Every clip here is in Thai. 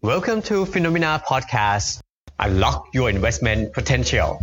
Welcome to Phenomena Podcast. Unlock your investment potential.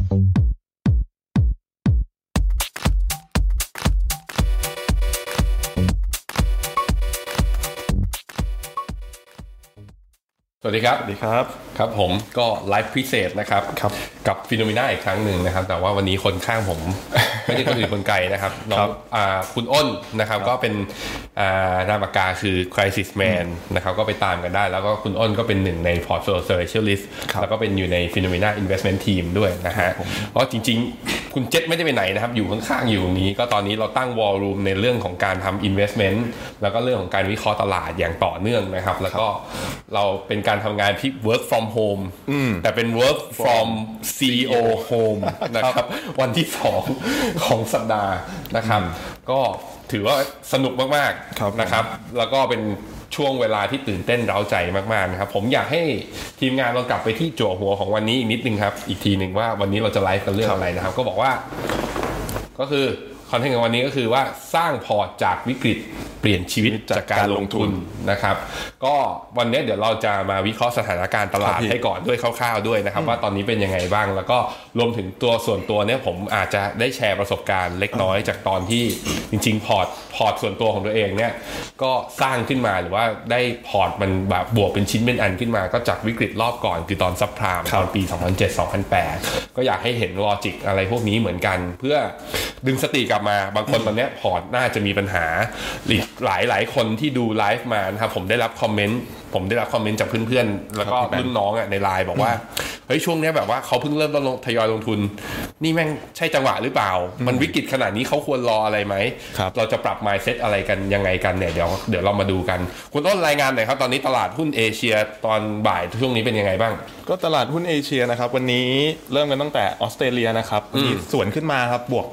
สวัสดีครับสวัสดีครับครับผมก็ไลฟ์พิเศษนะครับกับฟิโนเมนาอีกครั้งหนึ่งนะครับแต่ว่าวันนี้คนข้างผม ไม่ใช่คนอื่นคนไกลนะครับน้องคุณอ้นนะครับก็เป็นนามปากกาคือ Crisis Man นะครับก็ไปตามกันได้แล้วก็คุณอ้นก็เป็นหนึ่งใน Portfolio Specialist แล้วก็เป็นอยู่ใน Phenomena Investment Team ด้วยนะฮะเพราะจริงๆคุณเจษไม่ได้ไปไหนนะครับอยู่ข้างๆอยู่ตรงนี้ก็ตอนนี้เราตั้ง War Room ในเรื่องของการทำ Investment แล้วก็เรื่องของการวิเคราะห์ตลาดอย่างต่อเนื่องนะครับแล้วก็เราเป็นการทำงานที่ work from home แต่เป็น work from CEO home นะครับวันที่2ของสัปดาห์นะครับก็ถือว่าสนุกมากๆนะครับแล้วก็เป็นช่วงเวลาที่ตื่นเต้นเร้าใจมากๆนะครับผมอยากให้ทีมงานเรากลับไปที่จั่วหัวของวันนี้อีกนิดนึงครับอีกทีนึงว่าวันนี้เราจะไลฟ์กันเรื่องอะไรนะครับก็บอกว่าก็คือคอนเทนต์ของวันนี้ก็คือว่าสร้างพอร์ตจากวิกฤตเปลี่ยนชีวิตจากการลงทุนนะครับก็วันนี้เดี๋ยวเราจะมาวิเคราะห์สถานการณ์ตลาดให้ก่อนด้วยคร่าวๆด้วยนะครับว่าตอนนี้เป็นยังไงบ้างแล้วก็รวมถึงตัวส่วนตัวเนี่ยผมอาจจะได้แชร์ประสบการณ์เล็กน้อยจากตอนที่จริงๆพอร์ตส่วนตัวของตัวเองเนี่ยก็สร้างขึ้นมาหรือว่าได้พอร์ตมันแบบบวกเป็นชิ้นเป็นอันขึ้นมาก็จากวิกฤตรอบก่อนคือตอนซับไพรม์ตอนปี 2007-2008 ก็อยากให้เห็นลอจิกอะไรพวกนี้เหมือนกันเพื่อดึงสติกลับมาบางคนตอนนี้พอร์ตน่าจะมีปัญหาหลายคนที่ดูไลฟ์มานะครับผมได้รับคอมเมนต์จากเพื่อนๆแล้วก็รุ่นน้องในไลน์บอกว่าเฮ้ยช่วงนี้แบบว่าเขาเพิ่งเริ่มต้นทยอยลงทุนนี่แม่งใช่จังหวะหรือเปล่ามันวิกฤตขนาดนี้เขาควรรออะไรไหมเราจะปรับ mindset อะไรกันยังไงกันเนี่ยเดี๋ยวเรามาดูกันคุณต้นรายงานหน่อยครับตอนนี้ตลาดหุ้นเอเชียตอนบ่ายช่วงนี้เป็นยังไงบ้างก็ตลาดหุ้นเอเชียนะครับวันนี้เริ่มกันตั้งแต่ออสเตรเลียนะครับวันนี้สวนขึ้นมาครับบวก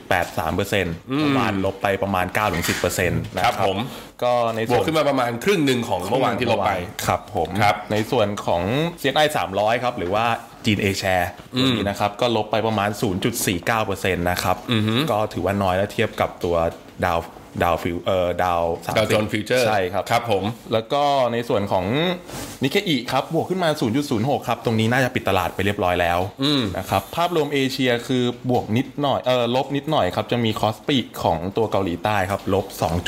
5.83% ประมาณลบไปประมาณ 9-10% นะครับผมก็ในส่วนบวกขึ้นมาประมาณครึ่งนึงของเมื่อวานที่ลบไปครับผมในส่วนของ CSI 300ครับหรือว่าจีน A share นี้นะครับก็ลบไปประมาณ 0.49% นะครับก็ถือว่าน้อยแล้วเทียบกับตัวดาวโจนส์ฟิวเจอร์ใช่ครับครับผมแล้วก็ในส่วนของนิเคอิครับบวกขึ้นมา 0.06 ครับตรงนี้น่าจะปิดตลาดไปเรียบร้อยแล้วนะครับภาพรวมเอเชียคือบวกนิดหน่อยลบนิดหน่อยครับจะมีคอสปีกของตัวเกาหลีใต้ครับลบ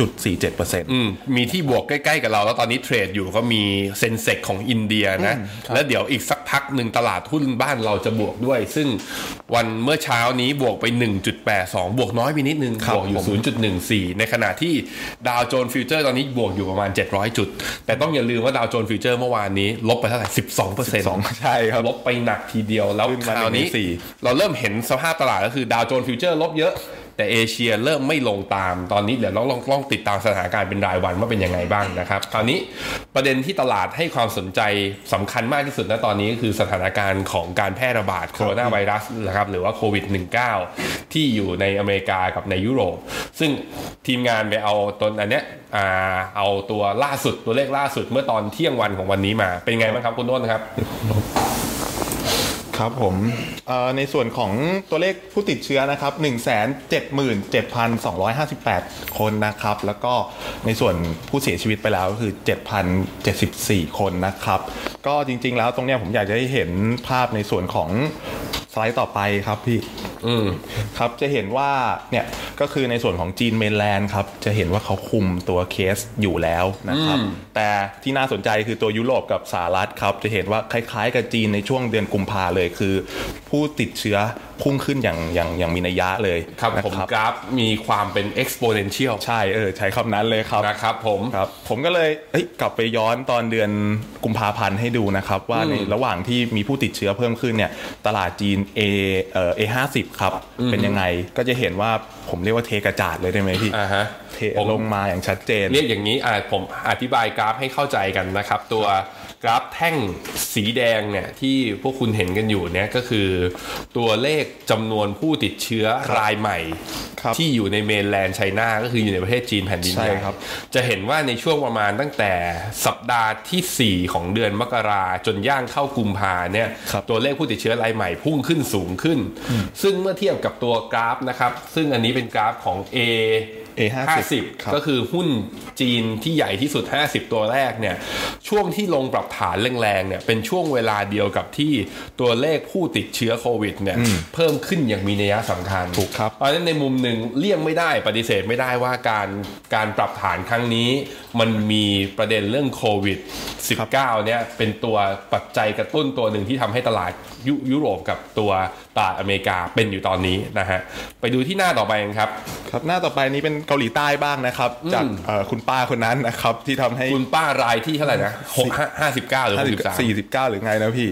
2.47% มีที่บวกใกล้ๆกับเราแล้วตอนนี้เทรดอยู่ก็มีเซนเซกของอินเดียนะแล้วเดี๋ยวอีกสักพักหนึ่งตลาดหุ้นบ้านเราจะบวกด้วยซึ่งวันเมื่อเช้านี้บวกไป 1.82 บวกน้อยไปนิดนึงบวกอยู่ 0.14 ในขณะที่ดาวโจนส์ฟิวเจอร์ตอนนี้บวกอยู่ประมาณ700จุดแต่ต้องอย่าลืมว่าดาวโจนส์ฟิวเจอร์เมื่อวานนี้ลบไปเท่าไหร่ 12% ใช่ครับลบไปหนักทีเดียวแล้วคราวนี้เราเริ่มเห็นสภาพตลาดก็คือดาวโจนส์ฟิวเจอร์ลบเยอะแต่เอเชียเริ่มไม่ลงตามตอนนี้เดี๋ยวลองติดตามสถานการณ์เป็นรายวันว่าเป็นยังไงบ้างนะครับคราวนี้ประเด็นที่ตลาดให้ความสนใจสำคัญมากที่สุดณตอนนี้ก็คือสถานการณ์ของการแพร่ระบาดโคโรนาไวรัสนะครับหรือว่าโควิด -19 ที่อยู่ในอเมริกากับในยุโรปซึ่งทีมงานไปเอาตัวอันเนี้ยเอาตัวล่าสุดตัวเลขล่าสุดเมื่อตอนเที่ยงวันของวันนี้มาเป็นไงบ้างครับคุณโน้นครับครับผมในส่วนของตัวเลขผู้ติดเชื้อนะครับ 177,258 คนนะครับแล้วก็ในส่วนผู้เสียชีวิตไปแล้วก็คือ 7,074 คนนะครับก็จริงๆแล้วตรงเนี้ยผมอยากจะให้เห็นภาพในส่วนของสไลด์ต่อไปครับพี่ครับจะเห็นว่าเนี่ยก็คือในส่วนของจีนเมนแลนด์ครับจะเห็นว่าเขาคุมตัวเคสอยู่แล้วนะครับแต่ที่น่าสนใจคือตัวยุโรปกับสหรัฐครับจะเห็นว่าคล้ายๆกับจีนในช่วงเดือนกุมภาเลยคือผู้ติดเชื้อพุ่งขึ้นอย่างมีนัยยะเลยครับผมกราฟมีความเป็น exponential ใช่ใช้คำนั้นเลยครับนะครับผมก็เลยกลับไปย้อนตอนเดือนกุมภาพันธ์ให้ดูนะครับว่าในระหว่างที่มีผู้ติดเชื้อเพิ่มขึ้นเนี่ยตลาดจีนA50 ครับเป็นยังไงก็จะเห็นว่าผมเรียกว่าเทกระจาดเลยได้ไหมพี่เทลงมาอย่างชัดเจนเรียกอย่างนี้ผมอธิบายกราฟให้เข้าใจกันนะครับตัวกราฟแท่งสีแดงเนี่ยที่พวกคุณเห็นกันอยู่เนี่ยก็คือตัวเลขจำนวนผู้ติดเชื้อรายใหม่ที่อยู่ในเมนแลนด์ไชน่าก็คืออยู่ในประเทศจีนแผ่นดินใหญ่จะเห็นว่าในช่วงประมาณตั้งแต่สัปดาห์ที่4ของเดือนมกราจนย่างเข้ากุมภาเนี่ยตัวเลขผู้ติดเชื้อรายใหม่พุ่งขึ้นสูงขึ้นซึ่งเมื่อเทียบกับตัวกราฟนะครับซึ่งอันนี้เป็นกราฟของ A50 ก็คือหุ้นจีนที่ใหญ่ที่สุด50ตัวแรกเนี่ยช่วงที่ลงปรับฐานแรงๆเนี่ยเป็นช่วงเวลาเดียวกับที่ตัวเลขผู้ติดเชื้อโควิดเนี่ยเพิ่มขึ้นอย่างมีนัยสำคัญถูกครับเพราะฉะนั้นในมุมหนึ่งเลี่ยงไม่ได้ปฏิเสธไม่ได้ว่าการปรับฐานครั้งนี้มันมีประเด็นเรื่องโควิด19เนี่ยเป็นตัวปัจจัยกระตุ้นตัวหนึ่งที่ทำให้ตลาดยุโรปกับตัวตลาดอเมริกาเป็นอยู่ตอนนี้นะฮะไปดูที่หน้าต่อไปกันครับครับหน้าต่อไปนี้เป็นเกาหลีใต้บ้างนะครับจากคุณป้าคนนั้นนะครับที่ทำให้คุณป้ารายที่เท่าไหร่นะ59หรือ 49หรือไงนะพี่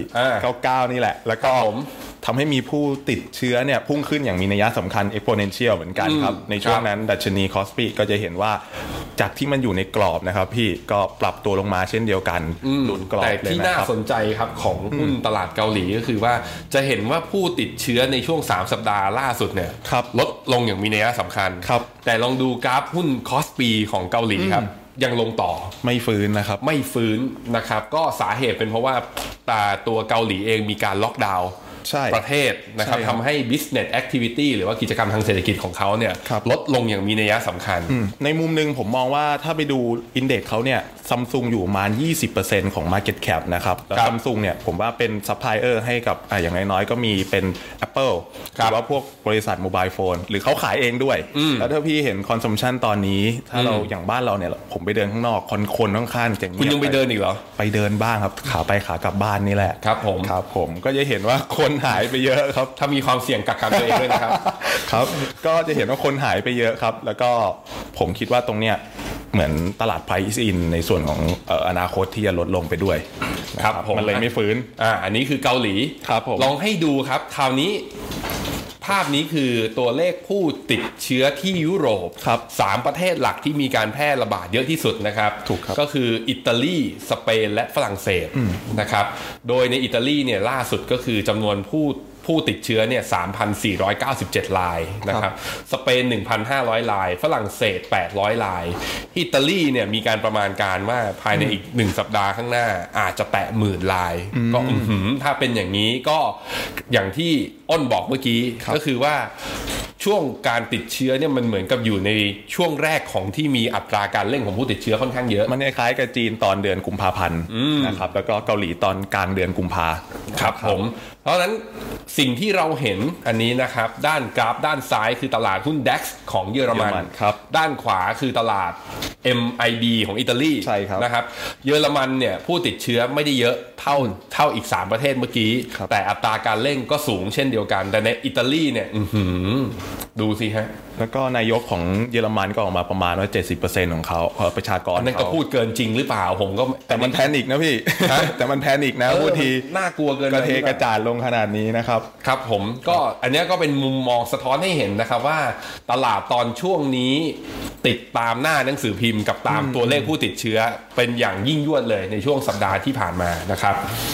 99นี่แหละแล้วก็ทำให้มีผู้ติดเชื้อเนี่ยพุ่งขึ้นอย่างมีนัยสำคัญ exponential เหมือนกันครับในช่วงนั้นดัชนีคอสปีก็จะเห็นว่าจากที่มันอยู่ในกรอบนะครับพี่ก็ปรับตัวลงมาเช่นเดียวกันหลุดกรอบเลยนะครับแต่ที่น่าสนใจครับของหุ้นตลาดเกาหลีก็คือว่าจะเห็นว่าผู้ติดเชื้อในช่วง3สัปดาห์ล่าสุดเนี่ยลดลงอย่างมีนัยสำคัญแต่ลองดูกราฟหุ้นคอสปีของเกาหลีครับยังลงต่อไม่ฟื้นนะครับไม่ฟื้นนะครับก็สาเหตุเป็นเพราะว่าตัวเกาหลีเองมีการล็อกดาวน์ประเทศนะครับทำให้ business activity หรือว่ากิจกรรมทางเศรษฐกิจของเขาเนี่ยลดลงอย่างมีนัยสำคัญในมุมนึงผมมองว่าถ้าไปดูอินเด็กซ์เขาเนี่ยซัมซุงอยู่ประมาณ 20% ของ market cap นะครับแล้วซัมซุงเนี่ยผมว่าเป็นซัพพลายเออร์ให้กับอย่างน้อยๆก็มีเป็น Apple หรือว่าพวกบริษัทโมบายโฟนหรือเขาขายเองด้วยแล้วถ้าพี่เห็น consumption ตอนนี้ถ้าเราอย่างบ้านเราเนี่ยผมไปเดินข้างนอกคนค่อนข้างจะเงียบคุณยังไปเดินอีกเหรอไปเดินบ้างครับขาไปขากลับบ้านนี่แหละครับผมก็จะเห็นว่าคนหายไปเยอะครับถ้ามีความเสี่ยงกักกันตัวเองด้วยนะครับครับก็จะเห็นว่าคนหายไปเยอะครับแล้วก็ผมคิดว่าตรงเนี้ยเหมือนตลาด price in ในส่วนของอนาคตที่จะลดลงไปด้วยครับมันเลยไม่ฟื้นอันนี้คือเกาหลีครับผมลองให้ดูครับคราวนี้ภาพนี้คือตัวเลขผู้ติดเชื้อที่ยุโรป3ประเทศหลักที่มีการแพร่ระบาดเยอะที่สุดนะครับถูกครับก็คืออิตาลีสเปนและฝรั่งเศสนะครับโดยในอิตาลีเนี่ยล่าสุดก็คือจำนวนผู้ติดเชื้อเนี่ย 3,497 รายนะครับสเปน 1,500 รายฝรั่งเศส800 รายอิตาลีเนี่ยมีการประมาณการว่าภายในอีก1สัปดาห์ข้างหน้าอาจจะแตะหมื่นรายก็ถ้าเป็นอย่างนี้ก็อย่างที่อ้นบอกเมื่อกี้ก็คือว่าช่วงการติดเชื้อเนี่ยมันเหมือนกับอยู่ในช่วงแรกของที่มีอัตราการเร่งของผู้ติดเชื้อค่อนข้างเยอะมันคล้ายๆกับจีนตอนเดือนกุมภาพันธ์นะครับแล้วก็เกาหลีตอนกลางเดือนกุมภาครับผมเพราะฉะนั้นสิ่งที่เราเห็นอันนี้นะครับด้านกราฟด้านซ้ายคือตลาดหุ้น DAX ของเยอรมันด้านขวาคือตลาด MIB ของอิตาลีนะครับเยอรมันเนี่ยผู้ติดเชื้อไม่ได้เยอะเท่าอีก3ประเทศเมื่อกี้แต่อัตราการเร่งก็สูงเช่นเดียวกันแต่ในอิตาลีเนี่ยดูสิฮะแล้วก็นายกของเยอรมันก็ออกมาประมาณว่า 70% ของเขาประชากรนั่นก็พูดเกินจริงหรือเปล่าผมก็แต่มันแพนิคนะพี่ แต่มันแพนิคนะพูดทีน่ากลัวเกินกระเทกระจาดลงขนาดนี้นะครับครับผมก็อันนี้ก็เป็นมุมมองสะท้อนให้เห็นนะครับว่าตลาดตอนช่วงนี้ติดตามหน้าหนังสือพิมพ์กับตามตัวเลขผู้ติดเชื้อเป็นอย่างยิ่งยวดเลยในช่วงสัปดาห์ที่ผ่านมานะครับ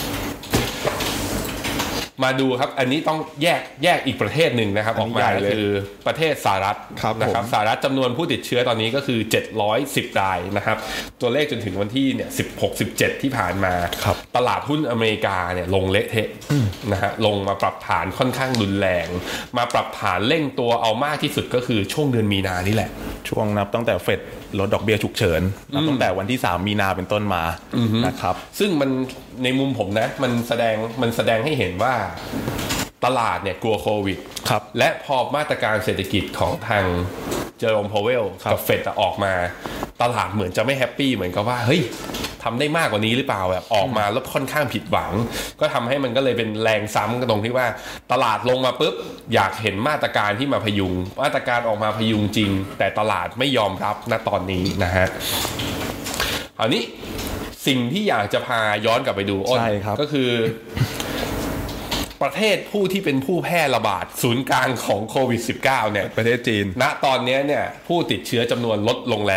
มาดูครับอันนี้ต้องแยกอีกประเทศหนึ่งนะครับออกมาคือประเทศสหรัฐนะครับสหรัฐจำนวนผู้ติดเชื้อตอนนี้ก็คือ710รายนะครับตัวเลขจนถึงวันที่เนี่ย16-17ที่ผ่านมาตลาดหุ้นอเมริกาเนี่ยลงเละเทะนะฮะลงมาปรับฐานค่อนข้างรุนแรงมาปรับฐานเร่งตัวเอามากที่สุดก็คือช่วงเดือนมีนานี่แหละช่วงนับตั้งแต่เฟดลดดอกเบี้ยฉุกเฉินตั้งแต่วันที่3มีนาเป็นต้นมานะครับซึ่งมันในมุมผมนะมันแสดงให้เห็นว่าตลาดเนี่ยกลัวโควิดและพอมาตรการเศรษฐกิจของทางเจอโรม พาวเวลกับเฟดออกมาตลาดเหมือนจะไม่แฮปปี้เหมือนกับว่าเฮ้ยทำได้มากกว่านี้หรือเปล่าแบบออกมาแล้วค่อนข้างผิดหวังก็ทำให้มันก็เลยเป็นแรงซ้ำกันตรงที่ว่าตลาดลงมาปุ๊บอยากเห็นมาตรการที่มาพยุงมาตรการออกมาพยุงจริงแต่ตลาดไม่ยอมรับณตอนนี้นะฮะอันนี้สิ่งที่อยากจะพาย้อนกลับไปดูอ้นก็คือประเทศผู้ที่เป็นผู้แพร่ระบาดศูนย์กลางของโควิด -19 เนี่ยประเทศจีนณตอนนี้เนี่ยผู้ติดเชื้อจำนวนลดลงแล้ว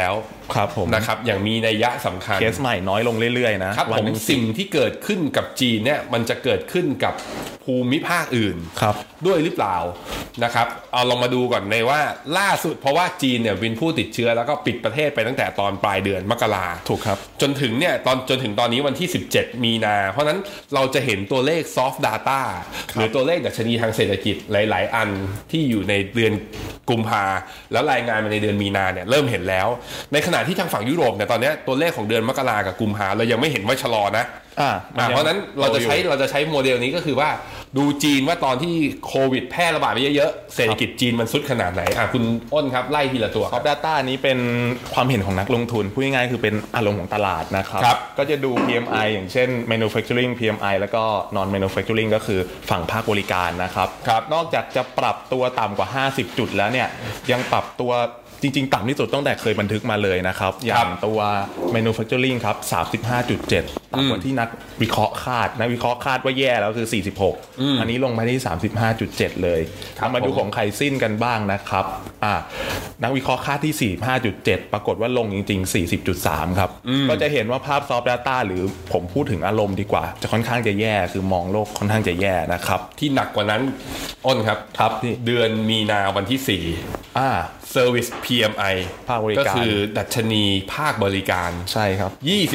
ครับผมนะครับอย่างมีนัยยะสำคัญเคสใหม่น้อยลงเรื่อยๆนะครับผมสิ่งที่เกิดขึ้นกับจีนเนี่ยมันจะเกิดขึ้นกับภูมิภาคอื่นด้วยหรือเปล่านะครับเอาลองมาดูก่อนในว่าล่าสุดเพราะว่าจีนเนี่ยเป็นผู้ติดเชื้อแล้วก็ปิดประเทศไปตั้งแต่ตอนปลายเดือนมกราถูกครับจนถึงตอนนี้วันที่17มีนาเพราะนั้นเราจะเห็นตัวเลข soft data หรือตัวเลขดัชนีทางเศรษฐกิจหลายๆอันที่อยู่ในเดือนกุมภาแล้วรายงานมาในเดือนมีนาเนี่ยเริ่มเห็นแล้วในขณะที่ทางฝั่งยุโรปเนี่ยตอนนี้ตัวเลขของเดือนมกรากับกุมภาเรายังไม่เห็นว่าชะลอนะเพราะนั้นเราจะใช้โมเดลนี้ก็คือว่าดูจีนว่าตอนที่โควิดแพร่ระบาดไปเยอะๆเศรษฐกิจจีนมันซุดขนาดไหนคุณอ้นครับไล่ทีละตัว Soft Data นี้เป็นความเห็นของนักลงทุนพูดง่ายๆคือเป็นอารมณ์ของตลาดนะครับก็จะดู PMI อย่างเช่น Manufacturing PMI แล้วก็ Non Manufacturing ก็คือฝั่งภาคบริการนะครับนอกจากจะปรับตัวต่ำกว่า50จุดแล้วเนี่ยยังปรับตัวจริงๆต่ำที่สุดตั้งแต่เคยบันทึกมาเลยนะครับอย่างตัว manufacturing ครับ 35.7 ต่ำกว่าที่นักวิเคราะห์คาดว่าแย่แล้วคือ46อันนี้ลงมาที่ 35.7 เลยมาดูของไคซินกันบ้างนะครับนักวิเคราะห์คาดที่ 45.7 ปรากฏว่าลงจริงๆ 40.3 ครับก็จะเห็นว่าภาพ soft data หรือผมพูดถึงอารมณ์ดีกว่าจะค่อนข้างจะแย่คือมองโลกค่อนข้างจะแย่นะครับที่หนักกว่านั้นอ้นครับเดือนมีนาวันที่4Service PMI ภาคบริการก็คือดัชนีภาคบริการใช่ครับ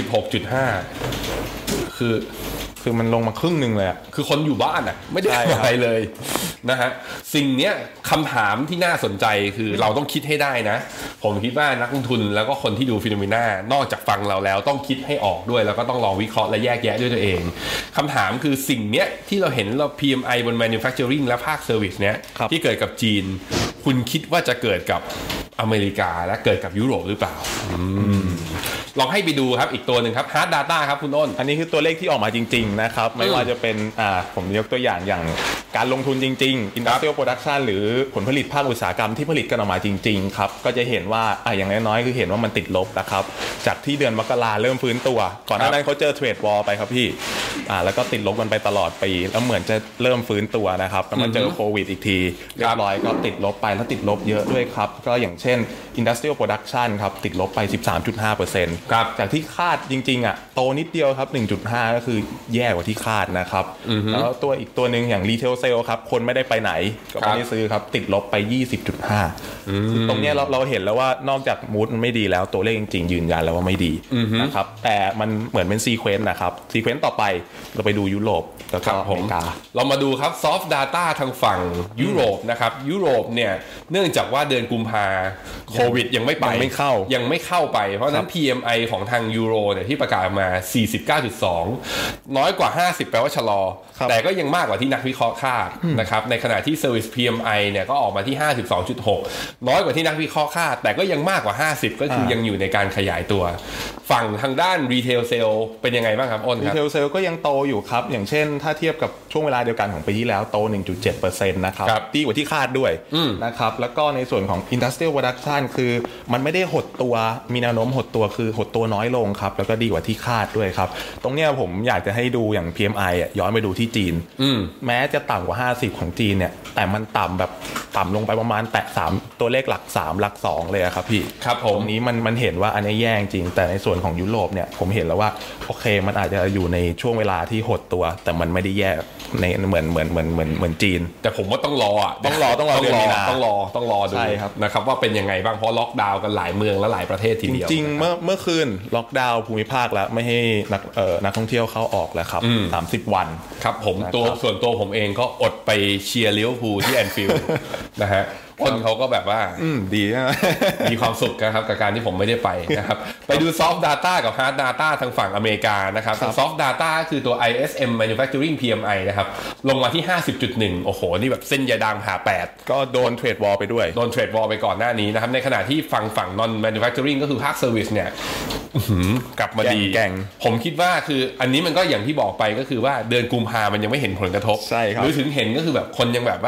26.5 คือมันลงมาครึ่งนึงเลยคือคนอยู่บ้านไม่ได้อะไรเลยนะฮะสิ่งเนี้ยคำถามที่น่าสนใจคือเราต้องคิดให้ได้นะผมคิดว่านักลงทุนแล้วก็คนที่ดูฟิโนเมนานอกจากฟังเราแล้วต้องคิดให้ออกด้วยแล้วก็ต้องลองวิเคราะห์และแยกแยะด้วยตัวเองคำถามคือสิ่งเนี้ยที่เราเห็นเรา PMI บน manufacturing และภาค service เนี้ยที่เกิดกับจีนคุณคิดว่าจะเกิดกับอเมริกาและเกิดกับยุโรปหรือเปล่าลองให้ไปดูครับอีกตัวหนึ่งครับ Hard Data ครับคุณอ้นอันนี้คือตัวเลขที่ออกมาจริงๆนะครับไม่ว่าจะเป็นผมยกตัวอย่างการลงทุนจริงๆ Industrial Production หรือผลผลิตภาคอุตสาหกรรมที่ผลิตกันออกมาจริงๆครับก็จะเห็นว่าอย่างน้อยๆคือเห็นว่ามันติดลบนะครับจากที่เดือนมกราเริ่มฟื้นตัวก่อนหน้านั้นเขาเจอเทรดวอร์ไปครับพี่แล้วก็ติดลบกันไปตลอดปีแล้วเหมือนจะเริ่มฟื้นตัวนะครับแล้วมาเจอโควิดอีกทีเรียบร้อยก็ติดลบไปแล้วติดลบเยอะด้วยครับก็อย่างเช่น Industrial Production ครับติดลบไป 13.5% ครับจากที่คาดจริงๆโตนิดเดียวครับ 1.5 ก็คือแย่กว่าที่คาดนะครับแล้วตัวอีกตัวนึงอย่าง Retail Sale ครับคนไม่ได้ไปไหนก็ไม่ได้ซื้อครับติดลบไป 20.5 ตรงนี้เราเห็นแล้วว่านอกจากมูดมันไม่ดีแล้วตัวเลขจริงๆยืนยันแล้วว่าไม่ดีนะครับแต่มันเหมือนเป็นซีเควนต์นะครับซีเควนต์ต่อไปเราไปดูยุโรปแล้วก็อเมริกาเรามาดูครับ Soft Data ทางฝั่งยุโรปนะครับยุโรปเนี่ยเนื่องจากว่าเดือนกุมภาโควิดยังไม่เข้าไปเพราะฉะนั้น PMI ของทางยูโรเนี่ยที่ประกาศมา 49.2 น้อยกว่า50แปลว่าชะลอแต่ก็ยังมากกว่าที่นักวิเคราะห์คาดนะครับในขณะที่ Service PMI เนี่ยก็ออกมาที่ 52.6 น้อยกว่าที่นักวิเคราะห์คาดแต่ก็ยังมากกว่า50ก็คือยังอยู่ในการขยายตัวฝั่งทางด้าน Retail Sale เป็นยังไงบ้างครับอ้นครับ Retail Sale ก็ยังโตอยู่ครับอย่างเช่นถ้าเทียบกับช่วงเวลาเดียวกันของปีที่แล้วโต 1.7% นะครับดีกว่าที่คาดด้วยนะครับแล้วก็ในส่วนของ Industrial Production คือมันไม่ได้หดตัวมีแนวโน้มหดตัวคือหดตัวน้อยลงครับแล้วก็ดีกว่าที่คาดด้วยครับตรงเนี้ยผมอยากจะให้ดูอย่าง PMI ย้อนไปดูที่จีนแม้จะต่ำกว่า50ของจีนเนี่ยแต่มันต่ำลงไปประมาณแตะ3ตัวเลขหลัก3หลัก2เลยครับพี่ครับตรงนี้มันเห็นว่าอันนี้แย่จริงแต่ในส่วนของยุโรปเนี่ยผมเห็นแล้วว่าโอเคมันอาจจะอยู่ในช่วงเวลาที่หดตัวแต่มันไม่ได้แย่ในเหมือนจีนแต่ผมว่าต้องรอเดือนมีนาต้องรอดูนะครับว่าเป็นยังไงบ้างเพราะล็อกดาวน์กันหลายเมืองและหลายประเทศทีเดียวจริงๆเมื่อคืนล็อกดาวน์ภูมิภาคแล้วไม่ให้นักท่องเที่ยวเข้าออกแล้วครับ30 วันครับผมส่วนตัวผมเองก็อดไปเชียร์ลิเวอร์พูลที่แอนฟิลด์นะฮะคนเขาก็แบบว่าดีมีความสุขครับกับการที่ผมไม่ได้ไปนะครับไปดู Soft Data กับ Hard Data ทางฝั่งอเมริกานะครับ Soft Data คือตัว ISM Manufacturing PMI นะครับลงมาที่ 50.1 โอ้โหนี่แบบเส้นยาดางผ่า8 ก็โดนเทรดวอลไปด้วยโดนเทรดวอลไปก่อนหน้านี้นะครับในขณะที่ฝั่ง Non Manufacturing ก็คือภาค Service เนี่ยกลับมาดีผมคิดว่าคืออันนี้มันก็อย่างที่บอกไปก็คือว่าเดือนกุมภาพันธ์มันยังไม่เห็นผลกระทบใช่ครับหรือถึงเห็นก็คือแบบคนยังแบบว่า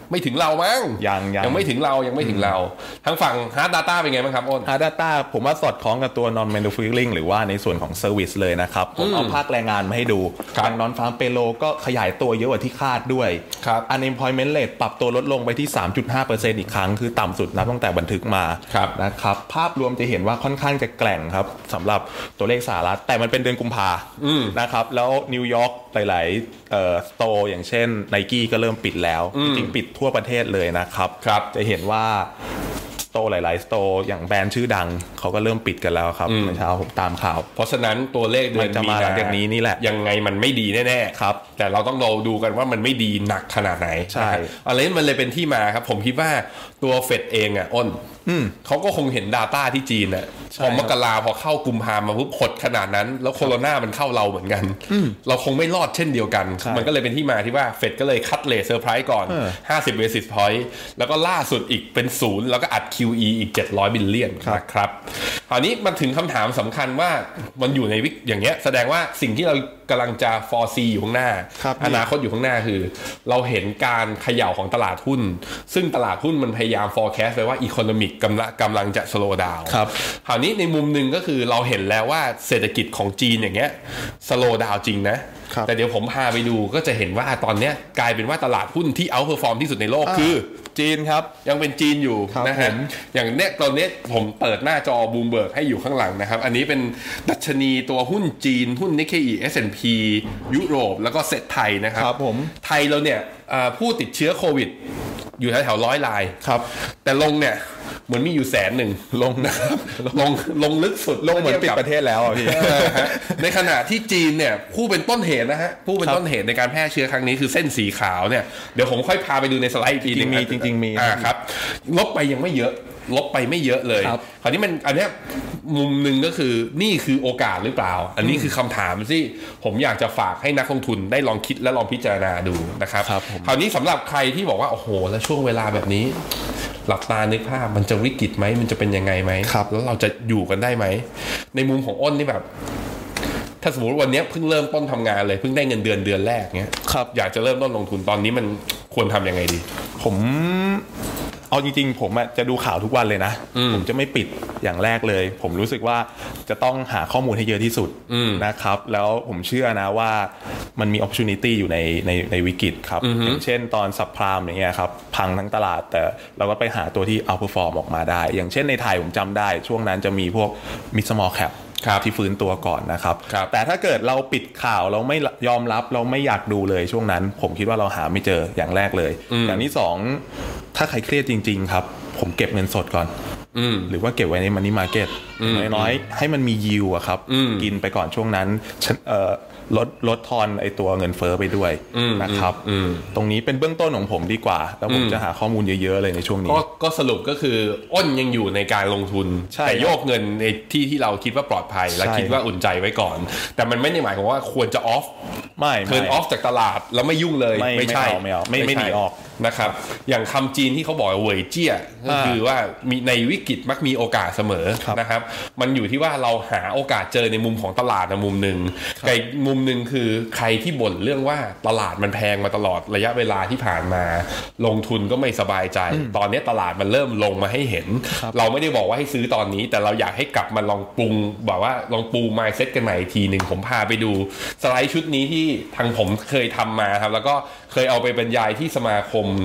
ไม่ถึงเรามั้งยังไม่ถึงเราทางฝั่ง Hard Data เป็นไงบ้างครับอ้น Hard Data ผมว่าสอดคล้องกับตัว Non Manufacturing หรือว่าในส่วนของ Service เลยนะครับผมเอาภาคแรงงานมาให้ดูทาง Non Farm Payroll ก็ขยายตัวเยอะกว่าที่คาดด้วย Unemployment Rate ปรับตัวลดลงไปที่ 3.5% อีกครั้งคือต่ำสุดนับตั้งแต่บันทึกมานะครับภาพรวมจะเห็นว่าค่อนข้างจะแกร่งครับสำหรับตัวเลขสหรัฐแต่มันเป็นเดือนกุมภานะครับแล้วนิวยอร์กหลายๆสโตร์อย่างเช่น Nike ก็เริ่มปิดแล้วจริงๆปิดทั่วประเทศเลยนะครับจะเห็นว่าสโตร์หลายๆสโตร์อย่างแบรนด์ชื่อดังเขาก็เริ่มปิดกันแล้วครับเมื่อเช้าผมตามข่าวเพราะฉะนั้นตัวเลขเดือนมีนาอย่างนี้นี่แหละยังไงมันไม่ดีแน่ๆครับแต่เราต้องดูกันว่ามันไม่ดีหนักขนาดไหนใช่อะไรมันเลยเป็นที่มาครับผมคิดว่าตัวเฟดเองอ่ะอ้นเขาก็คงเห็น Data ที่จีนน่ะพอมกราพอเข้ากุมภามาปุ๊บหดขนาดนั้นแล้วโควิดมันเข้าเราเหมือนกันเราคงไม่รอดเช่นเดียวกันมันก็เลยเป็นที่มาที่ว่าเฟดก็เลยคัดเรทเซอร์ไพรส์ก่อน50 basis point แล้วก็ล่าสุดอีกเป็น0แล้วก็อัด QE อีก700บิลเลียนนะครับคราวนี้มันถึงคำถามสำคัญว่ามันอยู่ในวิกอย่างเงี้ยแสดงว่าสิ่งที่เรากำลังจะ foresee อยู่ข้างหน้าอนาคตอยู่ข้างหน้าคือเราเห็นการเขย่าของตลาดหุ้นซึ่งตลาดหุ้นมันพยายาม forecast ไว้ว่า economic กำลังจะ slow down คราวนี้ในมุมหนึ่งก็คือเราเห็นแล้วว่าเศรษฐกิจของจีนอย่างเงี้ย slow down จริงนะแต่เดี๋ยวผมพาไปดูก็จะเห็นว่าตอนเนี้ยกลายเป็นว่าตลาดหุ้นที่ outperform ที่สุดในโลกคือจีนครับยังเป็นจีนอยู่นะฮะอย่างเนี้ยตอนนี้ผมเปิดหน้าจอ Bloomberg ให้อยู่ข้างหลังนะครับอันนี้เป็นดัชนีตัวหุ้นจีนหุ้น Nikkei S&P ยุโรปแล้วก็เซ็ตไทยนะครับไทยเราเนี่ยผู้ติดเชื้อโควิดอยู่แถว100 รายครับแต่ลงเนี่ยเหมือนมีอยู่100,000ลงนะครับลงลึกสุดลงเหมือนปิดประเทศแล้วอ่ะพี่ในขณะที่จีนเนี่ยผู้เป็นต้นเหตุนะฮะผู้เป็นต้นเหตุในการแพร่เชื้อครั้งนี้คือเส้นสีขาวเนี่ยเดี๋ยวผมค่อยพาไปดูในสไลด์อีกทีนึงจริงมีครับลบไปยังไม่เยอะลบไปไม่เยอะเลยคราวนี้มันอันเนี้ยมุมหนึ่งก็คือนี่คือโอกาสหรือเปล่าอันนี้คือคำถามที่ผมอยากจะฝากให้นักลงทุนได้ลองคิดและลองพิจารณาดูนะครับคราวนี้สำหรับใครที่บอกว่าโอ้โหแล้วช่วงเวลาแบบนี้หลับตานึกภาพมันจะวิกฤตไหมมันจะเป็นยังไงไหมแล้วเราจะอยู่กันได้ไหมในมุมของอ้นนี่แบบถ้าสมมติวันนี้เพิ่งเริ่มต้นทำงานเลยเพิ่งได้เงินเดือนแรกเงี้ยอยากจะเริ่มต้นลงทุนตอนนี้มันควรทำยังไงดีผมเอาจริงๆผมจะดูข่าวทุกวันเลยนะผมจะไม่ปิดอย่างแรกเลยผมรู้สึกว่าจะต้องหาข้อมูลให้เยอะที่สุดนะครับแล้วผมเชื่อนะว่ามันมี opportunity อยู่ในวิกฤตครับอย่างเช่นตอนซับไพรม์อย่างเงี้ยครับพังทั้งตลาดแต่เราก็ไปหาตัวที่ outperform ออกมาได้อย่างเช่นในไทยผมจำได้ช่วงนั้นจะมีพวก mid small capที่ฟื้นตัวก่อนนะครับแต่ถ้าเกิดเราปิดข่าวเราไม่ยอมรับเราไม่อยากดูเลยช่วงนั้นผมคิดว่าเราหาไม่เจออย่างแรกเลยอย่างที่สองถ้าใครเครียดจริงๆครับผมเก็บเงินสดก่อนหรือว่าเก็บไว้ใน Money Market น้อยๆให้มันมียิวอะครับกินไปก่อนช่วงนั้นลดทอนไอตัวเงินเฟ้อไปด้วยนะครับตรงนี้เป็นเบื้องต้นของผมดีกว่าแล้วผมจะหาข้อมูลเยอะๆเลยในช่วงนี้ก็สรุปก็คืออ้นยังอยู่ในการลงทุนแต่โยกเงินในที่เราคิดว่าปลอดภัยและคิดว่าอุ่นใจไว้ก่อนแต่มันไม่ได้หมายความว่าควรจะออฟเทิร์นออฟจากตลาดแล้วไม่ยุ่งเลยไม่ใช่ไม่หนีออกนะครับอย่างคำจีนที่เขาบอกเว่ยเจี้ยก็คือว่ามีในวิกฤตมักมีโอกาสเสมอนะครับมันอยู่ที่ว่าเราหาโอกาสเจอในมุมของตลาดในมุมหนึ่งแต่มุมหนึ่งคือใครที่บ่นเรื่องว่าตลาดมันแพงมาตลอดระยะเวลาที่ผ่านมาลงทุนก็ไม่สบายใจตอนนี้ตลาดมันเริ่มลงมาให้เห็นเราไม่ได้บอกว่าให้ซื้อตอนนี้แต่เราอยากให้กลับมาลองปรุงแบบว่าลองปู mindset กันใหม่ทีนึงผมพาไปดูสไลด์ชุดนี้ที่ทางผมเคยทำมาครับแล้วก็เคยเอาไปบรรยายที่สมาคม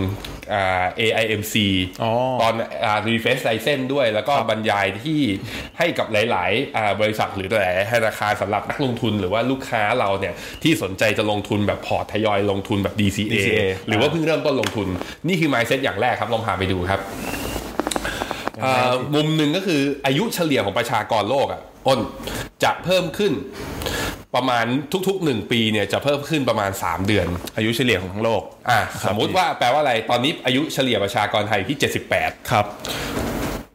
AIMC ตอนrefresh license ด้วยแล้วก็บรรยายที่ให้กับหลายๆบริษัทหรือหลายธนาคารสำหรับนักลงทุนหรือว่าลูกค้าเราเนี่ยที่สนใจจะลงทุนแบบพอร์ตทยอยลงทุนแบบ DCA หรือว่าเพิ่งเริ่มต้นลงทุนนี่คือ mindset อย่างแรกครับลองพาไปดูครับมุมหนึ่งก็คืออายุเฉลี่ยของประชากรโลกอ้นจะเพิ่มขึ้นประมาณทุกๆ1ปีเนี่ยจะเพิ่มขึ้นประมาณ3เดือนอายุเฉลี่ยของทั้งโลกสมมุติว่าแปลว่าอะไรตอนนี้อายุเฉลี่ยประชากรไทยที่78 ครับ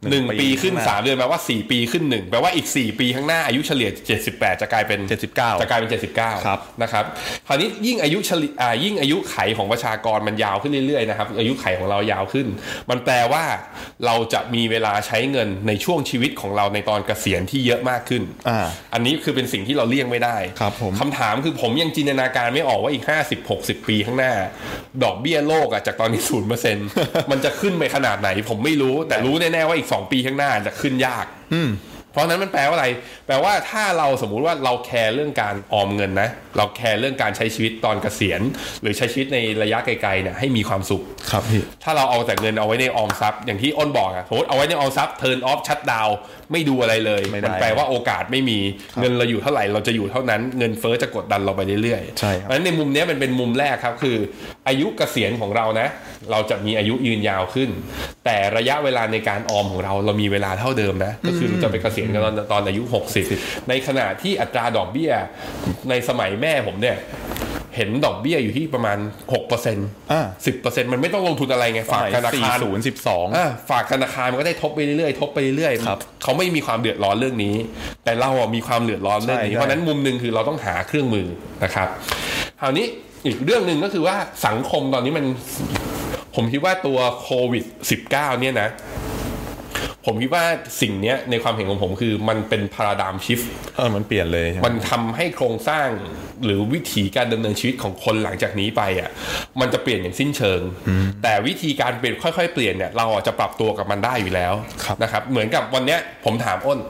1 ปีขึ้น3เดือนแปลว่า4ปีขึ้น1แปลว่าอีก4ปีข้างหน้าอายุเฉลี่ย78จะกลายเป็น 79 จะกลายเป็น79 ครับนะครับคราวนี้ยิ่งอายุเฉลี่ยยิ่งอายุไขของประชากรมันยาวขึ้นเรื่อยๆนะครับอายุไขของเรายาวขึ้นมันแปลว่าเราจะมีเวลาใช้เงินในช่วงชีวิตของเราในตอนเกษียณที่เยอะมากขึ้นอันนี้คือเป็นสิ่งที่เราเลี่ยงไม่ได้ครับผมคำถามคือผมยังจินตนาการไม่ออกว่าอีก50-60 ปีข้างหน้าดอกเบี้ยโลกจากตอนนี้ 0% มันจะขึ้นไปขนาดไหนผมไม่รู้แต่รู้แน่ๆว่าอีก2 ปีข้างหน้าจะขึ้นยากเพราะนั้นมันแปลว่าอะไรแปลว่าถ้าเราสมมุติว่าเราแคร์เรื่องการออมเงินนะเราแคร์เรื่องการใช้ชีวิตตอนเกษียณหรือใช้ชีวิตในระยะไกลๆเนี่ยให้มีความสุขครับพี่ถ้าเราเอาแต่เงินเอาไว้ในออมทรัพย์อย่างที่อ้นบอกสมมติเอาไว้ในออมทรัพย์ turn off shut down ไม่ดูอะไรเลยมันแปลว่าโอกาสไม่มีเงินเราอยู่เท่าไหร่เราจะอยู่เท่านั้นเงินเฟ้อจะกดดันเราไปเรื่อยๆใช่ครับเพราะฉะนั้นในมุมนี้มันเป็นมุมแรกครับคืออายุเกษียณของเรานะเราจะมีอายุยืนยาวขึ้นแต่ระยะเวลาในการออมของเรามีเวลาเท่าเดิมนะก็คือเราจะไปเกษียณกันตอนอายุ60ในขณะที่อัตราดอกเบี้ยในสมัยแม่ผมเนี่ยเห็นดอกเบี้ยอยู่ที่ประมาณ 6% 10% มันไม่ต้องลงทุนอะไรไงฝากธนาคารฝากธนาคารมันก็ได้ทบไปเรื่อยๆทบไปเรื่อยๆเขาไม่มีความเดือดร้อนเรื่องนี้แต่เรามีความเดือดร้อนเรื่องนี้เพราะนั้นมุมนึงคือเราต้องหาเครื่องมือนะครับคราวนี้อีกเรื่องนึงก็คือว่าสังคมตอนนี้ผมคิดว่าตัวโควิด -19 เนี่ยนะผมคิดว่าสิ่งนี้ในความเห็นของผมคือมันเป็นพาราไดม์ชิฟต์มันเปลี่ยนเลยมันทำให้โครงสร้างหรือวิธีการดำเนินชีวิตของคนหลังจากนี้ไปมันจะเปลี่ยนอย่างสิ้นเชิงแต่วิธีการเปลี่ยนค่อยๆเปลี่ยนเนี่ยเราจะปรับตัวกับมันได้อยู่แล้วนะครับเหมือนกับวันนี้ผมถามอ้น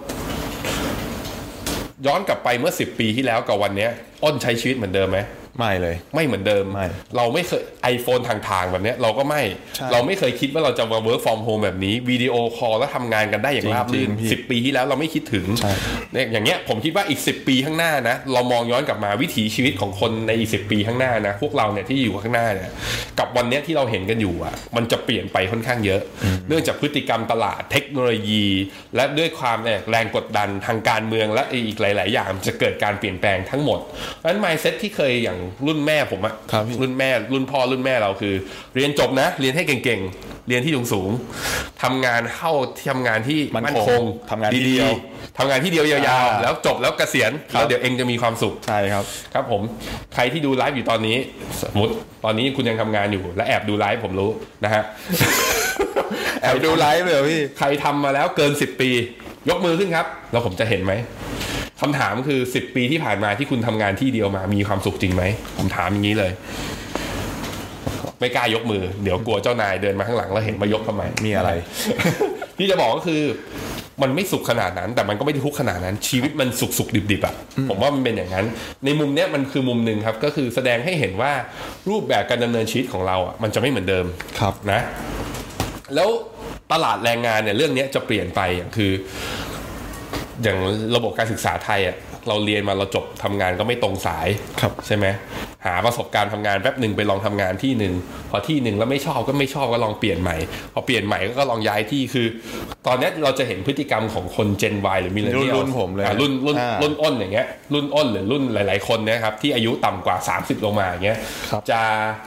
ย้อนกลับไปเมื่อ10 ปีที่แล้วกับวันนี้อ้นใช้ชีวิตเหมือนเดิมไหมไม่เลยไม่เหมือนเดิมเราไม่เคย iPhone ทางๆแบบนี้เราก็ไม่เราไม่เคยคิดว่าเราจะมา work from home แบบนี้วิดีโอคอลแล้วทำงานกันได้อย่างราบรื่น10 ปีที่แล้วเราไม่คิดถึงอย่างเงี้ยผมคิดว่าอีก10 ปีข้างหน้านะเรามองย้อนกลับมาวิถีชีวิตของคนในอีก10 ปีข้างหน้านะพวกเราเนี่ยที่อยู่ข้างหน้าเนี่ยกับวันนี้ที่เราเห็นกันอยู่มันจะเปลี่ยนไปค่อนข้างเยอะเนื่องจากพฤติกรรมตลาดเทคโนโลยีและด้วยความแรงกดดันทางการเมืองและอีกหลายๆอย่างจะเกิดการเปลี่ยนแปลงทั้งหมดเพราะฉะนั้น mindset ที่เคยอย่างรุ่นแม่ผมรุ่นแม่รุ่นพ่อรุ่นแม่เราคือเรียนจบนะเรียนให้เก่งๆเรียนที่สูงๆทำงานเข้าทำงานที่มั่นคงทำงานที่เดียวทำงานที่เดียวยาวๆแล้วจบแล้วเกษียณแล้วเดี๋ยวเองจะมีความสุขใช่ครับครับผมใครที่ดูไลฟ์อยู่ตอนนี้สมมติตอนนี้คุณยังทำงานอยู่และแอบดูไลฟ์ผมรู้นะฮะแอบดูไลฟ์เลยพี่ใครทำมาแล้วเกิน10 ปียกมือขึ้นครับแล้วผมจะเห็นไหมคำถามคือ10 ปีที่ผ่านมาที่คุณทำงานที่เดียวมามีความสุขจริงไหมผมถามอย่างนี้เลยไม่กล้ายกมือเดี๋ยวกลัวเจ้านายเดินมาข้างหลังแล้วเห็นมายกทำไมมีอะไรที่จะบอกก็คือมันไม่สุขขนาดนั้นแต่มันก็ไม่ได้ทุกข์ขนาดนั้นชีวิตมันสุขดิบๆผมว่ามันเป็นอย่างนั้นในมุมเนี้ยมันคือมุมนึงครับก็คือแสดงให้เห็นว่ารูปแบบการดำเนินชีวิตของเรามันจะไม่เหมือนเดิมครับนะแล้วตลาดแรงงานเนี่ยเรื่องนี้จะเปลี่ยนไปคืออย่างระบบการศึกษาไทยเราเรียนมาเราจบทำงานก็ไม่ตรงสายใช่ไหมหาประสบการณ์ทำงานแป๊บหนึ่งไปลองทำงานที่หนึ่งพอที่หนึ่งแล้วไม่ชอบก็ลองเปลี่ยนใหม่พอเปลี่ยนใหม่ก็ลองย้ายที่คือตอนนี้เราจะเห็นพฤติกรรมของคน Gen Y หรือ Millennial รุ่นผมเลยรุ่นอ้นอย่างเงี้ยรุ่นอ้นหรือรุ่นหลายๆคนนะครับที่อายุต่ำกว่า30ลงมาอย่างเงี้ยจะ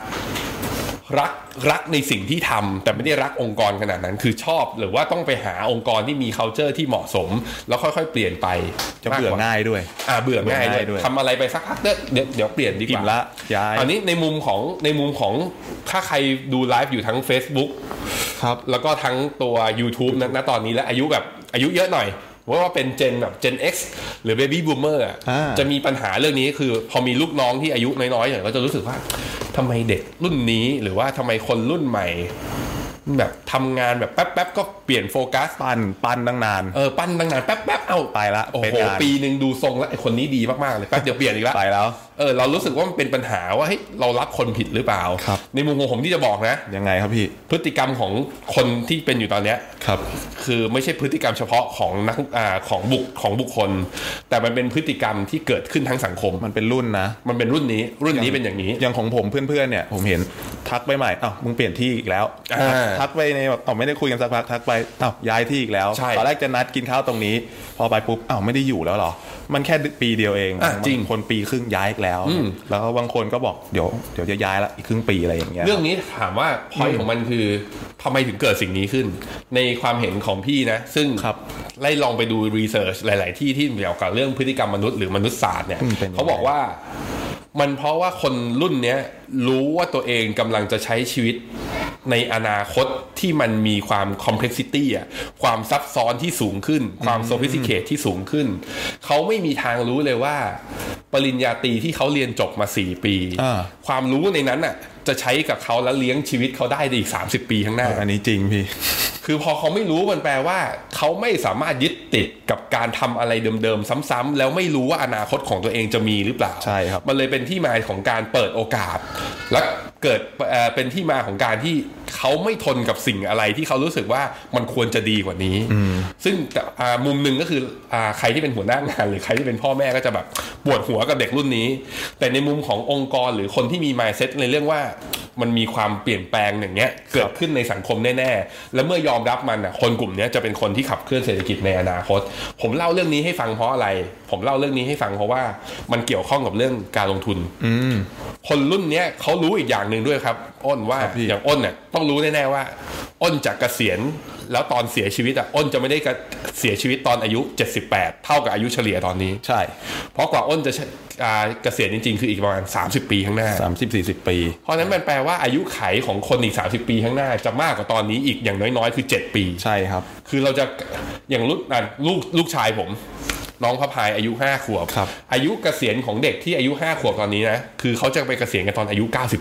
รักในสิ่งที่ทำแต่ไม่ได้รักองค์กรขนาดนั้นคือชอบหรือว่าต้องไปหาองค์กรที่มี culture ที่เหมาะสมแล้วค่อยๆเปลี่ยนไปจะเบื่อง่ายด้วยเบื่อง่ายด้วยทำอะไรไปสักพักเดี๋ยวเปลี่ยนดีกว่าละย้ายอันนี้ในมุมของถ้าใครดูไลฟ์อยู่ทั้ง Facebook ครับแล้วก็ทั้งตัว YouTube ณตอนนี้และอายุเยอะหน่อยว่าเป็นเจนแบบ Gen X หรือ Baby Boomer จะมีปัญหาเรื่องนี้คือพอมีลูกน้องที่อายุน้อยๆอย่างก็จะรู้สึกว่าทำไมเด็กรุ่นนี้หรือว่าทำไมคนรุ่นใหม่แบบทำงานแบบแป๊บๆก็เปลี่ยนโฟกัสปั้นตั้งนานปั้นตั้งนานแป๊บๆเอ้าไปละโอ้โหปีนึงดูทรงแล้วไอ้คนนี้ดีมากๆเลยแป๊บเดี๋ยวเปลี่ยนอีกแล้วไปแล้วเรารู้สึกว่ามันเป็นปัญหาว่าเฮ้ยเรารับคนผิดหรือเปล่าในมุมของผมที่จะบอกนะยังไงครับพี่พฤติกรรมของคนที่เป็นอยู่ตอนเนี้ยครับคือไม่ใช่พฤติกรรมเฉพาะของนักของบุคคลแต่มันเป็นพฤติกรรมที่เกิดขึ้นทั้งสังคมมันเป็นรุ่นนะมันเป็นรุ่นนี้เป็นอย่างนี้อย่างของผมเพื่อนๆเนี่ยผมเห็นทักไปใหม่มึงเปลี่ยนที่อีกแล้วทักไปในแบบไม่ได้คุยกันสักพักทักไปย้ายที่อีกแล้วตอนแรกจะนัดกินข้าวตรงนี้พอไปปุ๊บไม่ได้อยู่แล้วหรอมันแค่ปีเดียวเองจริงคนปีครึ่งย้ายอีกแล้วแล้วบางคนก็บอกเดี๋ยวจะย้ายละอีกครึ่งปีอะไรอย่างเงี้ยเรื่องนี้ถามว่าพอยต์ของมันคือทำไมถึงเกิดสิ่งนี้ขึ้นในความเห็นของพี่นะซึ่งไล่ลองไปดูรีเสิร์ชหลายๆที่เกี่ยวกับเรื่องพฤติกรรมมนุษย์หรือมนุษยศาสตร์เนี่ยเขาบอกว่ามันเพราะว่าคนรุ่นนี้รู้ว่าตัวเองกำลังจะใช้ชีวิตในอนาคตที่มันมีความ complexity ความซับซ้อนที่สูงขึ้นความ sophisticated ที่สูงขึ้นเขาไม่มีทางรู้เลยว่าปริญญาตรีที่เขาเรียนจบมา4 ปีความรู้ในนั้นจะใช้กับเขาและเลี้ยงชีวิตเขาได้อีก30 ปีข้างหน้าอันนี้จริงพี่คือพอเขาไม่รู้มันแปลว่าเขาไม่สามารถยึดติดกับการทำอะไรเดิมๆซ้ำๆแล้วไม่รู้ว่าอนาคตของตัวเองจะมีหรือเปล่าใช่ครับมันเลยเป็นที่มาของการเปิดโอกาสและเกิดเป็นที่มาของการที่เขาไม่ทนกับสิ่งอะไรที่เขารู้สึกว่ามันควรจะดีกว่านี้ซึ่งมุมหนึ่งก็คือใครที่เป็นหัวหน้างานหรือใครที่เป็นพ่อแม่ก็จะแบบปวดหัวกับเด็กรุ่นนี้แต่ในมุมขององค์กรหรือคนที่มี mindset ในเรื่องว่ามันมีความเปลี่ยนแปลงอย่างเงี้ยเกิดขึ้นในสังคมแน่ๆและเมื่อยอมรับมันคนกลุ่มนี้จะเป็นคนที่ขับเคลื่อนเศรษฐกิจในอนาคตผมเล่าเรื่องนี้ให้ฟังเพราะอะไรผมเล่าเรื่องนี้ให้ฟังเพราะว่ามันเกี่ยวข้องกับเรื่องการลงทุนคนรุ่นนี้เขารู้อีกอย่างหนึ่งด้วยครับอ้นว่าอย่างอ้นเนี่ยต้องรู้แน่ๆว่าอ้นจะเกษียณแล้วตอนเสียชีวิตอ้นจะไม่ได้เสียชีวิตตอนอายุ78เท่ากับอายุเฉลี่ยตอนนี้ใช่เพราะกว่าอ้นจะเกษียณจริงๆคืออีกประมาณ30 ปีข้างหน้า 30-40 ปีเพราะนั้นมันแปลว่าอายุไขของคนอีก30 ปีข้างหน้าจะมากกว่าตอนนี้อีกอย่างน้อยๆคือ7 ปีใช่ครับคือเราจะอย่างลูกชายผมน้องพระพายอายุ5 ขวบอายุเกษียณของเด็กที่อายุ5 ขวบตอนนี้นะคือเขาจะไปเกษียณกันตอนอายุ99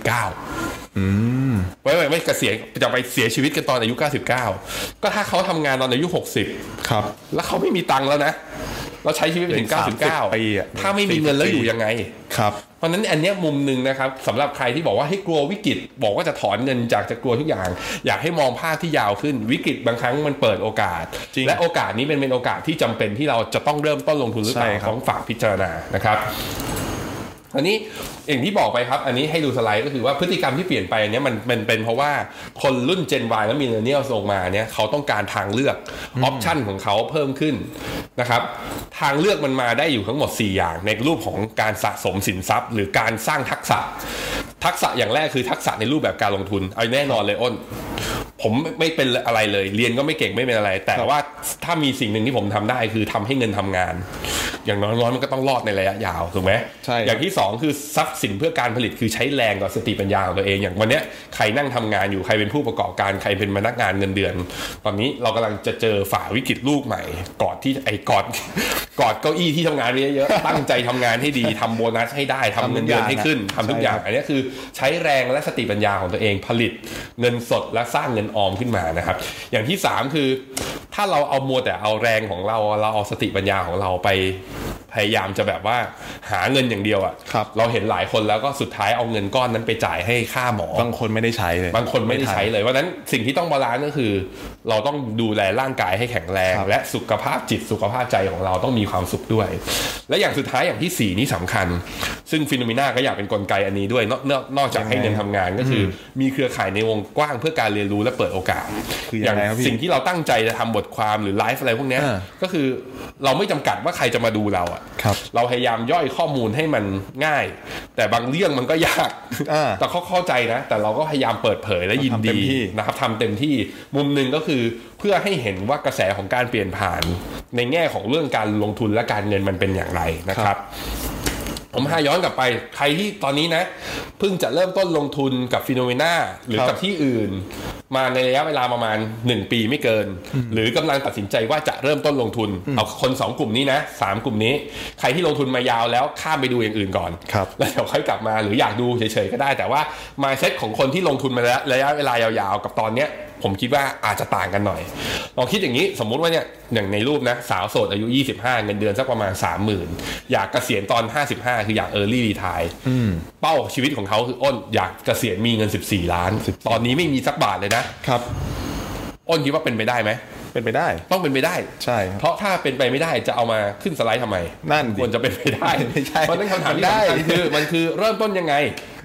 ไม่เกษียณจะไปเสียชีวิตกันตอนอายุ99ก็ถ้าเขาทำงานตอนอายุ60 ครับแล้วเขาไม่มีตังค์แล้วนะเราใช้ชีวิตไปถึง99ปีถ้าไม่มีเงินแล้วอยู่ยังไงครับเพราะนั้นอันนี้มุมนึงนะครับสำหรับใครที่บอกว่าให้กลัววิกฤตบอกว่าจะถอนเงินจากจะกลัวทุกอย่างอยากให้มองภาพที่ยาวขึ้นวิกฤตบางครั้งมันเปิดโอกาสและโอกาสนี้เป็นโอกาสที่จำเป็นที่เราจะต้องเริ่มต้นลงทุนหรือเปล่าต้องฝากพิจารณานะครับอันนี้อย่างที่บอกไปครับอันนี้ให้ดูสไลด์ก็คือว่าพฤติกรรมที่เปลี่ยนไปอันนี้มันเป็นเพราะว่าคนรุ่น Gen Y และ Millennials ลงมาเนี่ยเขาต้องการทางเลือกออปชันของเขาเพิ่มขึ้นนะครับทางเลือกมันมาได้อยู่ทั้งหมด4อย่างในรูปของการสะสมสินทรัพย์หรือการสร้างทักษะอย่างแรกคือทักษะในรูปแบบการลงทุนเอาแน่นอนเลยอ้นผมไม่เป็นอะไรเลยเรียนก็ไม่เก่งไม่เป็นอะไรแต่ว่าถ้ามีสิ่งหนึ่งที่ผมทำได้คือทำให้เงินทำงานอย่างน้อยๆมันก็ต้องรอดในระยะยาวถูกไหมใช่อย่างที่2คือทรัพย์สินเพื่อการผลิตคือใช้แรงกับสติปัญญาของตัวเองอย่างวันนี้ใครนั่งทำงานอยู่ใครเป็นผู้ประกอบการใครเป็นพนักงานเงินเดือนตอนนี้เรากำลังจะเจอฝ่าวิกฤตลูกใหม่กอดเก้าอี้ที่ทำงานเยอะๆตั้งใจทำงานให้ดีทำโบนัสให้ได้ทำเงินเดือนให้ขึ้นทำทุกอย่างอันนี้คือใช้แรงและสติปัญญาของตัวเองผลิตเงินสดและสร้างเงินออมขึ้นมานะครับอย่างที่3คือถ้าเราเอามัวแต่เอาแรงของเราเอาสติปัญญาของเราไปพยายามจะแบบว่าหาเงินอย่างเดียวเราเห็นหลายคนแล้วก็สุดท้ายเอาเงินก้อนนั้นไปจ่ายให้ค่าหมอบางคนไม่ได้ใช้เลยบางคนไม่ได้ใช้เลยเพราะนั้นสิ่งที่ต้องบาลานซ์ก็คือเราต้องดูแลร่างกายให้แข็งแรงและสุขภาพจิตสุขภาพใจของเราต้องมีความสุขด้วยและอย่างสุดท้ายอย่างที่4นี่สำคัญซึ่งฟิโนเมนาก็อยากเป็นกลไกอันนี้ด้วยนอกจากให้เงินทำงานก็คือมีเครือข่ายในวงกว้างเพื่อการเรียนรู้และเปิดโอกาสอย่างสิ่งที่เราตั้งใจจะทำบทความหรือไลฟ์อะไรพวกนี้ก็คือเราไม่จำกัดว่าใครจะมาดูเราเราพยายามย่อยข้อมูลให้มันง่ายแต่บางเรื่องมันก็ยากแต่เขาเข้าใจนะแต่เราก็พยายามเปิดเผยและยินดีนะครับทำเต็มที่มุมหนึ่งก็คือเพื่อให้เห็นว่ากระแสของการเปลี่ยนผ่านในแง่ของเรื่องการลงทุนและการเงินมันเป็นอย่างไรนะครับผมพาย้อนกลับไปใครที่ตอนนี้นะเพิ่งจะเริ่มต้นลงทุนกับฟิโนเมนาหรือกับที่อื่นมาในระยะเวลาประมาณ1 ปีไม่เกินหรือกำลังตัดสินใจว่าจะเริ่มต้นลงทุนเอาคน2 กลุ่มนี้นะ3 กลุ่มนี้ใครที่ลงทุนมายาวแล้วข้ามไปดูอย่างอื่นก่อนแล้วเดี๋ยวค่อยกลับมาหรืออยากดูเฉยๆก็ได้แต่ว่า mindset ของคนที่ลงทุนมาแล้วระยะเวลายาวๆกับตอนเนี้ยผมคิดว่าอาจจะต่างกันหน่อยลองคิดอย่างนี้สมมุติว่าเนี่ยอย่างในรูปนะสาวโสดอายุ25เงินเดือนสักประมาณ 30,000 อยากเกษียณตอน55คืออยาก early retire เป้าชีวิตของเขาคืออ้นอยากเกษียณมีเงิน14 ล้านตอนนี้ไม่มีสักบาทเลยนะครับอ้นคิดว่าเป็นไปได้ไหมเป็นไปได้ต้องเป็นไปได้ใช่เพราะถ้าเป็นไปไม่ได้จะเอามาขึ้นสไลด์ทำไมนั่นควรจะเป็นไปได้เพราะนั้นคำถามที่สำคัญคือมันคือเริ่มต้นยังไง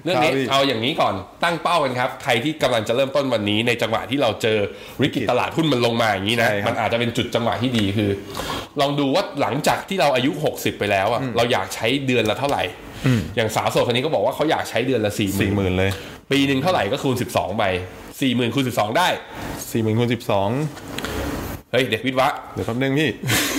เรื่องนี้เอาอย่างนี้ก่อนตั้งเป้ากันครับใครที่กำลังจะเริ่มต้นวันนี้ในจังหวะที่เราเจอวิกฤตตลาดหุ้นมันลงมาอย่างนี้นะมันอาจจะเป็นจุดจังหวะที่ดีคือลองดูว่าหลังจากที่เราอายุ60ไปแล้วเราอยากใช้เดือนละเท่าไหร่อย่างสาวโสดคนนี้ก็บอกว่าเขาอยากใช้เดือนละ 40,000 เลยปีนึงเท่าไหร่ก็คูณ12ไป 40,000 คูณ12ได้ 40,000 คูณ12 เฮ้ยเด็กวิทย์วะเดี๋ยวแป๊บนึงพี่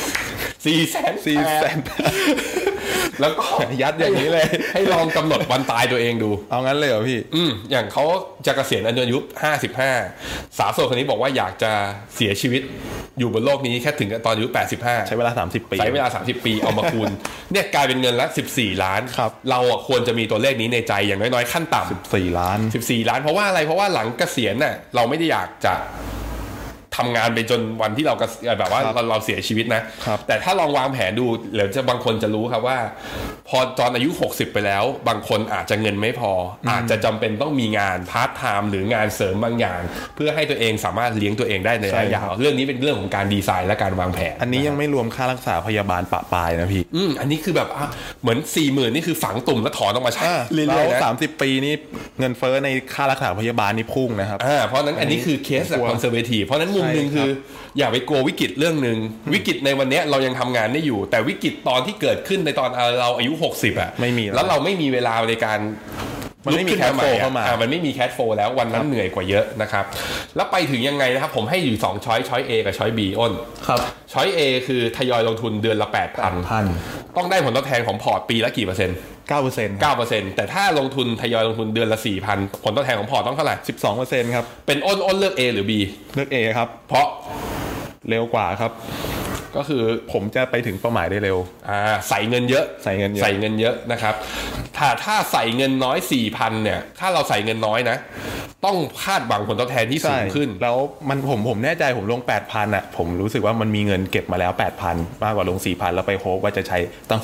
400,000แล้วก็ยัดอย่างนี้เลยให้ลองกำหนดวันตายตัวเองดูเอางั้นเลยเหรอพี่อย่างเขาจะเกษียณอายุ55สาวโสดคนนี้บอกว่าอยากจะเสียชีวิตอยู่บนโลกนี้แค่ถึงตอนอายุ85 ใช้เวลา30ปีใช้เวลา30ปีเอามาคูณเนี่ยกลายเป็นเงินละ14 ล้านเราควรจะมีตัวเลขนี้ในใจอย่างน้อยๆขั้นต่ำ 14 ล้านเพราะว่าอะไรเพราะว่าหลังเกษียณน่ะเราไม่ได้อยากจะทำงานไปจนวันที่เราแบบว่าเราเสียชีวิตนะแต่ถ้าลองวางแผนดูเดี๋ยวจะบางคนจะรู้ครับว่าพอตอนอายุ60ไปแล้วบางคนอาจจะเงินไม่พออาจจะจำเป็นต้องมีงานพาร์ทไทม์หรืองานเสริมบางอย่างเพื่อให้ตัวเองสามารถเลี้ยงตัวเองได้ในระยะยาวเรื่องนี้เป็นเรื่องของการดีไซน์และการวางแผนอันนี้ยังไม่รวมค่ารักษาพยาบาลปะปายนะพี่อันนี้คือแบบเหมือน 40,000 นี่คือฝังตุ่มแล้วถอนออกมาใช้เรื่อยๆ30 ปีนี่เงินเฟ้อในค่ารักษาพยาบาลนี่พุ่งนะครับเพราะนั้นอันนี้คือเคสแบบคอนเซอร์เวทีฟเพราะนั้นมุมนึงคืออย่าไปกลัววิกฤตเรื่องนึงวิกฤตในวันนี้เรายังทำงานได้อยู่แต่วิกฤตตอนที่เกิดขึ้นในตอนเราอายุ60 ไม่มีแล้วเราไม่มีเวลาในการมันไม่มีแคชโฟลเข้ามามันไม่มีแคชโฟลแล้ววันนั้นเหนื่อยกว่าเยอะนะครับแล้วไปถึงยังไงนะครับผมให้อยู่2ช้อย A กับช้อย B อ้นครับช้อย A คือทยอยลงทุนเดือนละ 8,000 ต้องได้ผลตอบแทนของพอร์ตปีละกี่เปอร์เซ็นต์9%แต่ถ้าลงทุนทยอยลงทุนเดือนละ 4,000 ผลตอบแทนของพอร์ตต้องเท่าไหร่ 12% ครับเป็นอ้นเลือก A หรือ B เลือก A ครับเพราะเร็วกว่าครับก็คือผมจะไปถึงเป้าหมายได้เร็วใส่เงินเยอะนะครับถ้าใส่เงินน้อย 4,000 เนี่ยถ้าเราใส่เงินน้อยนะต้องคาดหวังผลตอบแทนที่สูงขึ้นแล้วมันผมแน่ใจผมลง 8,000 อ่ะผมรู้สึกว่ามันมีเงินเก็บมาแล้ว 8,000 มากกว่าลง 4,000 แล้วไปโฮปว่าจะใช้ตั้ง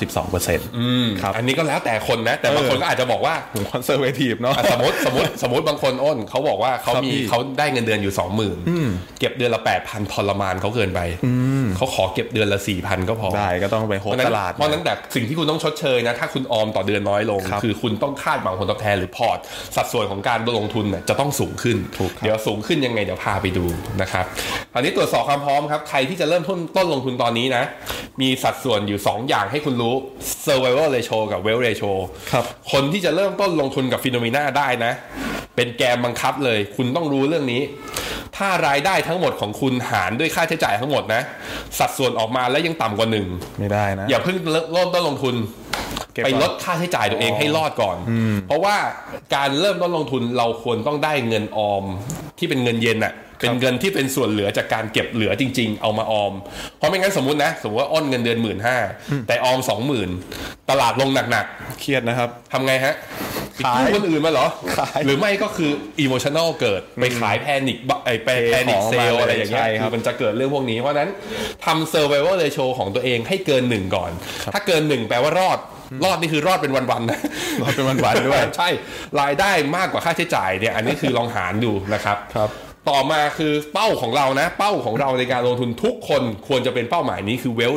12% ครับอันนี้ก็แล้วแต่คนนะแต่บางคนก็อาจจะบอกว่าผมคอนเซอร์เวทีฟเนาะสมมติบางคนอ้นเขาบอกว่าเขาได้เงินเดือนอยู่ 20,000 เก็บเดือนละ 8,000 ทรมานเขาเกินไปเขาขอเก็บเดือนละ 4,000 ก็พอได้ก็ต้องไปโฮปตลาดเพราะนั้นแต่สิ่งที่คุณต้องชดเชยนะถ้าคุณออมต่อเดือนน้อยลงคือคุณต้องคาดหวังผลตอบแทนหรือพอร์ตสัดส่วนของการลงทุนเนี่ยจะต้องสูงขึ้นเดี๋ยวสูงขึ้นยังไงเดี๋ยวพาไปดูนะครับอันนี้ตรวจสอบความพร้อมครับใครที่จะเริ่มต้นลงทุนตอนนี้นะมีสัดส่วนอยู่2อย่างให้คุณรู้ survival ratio กับ wealth ratio ครับคนที่จะเริ่มต้นลงทุนกับ Phenomena ได้นะเป็นแกนบังคับเลยคุณต้องรู้เรื่องนี้ถ้ารายได้ทั้งหมดของคุณหารด้วยค่าใช้จ่ายทั้งหมดนะสัดส่วนออกมาแล้วยังต่ำกว่า1 ไม่ได้นะอย่าเพิ่งเริ่มต้นลงทุนไปลดค่าใช้จ่ายตัวเองให้รอดก่อนเพราะว่าการเริ่มต้นลงทุนเราควรต้องได้เงินออมที่เป็นเงินเย็นอะเป็นเงินที่เป็นส่วนเหลือจากการเก็บเหลือจริงๆเอามาออมเพราะไม่งั้นสมมุติว่าอ้นเงินเดือน 15,000 แต่ออม 20,000 ตลาดลงหนักๆเครียดนะครับทำไงฮะขายคนอื่นมาเหรอหรือไม่ก็คืออิโมชันแนลเกิดไปขายแพนิคเซลอะไรอย่างเงี้ยคือมันจะเกิดเรื่องพวกนี้เพราะนั้นทำ survival ratio ของตัวเองให้เกิน1ก่อนถ้าเกิน1แปลว่ารอดนี่คือรอดเป็นวันๆนะรอดเป็นวันๆด้วยใช่รายได้มากกว่าค่าใช้จ่ายเนี่ยอันนี้คือลองหารดูนะครับต่อมาคือเป้าของเรานะเป้าของเราในการลงทุนทุกคนควรจะเป็นเป้าหมายนี้คือ wealth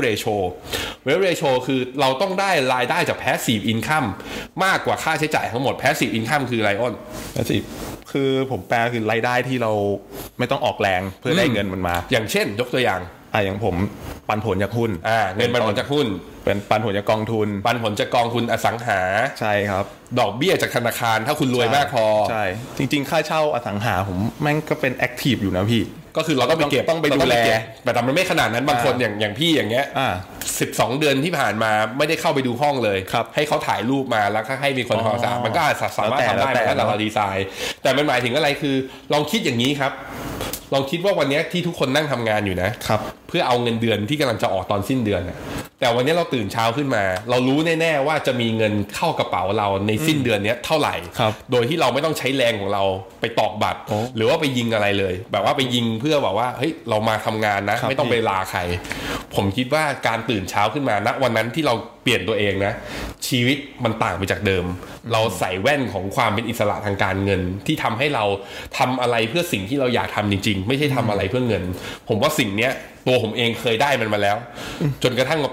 ratio คือเราต้องได้รายได้จาก passive income มากกว่าค่าใช้จ่ายทั้งหมด passive income คืออะไรอ้น passive คือผมแปลคือรายได้ที่เราไม่ต้องออกแรงเพื่อได้เงินมันมาอย่างเช่นยกตัวอย่างอย่างผมปันผลจากหุ้นเงินปันผลจากหุ้นเป็นปันผลจากกองทุนปันผลจากกองทุนอสังหาใช่ครับดอกเบี้ยจากธนาคารถ้าคุณรวยมากพอใช่จริงๆค่าเช่าอสังหาผมแม่งก็เป็นแอคทีฟอยู่นะพี่ก็คือเราต้องไปเก็บต้องไปดูแลแต่มันไม่ขนาดนั้นบางคนอย่างพี่อย่างเงี้ย12 เดือนที่ผ่านมาไม่ได้เข้าไปดูห้องเลยให้เขาถ่ายรูปมาแล้วให้มีคนความสะอาดมันก็สามารถทำได้แล้วแต่เราดีไซน์แต่มันหมายถึงอะไรคือลองคิดอย่างนี้ครับลองคิดว่าวันนี้ที่ทุกคนนั่งทำงานอยู่นะครับเพื่อเอาเงินเดือนที่กำลังจะออกตอนสิ้นเดือนแต่วันนี้เราตื่นเช้าขึ้นมาเรารู้แน่ๆว่าจะมีเงินเข้ากระเป๋าเราในสิ้นเดือนนี้เท่าไหร่โดยที่เราไม่ต้องใช้แรงของเราไปตอกบัตรหรือว่าไปยิงอะไรเลยแบบว่าไปยิงเพื่อแบบว่าเฮ้ยเรามาทำงานนะไม่ต้องไปลาใครผมคิดว่าการตื่นเช้าขึ้นมาณวันนั้นที่เราเปลี่ยนตัวเองนะชีวิตมันต่างไปจากเดิมเราใส่แว่นของความเป็นอิสระทางการเงินที่ทำให้เราทำอะไรเพื่อสิ่งที่เราอยากทำจริงๆไม่ใช่ทำอะไรเพื่อเงินผมว่าสิ่งเนี้ยตัวผมเองเคยได้มันมาแล้วจนกระทั่งมาเปิด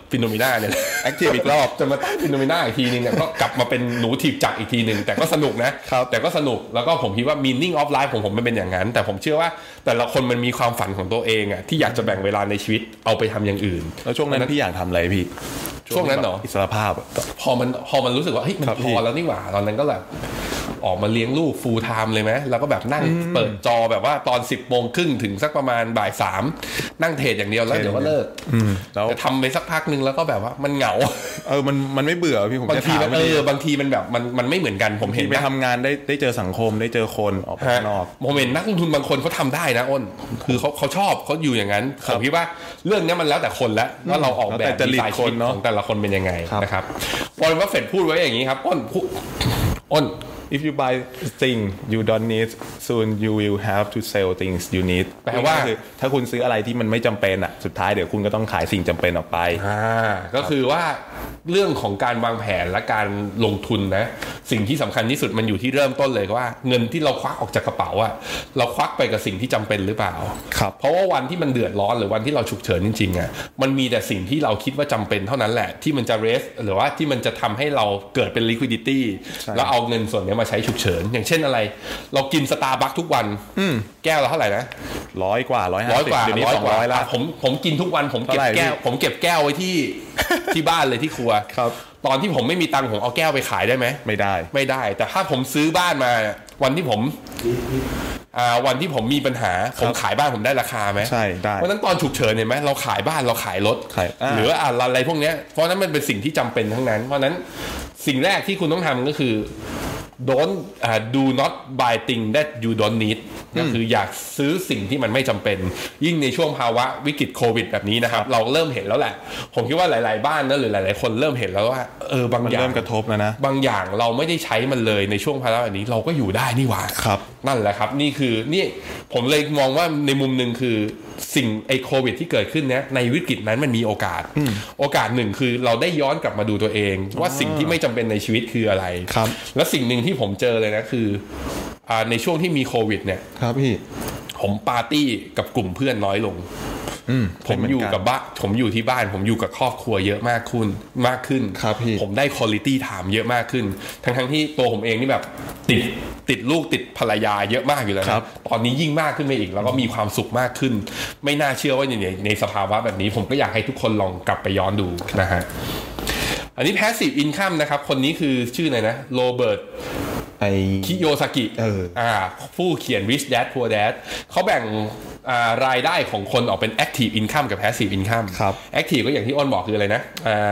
ฟิโนเมนาเนี่ยแอคทีฟอีกรอบจะมาตั้งฟิโนเมนาอีกทีนึงเนี่ยก็กลับมาเป็นหนูถีบจักรอีกทีนึงแต่ก็สนุกนะแต่ก็สนุกแล้วก็ผมคิดว่า meaning of life ของผมมันเป็นอย่างนั้นแต่ผมเชื่อว่าแต่ละคนมันมีความฝันของตัวเองอ่ะที่อยากจะแบ่งเวลาในชีวิตเอาไปทำอย่างอื่นแล้วช่วงนั้นพี่อยากทำอะไรพี่ช่วงนั้นเหรออิสรภาพพอมันรู้สึกว่าเฮ้ยมันพอแล้วนี่หว่าตอนนั้นก็แบบออกมาเลี้ยงลูก full time เลยไหมแล้วก็แบบนั่งเปิดจอแบบว่าตอน 10:30 นถึงสักประมาณบ่าย 3นั่งเทรดอย่างเดียวแล้วเดี๋ยวก็เลิกแล้วทำไปสักพักนึงแล้วก็แบบว่ามันเหงามันไม่เบื่อพี่ผมบางทีบางทีมันแบบมันไม่เหมือนกันผมเห็นไปทำงานได้เจอสังคมได้เจอคนออกไปข้างนอกโมเมนต์นักลงทุนบางคนเขาทำได้นะอ้นคือเขาชอบเขาอยู่อย่างนั้นผมคิดว่าเรื่องนี้มันแล้วแต่คนละว่าเราออกแบบดีไซน์ชีวิตของแต่ละคนเป็นยังไงนะครับวอร์เรน บัฟเฟตต์พูดไว้อย่างนี้ครับอ้น if you buy things you don't need soon you will have to sell things you need แปลว่าถ้าคุณซื้ออะไรที่มันไม่จำเป็นอ่ะสุดท้ายเดี๋ยวคุณก็ต้องขายสิ่งจำเป็นออกไปก็คือว่าเรื่องของการวางแผนและการลงทุนนะสิ่งที่สำคัญที่สุดมันอยู่ที่เริ่มต้นเลยว่าเงินที่เราควักออกจากกระเป๋าอ่ะเราควักไปกับสิ่งที่จำเป็นหรือเปล่าเพราะว่าวันที่มันเดือดร้อนหรือวันที่เราฉุกเฉินจริงๆอ่ะมันมีแต่สิ่งที่เราคิดว่าจำเป็นเท่านั้นแหละที่มันจะ raise หรือว่าที่มันจะทำให้เราเกิดเป็น liquidity แล้วเอาเงินส่วนนี้มาใช้ฉุกเฉินอย่างเช่นอะไรเรากินสตาร์บัคทุกวันแก้วละเท่าไหร่นะ 100 กว่า150เดี๋ยวนี้200แล้วผมกินทุกวันผมเก็บแก้วไว้ที่บ้านเลยที่ครัวตอนที่ผมไม่มีตังค์ผมเอาแก้วไปขายได้ไหมไม่ได้แต่ถ้าผมซื้อบ้านมาวันที่ผมมีปัญหาผมขายบ้านผมได้ราคาไหมใช่ได้เพราะนั้นตอนฉุกเฉินเห็นไหมเราขายบ้านเราขายรถหรืออะไรพวกนี้เพราะนั้นมันเป็นสิ่งที่จำเป็นทั้งนั้นเพราะนั้นสิ่งแรกที่คุณต้องทำก็คือdo not buy things that you don't need ก็คืออยากซื้อสิ่งที่มันไม่จำเป็นยิ่งในช่วงภาวะวิกฤตโควิดแบบนี้นะครับเราเริ่มเห็นแล้วแหละผมคิดว่าหลายๆบ้านนะหรือหลายๆคนเริ่มเห็นแล้วว่าบางอย่างเริ่มกระทบแล้วนะบางอย่างเราไม่ได้ใช้มันเลยในช่วงภาวะแบบนี้เราก็อยู่ได้นี่หว่านั่นแหละครับนี่ผมเลยมองว่าในมุมนึงคือสิ่งโควิดที่เกิดขึ้นเนี้ยในวิกฤตนั้นมันมีโอกาสหนึ่งคือเราได้ย้อนกลับมาดูตัวเองว่าสิ่งที่ไม่จำเป็นในชีวิตคืออะไรและสิ่งหนึ่งที่ผมเจอเลยนะคือในช่วงที่มีโควิดเนี่ยครับพี่ผมปาร์ตี้กับกลุ่มเพื่อนน้อยลงผมอยู่กับบ้านผมอยู่ที่บ้านผมอยู่กับครอบครัวเยอะมากขึ้นครับพี่ผมได้ quality time เยอะมากขึ้นทั้งที่ตัวผมเองนี่แบบติดลูกติดภรรยาเยอะมากอยู่แล้วนะตอนนี้ยิ่งมากขึ้นไปอีกแล้วก็มีความสุขมากขึ้นไม่น่าเชื่อว่าในสภาวะแบบนี้ผมก็อยากให้ทุกคนลองกลับไปย้อนดูนะฮะอันนี้ passive income นะครับคนนี้คือชื่ออะไรนะโรเบิร์ตคิโยซากิผู้เขียน Rich Dad Poor Dad เขาแบ่งรายได้ของคนออกเป็น active income กับ passive income active ก็อย่างที่อ้นบอกคืออะไรนะ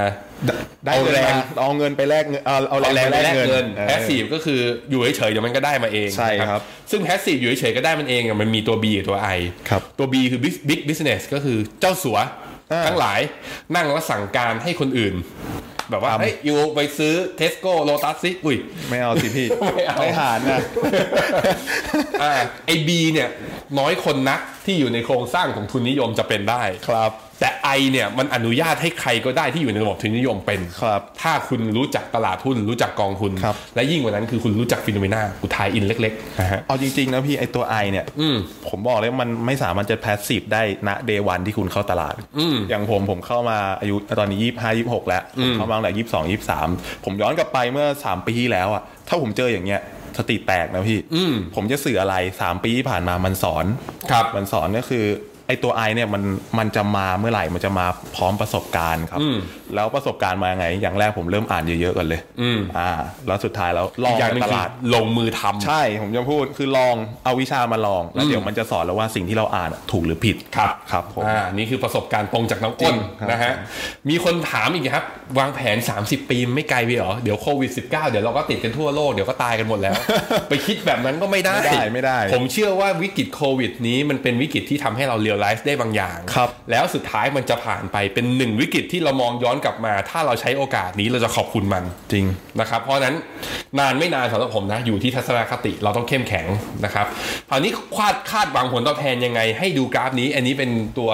เอาเงินไปแลกเงินเอาแรงไปแลกเงิน passive ก็คืออยู่เฉยๆเดี๋ยวมันก็ได้มาเองใช่ครับซึ่ง passive อยู่เฉยๆก็ได้มันเองมันมีตัว B กับตัว I ตัว B คือ big business ก็คือเจ้าสัวทั้งหลายนั่งแล้วสั่งการให้คนอื่นแบบว่าเฮ้ยอยู่ไปซื้อ Tesco Lotus สิอุ้ยไม่เอาสิพี่ไม่หารนะไอ้ B เนี่ยน้อยคนนักที่อยู่ในโครงสร้างของทุนนิยมจะเป็นได้ครับแต่ I เนี่ยมันอนุญาตให้ใครก็ได้ที่อยู่ในระบบทุนนิยมเป็นครับถ้าคุณรู้จักตลาดหุ้นรู้จักกองทุนและยิ่งกว่านั้นคือคุณรู้จักฟิโนเมนากูทายอินเล็กๆนะฮะเอาจริงๆนะพี่ไอตัว I เนี่ยผมบอกเลยมันไม่สามารถจะ passive ได้ณ day 1ที่คุณเข้าตลาดอย่างผมเข้ามาอายุตอนนี้25 26แล้วเข้ามาตั้งแต่22 23ผมย้อนกลับไปเมื่อ3ปีที่แล้วอ่ะถ้าผมเจออย่างเงี้ยสติแตกนะพี่ผมจะสื่ออะไร3ปีที่ผ่านมามันสอนมันสอนก็คือไอตัว I เนี่ยมันจะมาเมื่อไหร่มันจะมาพร้อมประสบการณ์ครับแล้วประสบการณ์มาไงอย่างแรกผมเริ่มอ่านเยอะๆก่อนเลยแล้วสุดท้ายแล้วลองในตลาดลงมือทำใช่ผมจะพูดคือลองเอาวิชามาลองแล้วเดี๋ยวมันจะสอนแล้วว่าสิ่งที่เราอ่านถูกหรือผิดครับผมนี่คือประสบการณ์ตรงจากน้องอ้นนะฮะมีคนถามอีกครับวางแผน30 ปีไม่ไกลไปหรอเดี๋ยวโควิด19เดี๋ยวเราก็ติดกันทั่วโลกเดี๋ยวก็ตายกันหมดแล้วไปคิดแบบนั้นก็ไม่ได้ผมเชื่อว่าวิกฤตโควิดนี้มันเป็นวิกฤตที่ทำให้เราไลฟ์ได้บางอย่างแล้วสุดท้ายมันจะผ่านไปเป็น1วิกฤตที่เรามองย้อนกลับมาถ้าเราใช้โอกาสนี้เราจะขอบคุณมันจริงนะครับเพราะนั้นนานไม่นานสำหรับผมนะอยู่ที่ทัศนคติเราต้องเข้มแข็งนะครับคราวนี้คาดหวังผลตอบแทนยังไงให้ดูกราฟนี้อันนี้เป็นตัว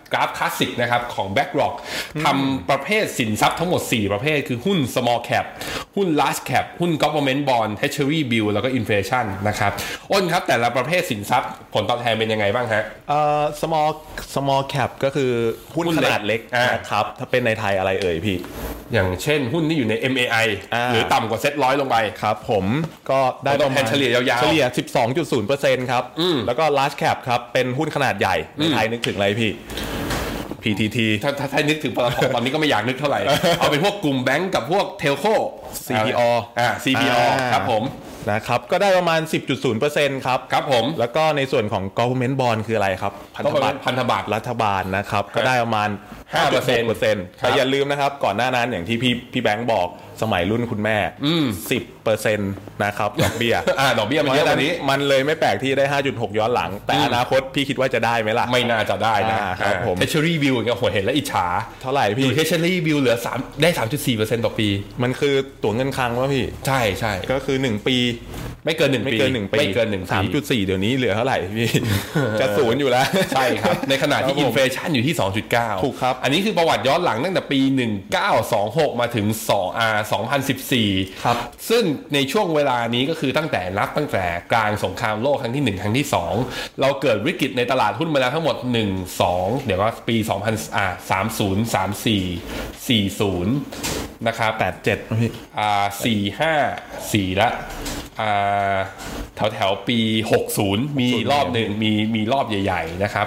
กราฟคลาสสิกนะครับของ BlackRock ทำประเภทสินทรัพย์ทั้งหมด4ประเภทคือหุ้น small cap หุ้น large cap หุ้น government bond treasury bill แล้วก็ inflation นะครับอ้นครับแต่ละประเภทสินทรัพย์ผลตอบแทนเป็นยังไงบ้างฮะ small cap ก็คือหุ้นขนาดเล็กนะครับถ้าเป็นในไทยอะไรเอ่ยพี่อย่างเช่นหุ้นที่อยู่ใน MAI หรือต่ำกว่าเซ็ต100ลงไปครับผมก็ได้ประมาณเฉลี่ยยาวๆเฉลี่ย 12.0% ครับแล้วก็ large cap ครับเป็นหุ้นขนาดใหญ่ในไทยนึกถึงอะไรพี่ PTT ถ้านึกถึงปตทตอนนี้ก็ไม่อยากนึกเท่าไหร่เอาเป็นพวกกลุ่มแบงก์กับพวกเทลโค CPO ครับผมนะครับก็ได้ประมาณ 10.0% ครับครับผมแล้วก็ในส่วนของ government bond คืออะไรครับพันธบัตรรัฐบาลนะครับก็ได้ประมาณ 5% แต่อย่าลืมนะครับก่อนหน้านั้นอย่างที่พี่แบงค์บอกสมัยรุ่นคุณแม่ 10% นะครับดอกเบี้ยดอกเบี้ยมันเยอะกว่านี้มันเลยไม่แปลกที่ได้ 5.6 ย้อนหลังแต่อนาคตพี่คิดว่าจะได้ไหมล่ะไม่น่าจะได้นะครับผม Treasury bill ก็หัวเห็นแล้วอิจฉาเท่าไหร่พี่ Treasury bill เหลือ3ได้ 3.4% ต่อปีมันคือตั๋วเงินคลังวะพี่ใช่ก็คือ1ปีไม่เกิน1ปี 3.4 เดี๋ยวนี้เหลือเท่าไหร่พี่จะศูนย์อยู่แล้วใช่ครับในขณะที่อินเฟลชันอยู่ที่ 2.9 ถูกครับอันนี้คือประวัติย้อนหลังตั้งแต่ปี1926มาถึง2014 ครับซึ่งในช่วงเวลานี้ก็คือตั้งแต่กลางสงครามโลกครั้งที่1ครั้งที่2เราเกิดวิกฤตในตลาดหุ้นมาแล้วทั้งหมด1 2เดี๋ยวว่าปี30 34 40นะครับ 87นะพี่45 4ละแถวปี60มีรอบหนึ่งมีรอบใหญ่ๆนะครับ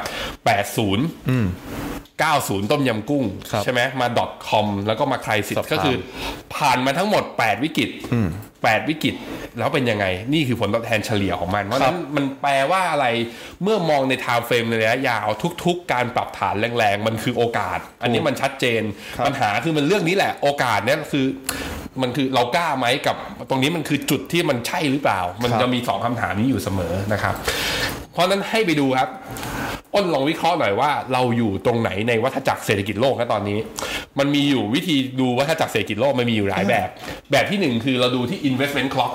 80 90ต้มยำกุ้งใช่ไหมมา .com แล้วก็มาใครสิทธิ์ก็คือผ่านมาทั้งหมด8วิกฤต8วิกฤตแล้วเป็นยังไงนี่คือผลตอบแทนเฉลี่ยของมันเพราะฉะนั้นมันแปลว่าอะไรเมื่อมองในไทม์เฟรมในระยะยาวทุกๆการปรับฐานแรงๆมันคือโอกาสอันนี้มันชัดเจนปัญหาคือมันเรื่องนี้แหละโอกาสเนี่ยคือมันคือเรากล้าไหมกับตรงนี้มันคือจุดที่มันใช่หรือเปล่ามันจะมี2คำถามนี้อยู่เสมอนะครับเพราะนั้นให้ไปดูครับอ้นลองวิเคราะห์หน่อยว่าเราอยู่ตรงไหนในวัฏจักรเศรษฐกิจโลกนะตอนนี้มันมีอยู่วิธีดูวัฏจักรเศรษฐกิจโลกมันมีอยู่หลายแบบที่1คือเราดูที่ investment clock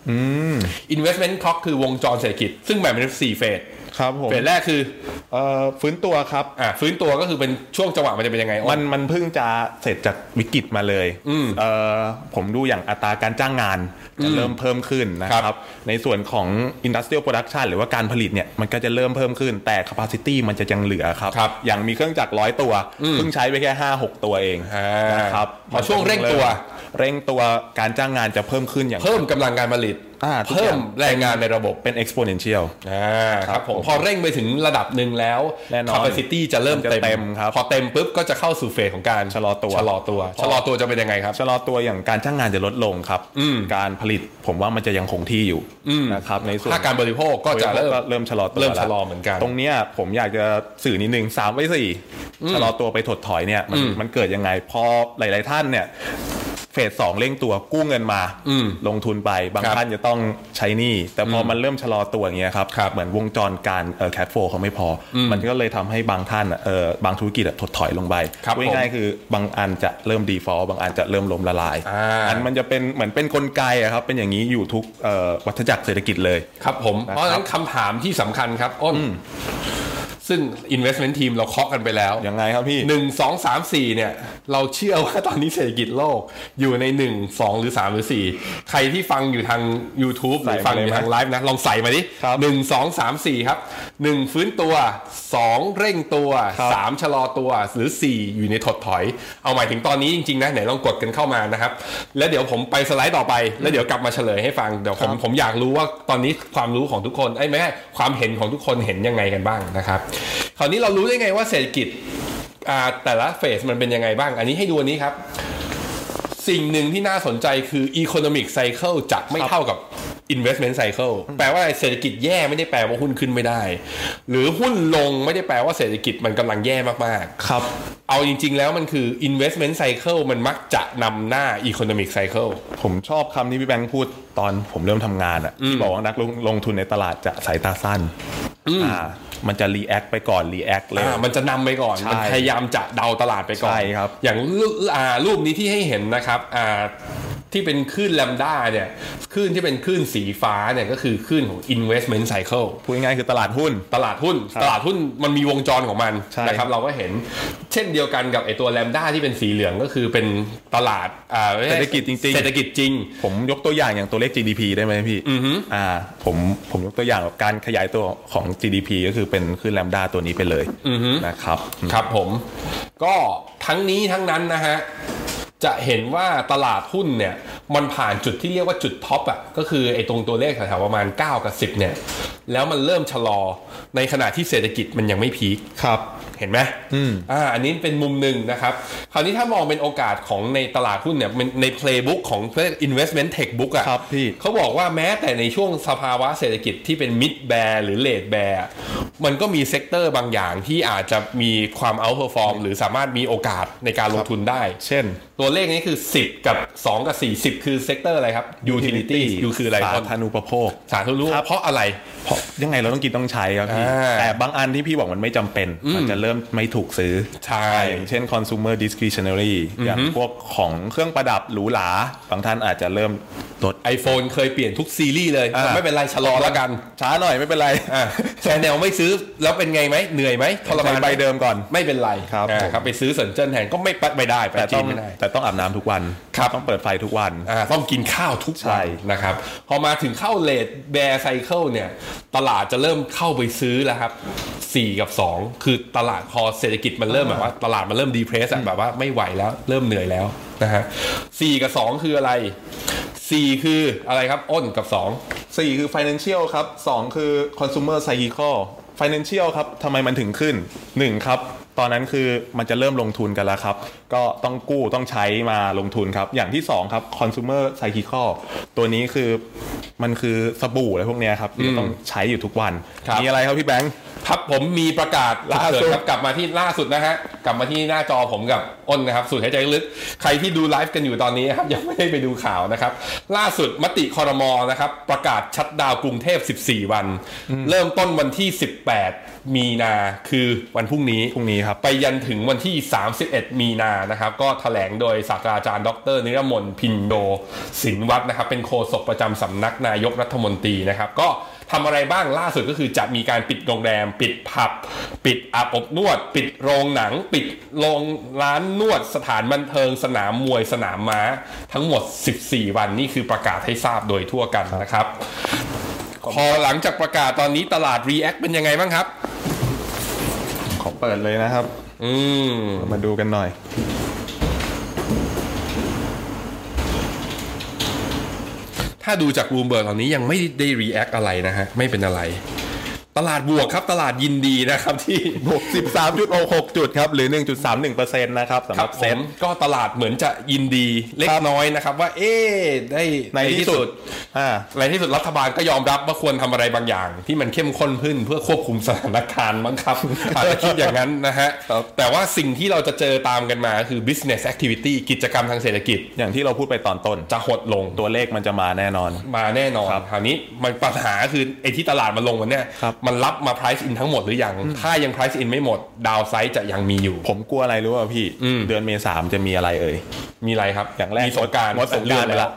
investment clock คือวงจรเศรษฐกิจซึ่งแบ่งเป็น4เฟสครับผมเฟสแรกคือฟื้นตัวครับฟื้นตัวก็คือเป็นช่วงจังหวะมันจะเป็นยังไงมันเพิ่งจะเสร็จจากวิกฤตมาเลยผมดูอย่างอัตราการจ้างงานจะเริ่มเพิ่มขึ้นนะครับในส่วนของ industrial production หรือว่าการผลิตเนี่ยมันก็จะเริ่มเพิ่มขึ้นแต่ capacity มันจะยังเหลือครับอย่างมีเครื่องจักร100ตัวเพิ่งใช้ไปแค่ 5-6 ตัวเองนะครับพอช่วงเร่งตัวการจ้างงานจะเพิ่มขึ้นอย่างเพิ่มกำลังการผลิตเพิ่มแรงงานในระบบเป็น exponential ครับผมพอเร่งไปถึงระดับหนึ่งแล้ว capacity จะเริ่มเต็มครับพอเต็มปุ๊บก็จะเข้าสู่เฟสของการชะลอตัวจะเป็นยังไงครับชะลอตัวอย่างการจ้างงานจะลดลงครับการผลิตผมว่ามันจะยังคงที่อยู่นะครับในส่วนภาคการบริโภคก็จะเริ่มชะลอตัวเหมือนกันตรงเนี้ยผมอยากจะสื่อนิดนึง3-4ชะลอตัวไปถดถอยเนี่ยมันเกิดยังไงพอหลายๆท่านเนี่ยเฟส 2เร่งตัวกู้เงินมาลงทุนไปบางท่านจะต้องใช้หนี้แต่พอมันเริ่มชะลอตัวอย่างเงี้ยครับเหมือนวงจรการแคชโฟลว์เขาไม่พอมันก็เลยทำให้บางท่านบางธุรกิจถดถอยลงไปง่ายๆคือบางอันจะเริ่ม default บางอันจะเริ่มล้มละลายอันมันจะเป็นเหมือนเป็นกลไกครับเป็นอย่างนี้อยู่ทุกวัฏจักรเศรษฐกิจเลยครับผมเพราะฉะนั้นคำถามที่สำคัญครับอ้นซึ่ง investment team เราเคาะกันไปแล้วยังไงครับพี่ 1 2 3 4เนี่ยเราเชื่อว่าตอนนี้เศรษฐกิจโลกอยู่ใน1 2หรือ3หรือ4ใครที่ฟังอยู่ทาง YouTube หรือฟังอยู่ทางไลฟ์นะลองใส่มาดิ1 2 3 4ครับ1ฟื้นตัว2เร่งตัว3ชะลอตัวหรือ4อยู่ในถดถอยเอาหมายถึงตอนนี้จริงๆนะไหนลองกดกันเข้ามานะครับแล้วเดี๋ยวผมไปสไลด์ต่อไปแล้วเดี๋ยวกลับมาเฉลยให้ฟังเดี๋ยวผมอยากรู้ว่าตอนนี้ความรู้ของทุกคนไม่ใช่ความเห็นของทุกคนเห็นยังไงกันบ้างนะครับคราวนี้เรารู้ได้ไงว่าเศรษฐกิจแต่ละเฟสมันเป็นยังไงบ้างอันนี้ให้ดูอันนี้ครับสิ่งหนึ่งที่น่าสนใจคือ economic cycle จะไม่เท่ากับ investment cycle แปลว่าเศรษฐกิจแย่ไม่ได้แปลว่าหุ้นขึ้นไม่ได้หรือหุ้นลงไม่ได้แปลว่าเศรษฐกิจมันกำลังแย่มากๆครับเอาจริงๆแล้วมันคือ investment cycle มันมักจะนำหน้า economic cycle ผมชอบคำที่พี่แบงค์พูดตอนผมเริ่มทำงานที่บอกว่านักลงทุนในตลาดจะสายตาสั้นมันจะ react ไปก่อน react เลยมันจะนำไปก่อนมันพยายามจะเดาตลาดไปก่อนใช่ครับอย่างรูปนี้ที่ให้เห็นนะครับที่เป็นคลื่นแลมด้าเนี่ยคลื่นที่เป็นคลื่นสีฟ้าเนี่ยก็คือคลื่นของ investment cycle พูดง่ายๆคือตลาดหุ้นมันมีวงจรของมันนะครับเราก็เห็นเช่นเดียวกันกับไอตัวแลมด้าที่เป็นสีเหลืองก็คือเป็นตลาดเศรษฐกิจจริงเศรษฐกิจจริงผมยกตัวอย่างตัวเลข GDP ได้ไหมพี่ผมยกตัวอย่างการขยายตัวของ GDP ก็คือเป็นคลื่นแลมด้าตัวนี้ไปเลยนะครับครับผมก็ทั้งนี้ทั้งนั้นนะฮะจะเห็นว่าตลาดหุ้นเนี่ยมันผ่านจุดที่เรียกว่าจุดท็อปอ่ะก็คือไอ้ตรงตัวเลขแถวๆประมาณ9กับ10เนี่ยแล้วมันเริ่มชะลอในขณะที่เศรษฐกิจมันยังไม่พีคครับเห็นไหมอันนี้เป็นมุมหนึ่งนะครับคราวนี้ถ้ามองเป็นโอกาสของในตลาดหุ้นเนี่ยใน playbook ของ investment textbook อ่ะเขาบอกว่าแม้แต่ในช่วงสภาวะเศรษฐกิจที่เป็น mid bear หรือ late bear มันก็มีเซกเตอร์บางอย่างที่อาจจะมีความ outperform หรือสามารถมีโอกาสในการลงทุนได้เช่นตัวเลขนี้คือ10กับ2กับ4 10คือเซกเตอร์อะไรครับ utility คืออะไรสาธารณูปโภคเพราะอะไรเพราะยังไงเราต้องกินต้องใช้ครับพี่แต่บางอันที่พี่บอกมันไม่จำเป็นมันจะเริ่มไม่ถูกซื้อใช่อย่างเช่น consumer discretionary อย่างพวกของเครื่องประดับหรูหราบางท่านอาจจะเริ่มลด iPhone เคยเปลี่ยนทุกซีรีส์เลยไม่เป็นไรชะลอแล้วกันช้าหน่อยไม่เป็นไร Channel ไม่ซื้อแล้วเป็นไงไหมเหนื่อยไหมทรมานใบเดิมก่อนไม่เป็นไรครับไปซื้อเซินเจิ้นแทนก็ไม่ได้ไปจีนไม่ได้แต่ต้องอาบน้ำทุกวันต้องเปิดไฟทุกวันต้องกินข้าวทุกวันนะครับพอมาถึงเข้าเลทแบร์ไซเคิลเนี่ยตลาดจะเริ่มเข้าไปซื้อแล้วครับ4กับ2คือตลาดพอเศรษฐกิจมันเริ่มแบบว่าตลาดมันเริ่มดีเพรสแบบว่าไม่ไหวแล้วเริ่มเหนื่อยแล้วนะฮะ4กับ2คืออะไร4คืออะไรครับอ้นกับ 4คือ financial ครับ2คือ consumer cycle financial ครับทำไมมันถึงขึ้น1ครับตอนนั้นคือมันจะเริ่มลงทุนกันแล้วครับก็ต้องกู้ต้องใช้มาลงทุนครับอย่างที่2ครับ consumer cycle ตัวนี้คือมันคือสบู่อะไรพวกนี้ครับที่ต้องใช้อยู่ทุกวันมีอะไรครับพี่แบงค์ครับผมมีประกาศล่าสุดครับกลับมาที่ล่าสุดนะฮะกลับมาที่หน้าจอผมกับอ้นนะครับสูดหายใจลึกใครที่ดูไลฟ์กันอยู่ตอนนี้ครับยังไม่ได้ไปดูข่าวนะครับล่าสุดมติครม.นะครับประกาศชัตดาวน์กรุงเทพ14วันเริ่มต้นวันที่18มีนาคือวันพรุ่งนี้ครับไปยันถึงวันที่31มีนานะครับก็แถลงโดยศาสตราจารย์ดร.นิรมนต์พินโยศิลวัฒน์นะครับเป็นโฆษกประจำสำนักนายกรัฐมนตรีนะครับก็ทำอะไรบ้างล่าสุดก็คือจะมีการปิดโรงแรมปิดผับปิดอาบอบนวดปิดโรงหนังปิดโรงร้านนวดสถานบันเทิงสนามมวยสนามม้าทั้งหมด14วันนี่คือประกาศให้ทราบโดยทั่วกันนะครับพอหลังจากประกาศตอนนี้ตลาด React เป็นยังไงบ้างครับขอเปิดเลยนะครับมาดูกันหน่อยถ้าดูจาก Bloomberg ตอนนี้ยังไม่ได้ react อะไรนะฮะไม่เป็นอะไรตลาดบวกครับตลาดยินดีนะครับที่บวก 13.66 จุดครับหรือ 1.31% นะครับสำหรับเซ็ตก็ตลาดเหมือนจะยินดีเล็กน้อยนะครับว่าได้ในที่สุดในที่สุดรัฐบาลก็ยอมรับว่าควรทำอะไรบางอย่างที่มันเข้มข้นขึ้นเพื่อควบคุมสถานการณ์มั้งครับอาจจะคิดอย่างนั้นนะฮะแต่ว่าสิ่งที่เราจะเจอตามกันมาคือ business activity กิจกรรมทางเศรษฐกิจอย่างที่เราพูดไปตอนต้นจะหดลงตัวเลขมันจะมาแน่นอนคราวนี้มันปัญหาคือไอ้ที่ตลาดมันลงวันเนี้ยมันรับมา price in ทั้งหมดหรือยังถ้ายัง price in ไม่หมดดาวไซด์จะยังมีอยู่ผมกลัวอะไรรู้ป่ะพี่เดือนเมษายนจะมีอะไรมีอะไรครับอย่างแรกมีสงกรานต์เลื่อนไปแล้ว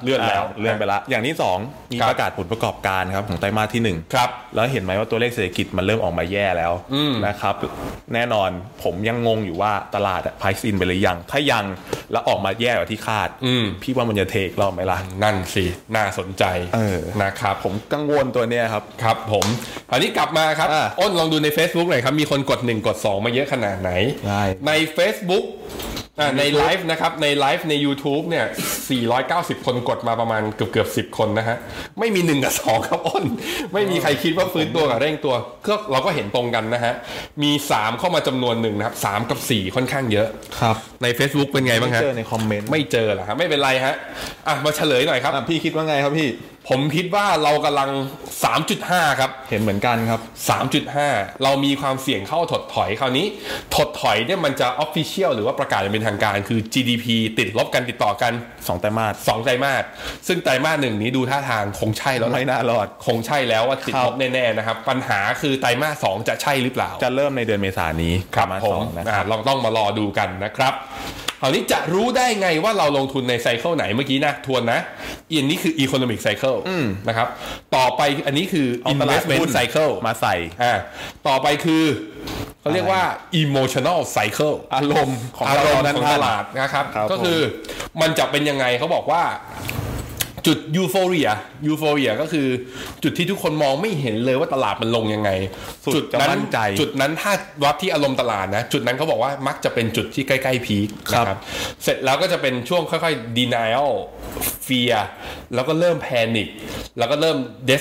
อย่างที่2มีประกาศผลประกอบการครับของไตรมาสที่1 ครับแล้วเห็นไหมว่าตัวเลขเศรษฐกิจมันเริ่มออกมาแย่แล้วนะครับแน่นอนผมยังงงอยู่ว่าตลาด price in ไปหรือยังถ้ายังแล้วออกมาแย่กว่าที่คาดพี่ว่ามันจะเทครอบไหมล่ะนั่นสิน่าสนใจนะครับผมกังวลตัวเนี้ยครับผมคราวนี้กลับมาครับอ้นลองดูใน Facebook หน่อยครับมีคนกด1กด2มาเยอะขนาดไหนใน Facebook ในไลฟ์นะครับในไลฟ์ใน YouTube เนี่ย490คนกดมาประมาณเกือบ10คนนะฮะไม่มี1กับ2ครับอ้นไม่มีใครคิดว่าฟื้นตัวกับเร่งตัวก็เราก็เห็นตรงกันนะฮะมี3เข้ามาจำนวนหนึ่งนะครับ3กับ4ค่อนข้างเยอะครับใน Facebook เป็นไงบ้างฮะไม่เจอในคอมเมนต์ไม่เจอเหรอฮะไม่เป็นไรฮะมาเฉลยหน่อยครับพี่คิดว่าไงครับพี่ผมคิดว่าเรากำลัง 3.5 ครับเห็นเหมือนกันครับ 3.5 เรามีความเสี่ยงเข้าถดถอยคราวนี้ถดถอยเนี่ยมันจะ official หรือว่าประกาศเป็นทางการคือ GDP ติดลบกันติดต่อกัน 2 ไตรมาสซึ่งไตรมาส1นี้ดูท่าทางคงใช่แล้วไม่น่ารอดคงใช่แล้วว่าติดลบแน่ๆนะครับปัญหาคือไตรมาส2จะใช่หรือเปล่าจะเริ่มในเดือนเมษายนนี้ครับผมเราต้องมารอดูกันนะครับคราวนี้จะรู้ได้ไงว่าเราลงทุนในไซเคิลไหนเมื่อกี้นะทวนนะอันนี้คือ economic cycle นะครับต่อไปอันนี้คือ investment cycle มาใส่ต่อไปคือเขาเรียกว่า emotional cycle อารมณ์ของตลาดนะครับก็คือมันจะเป็นยังไงเขาบอกว่าจุดยูโฟเรียก็คือจุดที่ทุกคนมองไม่เห็นเลยว่าตลาดมันลงยังไงจุดนั้นถ้าวัดที่อารมณ์ตลาดนะจุดนั้นเขาบอกว่ามักจะเป็นจุดที่ใกล้ๆพีคนะครับเสร็จแล้วก็จะเป็นช่วงค่อยๆ denial fear แล้วก็เริ่ม panic แล้วก็เริ่ม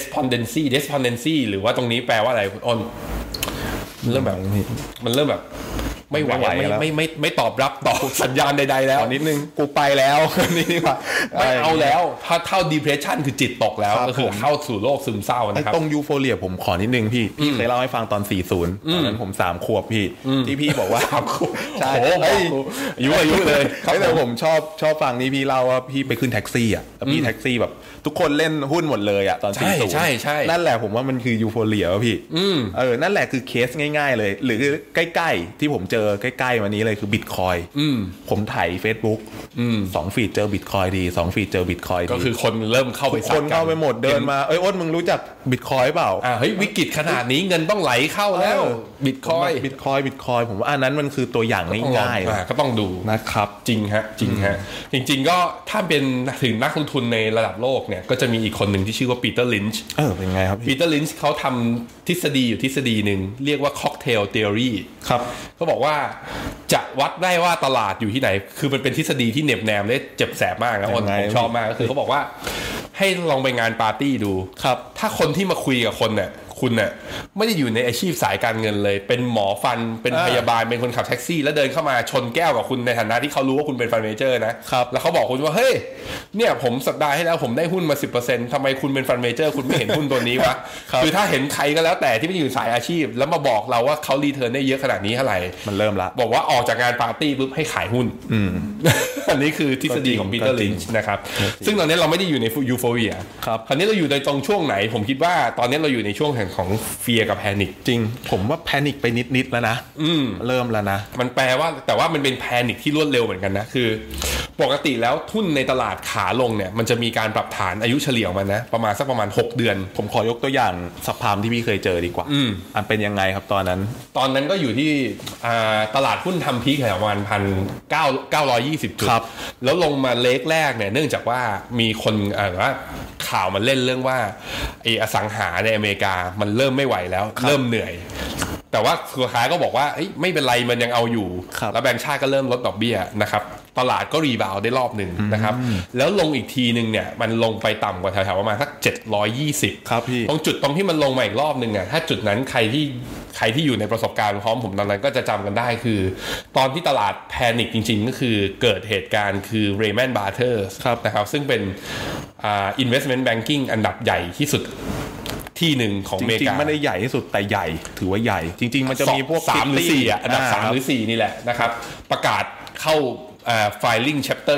despondency หรือว่าตรงนี้แปลว่าอะไรคุณอ้นมันเริ่มแบบไม่ไหวไม่ตอบรับต่อสัญญาณใดๆแล้วนิดนึงกูไปแล้วนี่ดีกว่าไม่เอาแล้วถ้าเท่า depression คือจิตตกแล้วก็คือเข้าสู่โรคซึมเศร้านะครับตรงยูโฟเรียผมขอนิดนึงพี่เคยเล่าให้ฟังตอน40ตอนนั้นผม3ขวบพี่ที่พี่บอกว่า 3ขวบใช่อายุเลยแต่ผมชอบฟังนี่พี่เล่าว่าพี่ไปขึ้นแท็กซี่อ่ะแล้วพี่แท็กซี่แบบทุกคนเล่นหุ้นหมดเลยอ่ะตอน40 ใช่นั่นแหละผมว่ามันคือยูโฟเรียว่ะพี่นั่นแหละคือเคสง่ายๆเลยหรือใกล้ๆที่ผมเจอใกล้ๆวันนี้เลยคือบิตคอยผมถ่าย Facebook 2ฟีดเจอบิตคอยดี2ฟีดเจอบิตคอยดีก็คือคนเริ่มเข้าไปซัดกันคนเข้าไปหมดเดินมาอ้นมึงรู้จักบิตคอยเปล่าเฮ้ยวิกฤตขนาดนี้เงินต้องไหลเข้าแล้วบิตคอยผมว่าอันนั้นมันคือตัวอย่างง่ายๆก็ต้องดูนะครับจริงฮะจริงๆก็ถ้าเป็นถึงนักลงทุนในระดับโลกเนี่ยก็จะมีอีกคนหนึ่งที่ชื่อว่าปีเตอร์ลินช์เป็นไงครับปีเตอร์ลินช์เขาทำทฤษฎีอยู่ทฤษฎีหนึ่งเรียกว่าค็อกเทลเทอรี่ครับเขาบอกว่าจะวัดได้ว่าตลาดอยู่ที่ไหนคือมันเป็นทฤษฎีที่เหน็บแนมและเจ็บแสบมากนะผมชอบมากก็คือเขาบอกว่าให้ลองไปงานปาร์ตี้ดูครับถ้าคนที่มาคุยกับคนเนี่ยคุณเนี่ยไม่ได้อยู่ในอาชีพสายการเงินเลยเป็นหมอฟันเป็นพยาบาลเป็นคนขับแท็กซี่แล้วเดินเข้ามาชนแก้วกับคุณในฐานะที่เขารู้ว่าคุณเป็นฟันเมเจอร์นะครับแล้วเขาบอกคุณว่าเฮ้ยเนี่ยผมสัปดาห์ที่แล้วผมได้หุ้นมา 10% ทำไมคุณเป็นฟันเมเจอร์คุณไม่เห็นหุ้นตัวนี้วะ คือถ้าเห็นใครก็แล้วแต่ที่ไม่ได้อยู่สายอาชีพแล้วมาบอกเราว่าเขารีเทิร์นได้เยอะขนาดนี้เท่าไหร่มันเริ่มละบอกว่าออกจากงานปาร์ตี้ปุ๊บให้ขายหุ้นอันนี้คือทฤษฎีของปีเตอร์ลินช์นะครับซึ่งตอนนี้เราไม่ได้อยู่ในยูโฟเรียคราวนี้เราอยู่ในตรงช่วงไหนผมคิดว่าตอนนี้เราอยู่ในช่วงแห่งของเฟียร์กับแพนิคจริงผมว่าแพนิคไปนิดแล้วนะเริ่มแล้วนะมันแปลว่าแต่ว่ามันเป็นแพนิคที่รวดเร็วเหมือนกันนะคือปกติแล้วหุ้นในตลาดขาลงเนี่ยมันจะมีการปรับฐานอายุเฉลี่ยมันนะประมาณ6 เดือนผมขอยกตัวอย่างสภาพที่พี่เคยเจอดีกว่าอันเป็นยังไงครับตอนนั้นก็อยู่ที่ตลาดหุ้นทำพีคแถวประมาณ1,920 จุดแล้วลงมาเลกแรกเนี่ยเนื่องจากว่ามีคนว่าข่าวมันเล่นเรื่องว่าไอ้อสังหาในอเมริกามันเริ่มไม่ไหวแล้วเริ่มเหนื่อยแต่ว่าสุดท้ายก็บอกว่าไม่เป็นไรมันยังเอาอยู่แล้วแบงก์ชาติก็เริ่มลดดอกเบี้ยนะครับตลาดก็รีบาวด์ได้รอบหนึ่งนะครับแล้วลงอีกทีนึงเนี่ยมันลงไปต่ำกว่าแถวๆประมาณสัก720 ครับพี่ตรงที่มันลงมาอีกรอบนึงเนี่ยถ้าจุดนั้นใครที่อยู่ในประสบการณ์พร้อมผมตอนนั้นก็จะจำกันได้คือตอนที่ตลาดแพนิคจริงๆก็คือเกิดเหตุการณ์คือ Lehman Brothers นะครับซึ่งเป็นinvestment banking อันดับใหญ่ที่สุดที่หนึ่งของอเมริกาจริงๆไม่ได้ใหญ่ที่สุดแต่ใหญ่ถือว่าใหญ่จริงๆมันจะมีพวก 3หรือ4อันดับ3หรือ4นี่แหละนะครับประกาศเข้าfiling chapter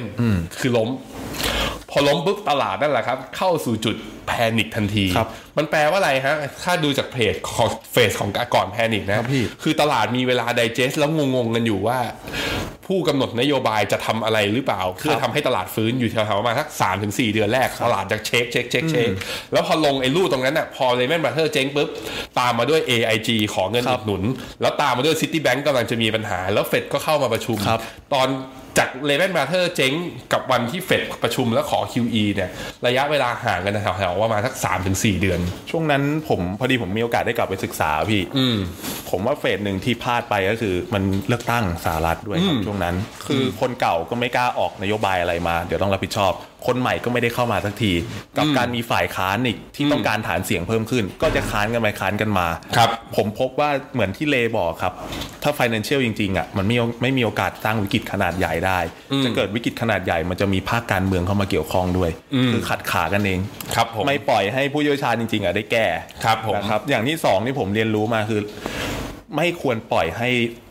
11คือล้มพอล้มปุ๊บตลาดนั่นแหละครับเข้าสู่จุดแพนิคทันทีมันแปลว่าอะไรฮะถ้าดูจากเฟสของก่อนแพนิคนะคือตลาดมีเวลาไดเจสแล้วงงๆกันอยู่ว่าผู้กำหนดนโยบายจะทำอะไรหรือเปล่าเพื่อทำให้ตลาดฟื้นอยู่แถวๆประมาณสัก 3-4 เดือนแรกตลาดจะเช็คแล้วพอลงไอ้ลู่ตรงนั้นน่ะพอ Lehman Brothers เจ๊งปุ๊บตามมาด้วย AIG ขอเงินอุดหนุนแล้วตามมาด้วย Citibank กำลังจะมีปัญหาแล้วเฟดก็เข้ามาประชุมตอนจาก Lehman Brothers เจ๊งกับวันที่เฟดประชุมแล้วขอ QE เนี่ยระยะเวลาห่างกันแถวๆประมาณสัก 3-4 เดือนช่วงนั้นพอดีผมมีโอกาสได้กลับไปศึกษาพี่ผมว่าเฟสหนึ่งที่พลาดไปก็คือมันเลือกตั้งสหรัฐด้วยครับช่วงนั้นคือคนเก่าก็ไม่กล้าออกนโยบายอะไรมาเดี๋ยวต้องรับผิดชอบคนใหม่ก็ไม่ได้เข้ามาสักทีกับการมีฝ่ายค้านอีกที่ต้องการฐานเสียงเพิ่มขึ้นก็จะค้านกันไปค้านกันมาครับผมพบว่าเหมือนที่เลบอกครับถ้า financial จริงๆอ่ะมันไม่มีโอกาสสร้างวิกฤตขนาดใหญ่ได้จะเกิดวิกฤตขนาดใหญ่มันจะมีภาคการเมืองเข้ามาเกี่ยวข้องด้วยคือขัดขากันเองครับไม่ปล่อยให้ผู้เชี่ยวชาญจริงๆอ่ะได้แก้ครับผมนะครับอย่างที่2ที่ผมเรียนรู้มาคือไม่ควรปล่อยให้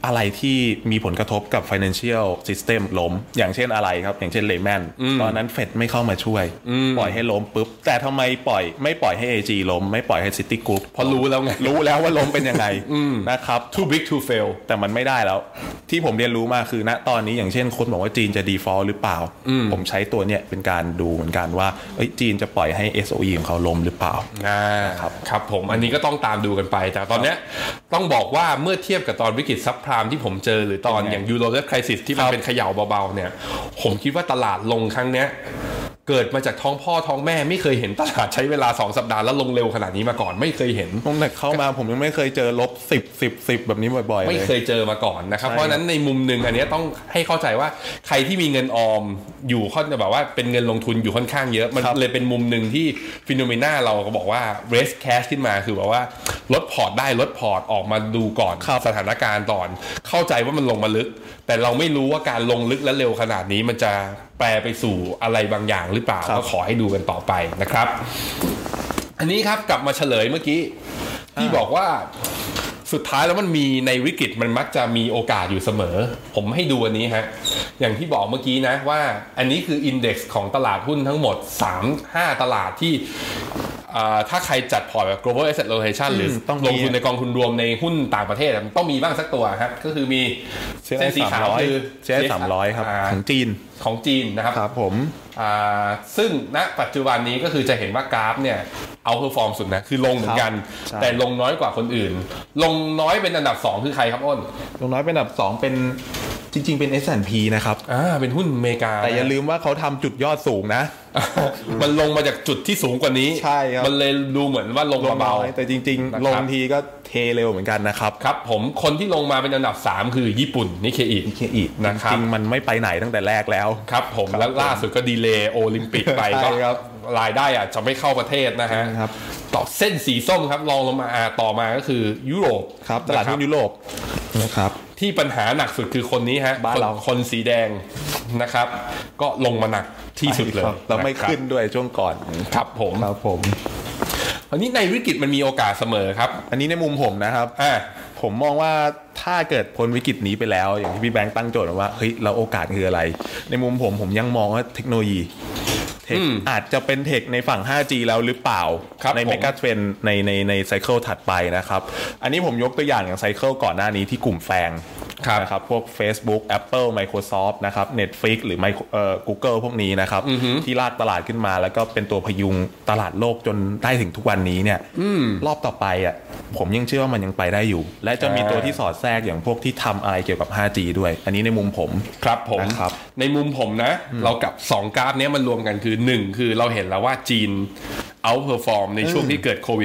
อะไรที่มีผลกระทบกับ financial system ล้มอย่างเช่นอะไรครับอย่างเช่น Lehman ตอนนั้นเฟดไม่เข้ามาช่วยปล่อยให้ล้มปุ๊บแต่ทำไมไม่ปล่อยให้ AG ล้มไม่ปล่อยให้ Citigroup พอรู้แล้วไงรู้แล้วว่าล้มเป็นยังไงนะครับ too big to fail แต่มันไม่ได้แล้วที่ผมเรียนรู้มาคือณตอนนี้อย่างเช่นคนบอกว่าจีนจะ default หรือเปล่าผมใช้ตัวเนี้ยเป็นการดูเหมือนกันว่าจีนจะปล่อยให้ SOE ของเขาล้มหรือเปล่าครับผมอันนี้ก็ต้องตามดูกันไปแต่ตอนเนี้ยต้องบอกว่าเมื่อเทียบกับตอนวิกฤตซับไพรามที่ผมเจอหรือตอนอย่างยูโรเรทไครซิสที่มันเป็นเขย่าเบาๆเนี่ยผมคิดว่าตลาดลงครั้งเนี้ยเกิดมาจากท้องพ่อท้องแม่ไม่เคยเห็นตลาดใช้เวลา2สัปดาห์แล้วลงเร็วขนาดนี้มาก่อนไม่เคยเห็นตั้งแต่เข้ามาผมยังไม่เคยเจอลบ10แบบนี้บ่อยๆไม่เคยเจอมาก่อนนะครับเพราะฉะนั้นในมุมนึงอันนี้ต้องให้เข้าใจว่าใครที่มีเงินออมอยู่ค่อนจะแบบว่าเป็นเงินลงทุนอยู่ค่อนข้างเยอะมันเลยเป็นมุมนึงที่ฟิโนเมนาเราก็บอกว่า raise cash ขึ้นมาคือแบบว่าลดพอร์ตได้ลดพอร์ตออกมาดูก่อนสถานการณ์ก่อนเข้าใจว่ามันลงมาลึกแต่เราไม่รู้ว่าการลงลึกและเร็วขนาดนี้มันจะแปลไปสู่อะไรบางอย่างหรือเปล่าก็ขอให้ดูกันต่อไปนะครับอันนี้ครับกลับมาเฉลยเมื่อกี้ที่บอกว่าสุดท้ายแล้วมันมีในวิกฤตมันมักจะมีโอกาสอยู่เสมอผมให้ดูอันนี้ฮะอย่างที่บอกเมื่อกี้นะว่าอันนี้คืออินเด็กซ์ของตลาดหุ้นทั้งหมด 3-5 ตลาดที่ถ้าใครจัดพอร์ตแบบ global asset allocation หรือลงทุนในกองทุนรวมในหุ้นต่างประเทศมันต้องมีบ้างสักตัวครับก็คือมีเส้นสีขาวคือเส้น300ครับของจีนนะครับครับผมซึ่งณปัจจุบันนี้ก็คือจะเห็นว่ากราฟเนี่ยเอาเพอร์ฟอร์มสุดนะคือลงเหมือนกันแต่ลงน้อยกว่าคนอื่นลงน้อยเป็นอันดับ2คือใครครับอ้นลงน้อยเป็นอันดับ2เป็นจริงๆเป็น S&P นะครับเป็นหุ้นอเมริกาแต่อย่าลืมว่าเขาทำจุดยอดสูงนะมันลงมาจากจุดที่สูงกว่านี้ใช่ครับมันเลยดูเหมือนว่าลงเบาแต่จริงๆลงทีก็เทเร็วเหมือนกันนะครับครับผมคนที่ลงมาเป็นอันดับ3คือญี่ปุ่นนิเคอินะครับจริงมันไม่ไปไหนตั้งแต่แรกแล้วครับผมแล้วล่าสุดก็ดีเลย์โอลิมปิกไปก็รายได้จะไม่เข้าประเทศนะฮะต่อเส้นสีส้มครับลองลงมาต่อมาก็คือยุโรปครับตลาดหุ้นยุโรปนะครับที่ปัญหาหนักสุดคือคนนี้ฮะคนสีแดงนะครับก็ลงมาหนักที่สุดเลยแล้วไม่ขึ้นด้วยช่วงก่อนครับผมอันนี้ในวิกฤตมันมีโอกาสเสมอครับอันนี้ในมุมผมนะครับผมมองว่าถ้าเกิดพ้นวิกฤตนี้ไปแล้วอย่างที่พี่แบงค์ตั้งโจทย์ว่าเฮ้ยเราโอกาสคืออะไรในมุมผมยังมองว่าเทคโนโลยีอาจจะเป็นเทคในฝั่ง 5G แล้วหรือเปล่าในเมกะเทรนด์ในไซเคิลถัดไปนะครับอันนี้ผมยกตัวอย่างไซเคิลก่อนหน้านี้ที่กลุ่มแฟงนะครับพวก Facebook Apple Microsoft นะครับ Netflix หรือGoogle พวกนี้นะครับที่ลากตลาดขึ้นมาแล้วก็เป็นตัวพยุงตลาดโลกจนได้ถึงทุกวันนี้เนี่ยรอบต่อไปอ่ะผมยังเชื่อว่ามันยังไปได้อยู่และจะมีตัวที่สอดแทรกอย่างพวกที่ทำอะไรเกี่ยวกับ 5G ด้วยอันนี้ในมุมผมครับผมในมุมผมนะเรากับ2กราฟนี้มันรวมกันคือ1คือเราเห็นแล้วว่าจีนoutperform ในช่วงที่เกิดโควิด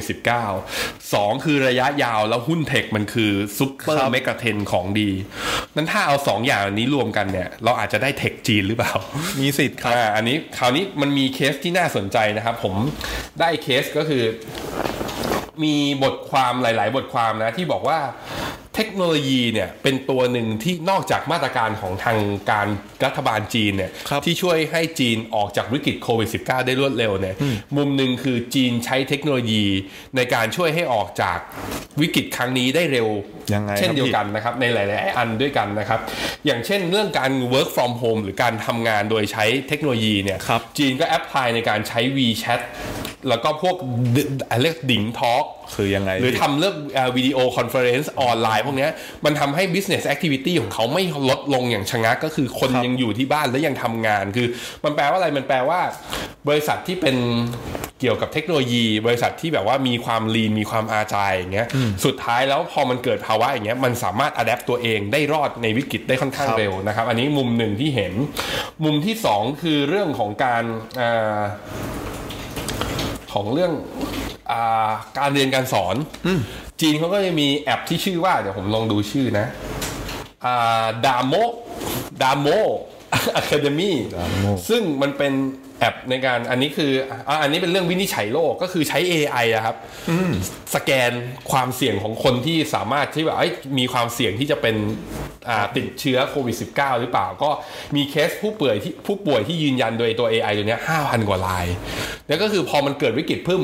-19 2คือระยะยาวแล้วหุ้นเทคมันคือซุปเปอร์เมกะเทรนด์ของดีนั้นถ้าเอา2อย่างนี้รวมกันเนี่ยเราอาจจะได้เทคจีนหรือเปล่ามีสิทธิ์ครับอันนี้คราวนี้มันมีเคสที่น่าสนใจนะครับผมได้เคสก็คือมีบทความหลายๆบทความนะที่บอกว่าเทคโนโลยีเนี่ยเป็นตัวหนึ่งที่นอกจากมาตรการของทางการรัฐบาลจีนเนี่ยที่ช่วยให้จีนออกจากวิกฤตโควิด -19 ได้รวดเร็วเนี่ยมุมหนึ่งคือจีนใช้เทคโนโลยีในการช่วยให้ออกจากวิกฤตครั้งนี้ได้เร็วเช่นเดียวกันนะครับในหลายๆอันด้วยกันนะครับอย่างเช่นเรื่องการ work from home หรือการทำงานโดยใช้เทคโนโลยีเนี่ยจีนก็แอพพลายในการใช้ WeChat แล้วก็พวกเรียกดิ่งทอล์กคือยังไงหรือทำเรื่องวิดีโอคอนเฟอเรนซ์ออนไลน์พวกนี้มันทำให้ business activity ของเขาไม่ลดลงอย่างชะงักก็คือคนยังอยู่ที่บ้านและยังทำงานคือมันแปลว่าอะไรมันแปลว่าบริษัทที่เป็นเกี่ยวกับเทคโนโลยีบริษัทที่แบบว่ามีความลีนมีความอาจายอย่างเงี้ยสุดท้ายแล้วพอมันเกิดภาวะอย่างเงี้ยมันสามารถ adapt ตัวเองได้รอดในวิกฤตได้ค่อนข้างเร็วนะครับอันนี้มุมหนึ่งที่เห็นมุมที่2คือเรื่องของการของเรื่องการเรียนการสอนจีนเขาก็จะมีแอปที่ชื่อว่าเดี๋ยวผมลองดูชื่อนะDamo Academy ซึ่งมันเป็นแอปในการอันนี้คืออันนี้เป็นเรื่องวินิจฉัยโรคก็คือใช้ AI อะครับสแกนความเสี่ยงของคนที่สามารถที่แบบมีความเสี่ยงที่จะเป็นติดเชื้อโควิด -19 หรือเปล่าก็มีเคสผู้ป่วยที่ยืนยันโดยตัว AI ตัวนี้ 5,000 กว่ารายแล้วก็คือพอมันเกิดวิกฤต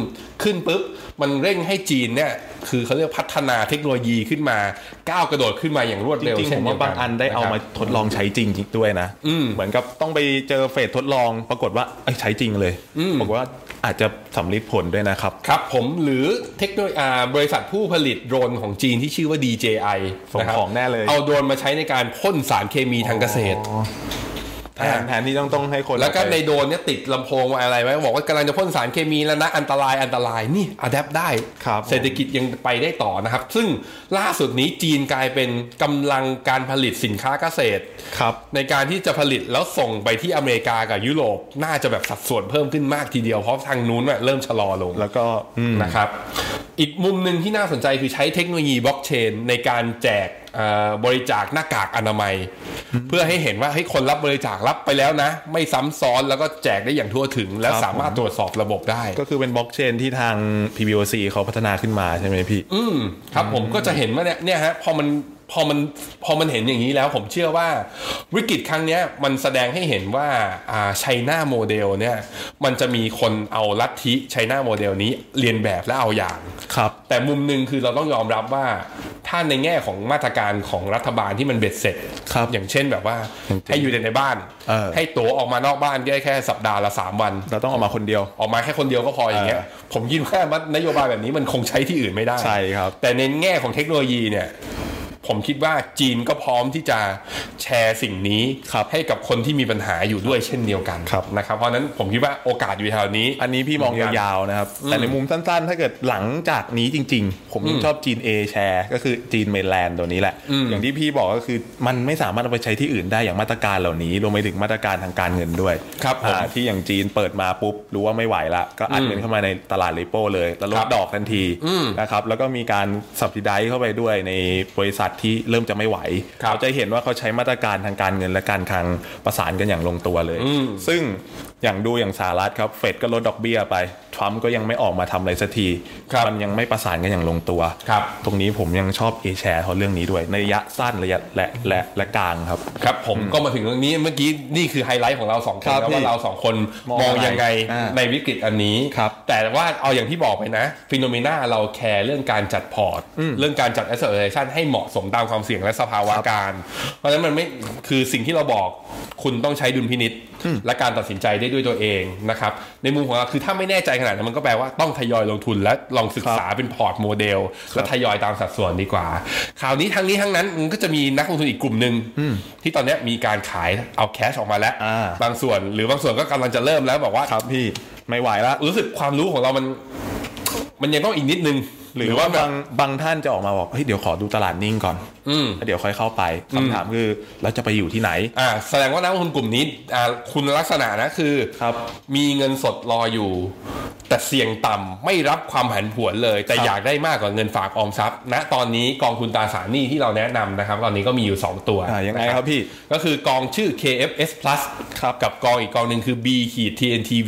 ขึ้นปุ๊บมันเร่งให้จีนเนี่ยคือเขาเรียกพัฒนาเทคโนโลยีขึ้นมาก้าวกระโดดขึ้นมาอย่างรวดเร็วจริงๆผมว่าบางอันได้เอามาทดลองใช้จริงด้วยนะเหมือนกับต้องไปเจอเฟสทดลองปรากฏว่าใช้จริงเลยบอกว่าอาจจะสำลิดผลด้วยนะครับครับผมหรือเทคโนโลยีบริษัทผู้ผลิตโดรนของจีนที่ชื่อว่า DJI ส่งของแน่เลยเอาโดรนมาใช้ในการพ่นสารเคมีทางเกษตรแผนที่ต้องให้คนแล้วก็ในโดรนเนี่ยติดลำโพงอะไรไว้บอกว่ากำลังจะพ่นสารเคมีแล้วนะอันตรายนี่อะแดปได้เศรษฐกิจยังไปได้ต่อนะครับซึ่งล่าสุดนี้จีนกลายเป็นกำลังการผลิตสินค้าเกษตรในการที่จะผลิตแล้วส่งไปที่อเมริกากับยุโรปน่าจะแบบสัดส่วนเพิ่มขึ้นมากทีเดียวเพราะทางนู้นเริ่มชะลอลงแล้วก็นะครับอีกมุมหนึ่งที่น่าสนใจคือใช้เทคโนโลยีบล็อกเชนในการแจกบริจาคหน้ากากอนามัยเพื่อให้เห็นว่าให้คนรับบริจาครับไปแล้วนะไม่ซ้ำซ้อนแล้วก็แจกได้อย่างทั่วถึงและสามารถตรวจสอบระบบได้ก็คือเป็นบล็อกเชนที่ทาง PBOC เขาพัฒนาขึ้นมาใช่ไหมพี่ครับผมก็จะเห็นว่าเนี่ยฮะพอมันเห็นอย่างนี้แล้วผมเชื่อว่าวิกฤตครั้งนี้มันแสดงให้เห็นว่าไชน่าโมเดลเนี่ยมันจะมีคนเอาลัทธิไชน่าโมเดลนี้เรียนแบบและเอาอย่างครับแต่มุมนึงคือเราต้องยอมรับว่าถ้าในแง่ของมาตรการของรัฐบาลที่มันเบ็ดเสร็จอย่างเช่นแบบว่าให้อยู่ในบ้านให้ตั๋วออกมานอกบ้านแค่สัปดาห์ละ3 วันเราต้องออกมาคนเดียวออกมาแค่คนเดียวก็พออย่างเงี้ยผมคิดว่านโยบายแบบนี้มันคงใช้ที่อื่นไม่ได้ใช่ครับแต่ในแง่ของเทคโนโลยีเนี่ยผมคิดว่าจีนก็พร้อมที่จะแชร์สิ่งนี้ให้กับคนที่มีปัญหาอยู่ด้วยเช่นเดียวกันนะครับเพราะนั้นผมคิดว่าโอกาสอยู่แถวนี้อันนี้พี่มองยาวๆนะครับแต่ในมุมสั้นๆถ้าเกิดหลังจากนี้จริงๆผมชอบจีน A แชร์ก็คือจีนเมนแลนด์ตัวนี้แหละอย่างที่พี่บอกก็คือมันไม่สามารถเอาไปใช้ที่อื่นได้อย่างมาตรการเหล่านี้รวมไปถึงมาตรการทางการเงินด้วยที่อย่างจีนเปิดมาปุ๊บรู้ว่าไม่ไหวละก็อัดเงินเข้ามาในตลาดรีโปเลยแล้วลดดอกทันทีนะครับแล้วก็มีการซับซิไดซ์เข้าไปด้วยในบริษัทที่เริ่มจะไม่ไหวเขาจะเห็นว่าเขาใช้มาตรการทางการเงินและการคลังประสานกันอย่างลงตัวเลยซึ่งอย่างสหรัฐครับเฟดก็ลดดอกเบี้ยไปทรัมป์ก็ยังไม่ออกมาทำอะไรสักทีมันยังไม่ประสานกันอย่างลงตัวตรงนี้ผมยังชอบแชร์เขาเรื่องนี้ด้วยในระยะสั้นระยะและกลางครับครับผมก็มาถึงเรื่องนี้เมื่อกี้นี่คือไฮไลท์ของเรา2คนแล้วว่าเรา2คนมองยังไงในวิกฤตอันนี้แต่ว่าเอาอย่างที่บอกไปนะฟิโนเมนาเราแคร์เรื่องการจัดพอร์ตเรื่องการจัด asset allocation ให้เหมาะสมตามความเสี่ยงและสภาวะการเพราะฉะนั้นมันไม่คือสิ่งที่เราบอกคุณต้องใช้ดุลพินิจและการตัดสินใจได้ด้วยตัวเองนะครับในมุมของเราคือถ้าไม่แน่ใจขนาดนั้นมันก็แปลว่าต้องทยอยลงทุนและลองศึกษาเป็นพอร์ตโมเดลและทยอยตามสัดส่วนดีกว่าคราวนี้ทั้งนั้นมันก็จะมีนักลงทุนอีกกลุ่มนึงที่ตอนนี้มีการขายเอาแคชออกมาแล้วบางส่วนหรือบางส่วนก็กำลังจะเริ่มแล้วบอกว่าครับพี่ไม่ไหวแล้วรู้สึกความรู้ของเรามันยังต้องอีกนิดนึงหรือว่าบางท่านจะออกมาบอกเฮ้ยเดี๋ยวขอดูตลาดนิ่งก่อนเดี๋ยวค่อยเข้าไปคำถามคือแล้วจะไปอยู่ที่ไหนแสดงว่านักลงทุนกลุ่มนี้คุณลักษณะนะคือมีเงินสดรออยู่แต่เสี่ยงต่ำไม่รับความผันผวนเลยแต่อยากได้มากกว่าเงินฝากออมทรัพย์ณตอนนี้กองทุนตราสารหนี้ที่เราแนะนำนะครับตอนนี้ก็มีอยู่2ตัวยังไงครับพี่ก็คือกองชื่อ KFS Plus กับกองอีกกองนึงคือ B-TNTV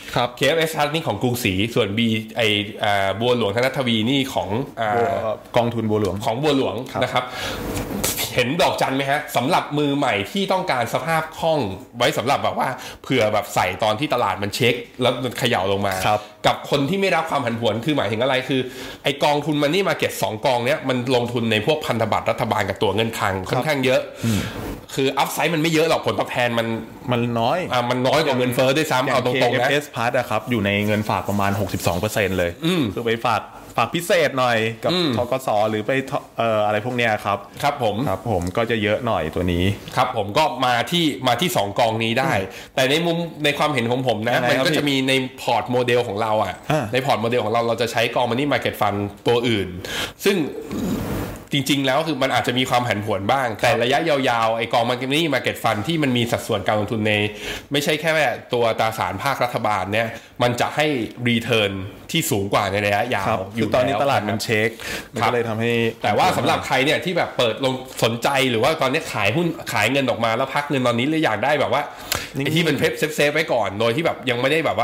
KFS Plus นี่ของกรุงศรีส่วน B บัวหลวงธนทวีนี่ของกองทุนบัวหลวงของบัวหลวงนะครับเห็นดอกจันไหมฮะสำหรับมือใหม่ที่ต้องการสภาพคล่องไว้สำหรับแบบว่าเผื่อแบบใส่ตอนที่ตลาดมันเช็คแล้วมันเขย่าลงมากับคนที่ไม่รับความผันผวนคือหมายถึงอะไรคือไอกองทุนมันนี่มาเก็ต2กองเนี้ยมันลงทุนในพวกพันธบัตรรัฐบาลกับตัวเงินคลังค่อนข้างเยอะคืออัพไซด์มันไม่เยอะหรอกผลตอบแทนมันน้อยมันน้อยกว่าเงินเฟ้อด้วยซ้ำเอาตรงๆนะ KFS Plus อะครับอยู่ในเงินฝากประมาณ 62% เลยคือไปฝากพิเศษหน่อยกับธกส.หรือไปอะไรพวกเนี้ยครับครับผมก็จะเยอะหน่อยตัวนี้ครับผมก็มาที่2กองนี้ได้แต่ในความเห็นของผมนะมันก็จะมีในพอร์ตโมเดลของเราในพอร์ตโมเดลของเราจะใช้กอง Money Market Fund ตัวอื่นซึ่งจริงๆแล้วคือมันอาจจะมีความผันผวนบ้างแต่ระยะยาวๆไอกอง Money Market Fund ที่มันมีสัดส่วนการลงทุนในไม่ใช่แค่ตัวตราสารภาครัฐบาลเนี่ยมันจะให้รีเทิร์นที่สูงกว่าในระยะยาวอยู่ตอนนี้ตลาดมันเช็คก็เลยทำให้แต่ว่าสำหรับใครเนี่ยที่แบบเปิดลงสนใจหรือว่าตอนนี้ขายหุ้นขายเงินออกมาแล้วพักเงินตอนนี้เลยอยากได้แบบว่าไอ้ที่เป็นเซฟไว้ก่อนโดยที่แบบยังไม่ได้แบบว่า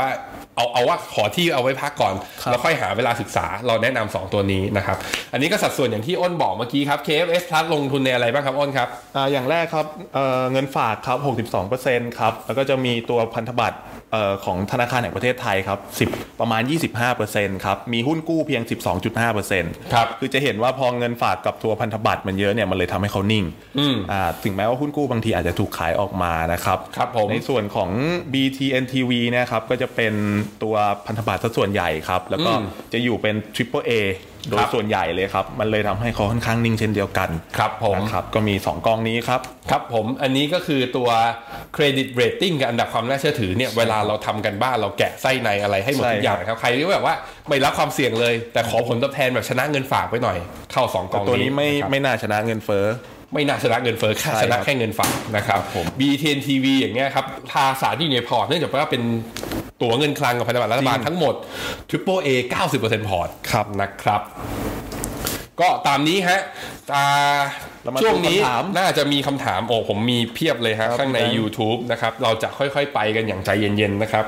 เอาว่าขอที่เอาไว้พักก่อนแล้วค่อยหาเวลาศึกษาเราแนะนำ2ตัวนี้นะครับอันนี้ก็สัดส่วนอย่างที่อ้นบอกเมื่อกี้ครับ KFS Plus ลงทุนในอะไรบ้างครับอ้นครับอย่างแรกครับเงินฝากครับ 62% ครับแล้วก็จะมีตัวพันธบัตรของธนาคารแห่งประเทศไทยครับประมาณ 25% ครับมีหุ้นกู้เพียง 12.5% ครับคือจะเห็นว่าพอเงินฝากกับตัวพันธบัตรมันเยอะเนี่ยมันเลยทำให้เขานิ่งถึงแม้ว่าหุ้นกู้บางทีอาจจะถูกขายออกมานะครับครับผมในส่วนของ BTNTV นะครับก็จะเป็นตัวพันธบัตรส่วนใหญ่ครับแล้วก็จะอยู่เป็น Triple A โดยส่วนใหญ่เลยครับมันเลยทำให้เขาค่อนข้างนิ่งเช่นเดียวกันครับผมนะครับก็มี2กองนี้ครับครับผมอันนี้ก็คือตัว Credit Rating กับอันดับความน่าเชื่อถือเนี่ยเวลาเราทำกันบ้านเราแกะไส้ในอะไรให้หมดทุกอย่างครับใครที่แบบว่าไม่รับความเสี่ยงเลยแต่ขอผลตอบแทนแบบชนะเงินฝากไว้หน่อยเข้า2กองนี้ตัวนี้ไม่น่าชนะเงินเฟ้อไม่น่าชนะเงินเฟ้อชนะแค่เงินฝากนะครับ BTNTV อย่างเงี้ยครับภาษาที่อยู่ในพอร์ตเนื่องจากว่าเป็นตั๋วเงินคลังกับพันธบัตรรัฐบาลทั้งหมด Triple A 90% พอร์ตนะครับก็ตามนี้ฮะช่วงนี้น่าจะมีคำถามผมมีเพียบเลยฮะข้างใน YouTube นะครับเราจะค่อยๆไปกันอย่างใจเย็นๆนะครับ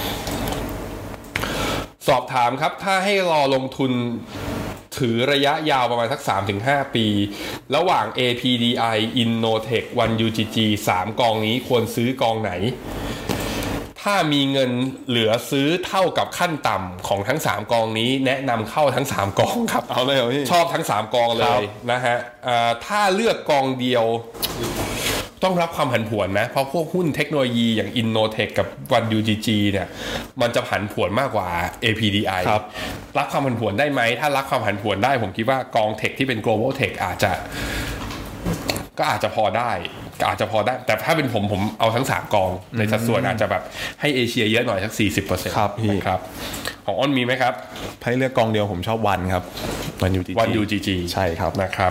สอบถามครับถ้าให้รอลงทุนถือระยะยาวประมาณสัก 3-5 ปีระหว่าง APDI Innotech 1 UGG 3 กองนี้ควรซื้อกองไหนถ้ามีเงินเหลือซื้อเท่ากับขั้นต่ำของทั้ง3กองนี้แนะนำเข้าทั้ง3กองครับเอาเลยชอบทั้ง3กองเลยนะฮะถ้าเลือกกองเดียวต้องรับความผันผวนนะเพราะพวกหุ้นเทคโนโลยีอย่าง Innotech กับ 1UGG เนี่ยมันจะผันผวนมากกว่า APDI รับความผันผวนได้ไหมถ้ารับความผันผวนได้ผมคิดว่ากองเทคที่เป็น Global Tech อาจจะพอได้แต่ถ้าเป็นผมเอาทั้ง3กองในสัดส่วนอาจจะแบบให้เอเชียเยอะหน่อยสัก 40% ครับพี่ครับของอ้นมีไหมครับให้เลือกกองเดียวผมชอบวันครับ 1UGG ใช่ครับนะครับ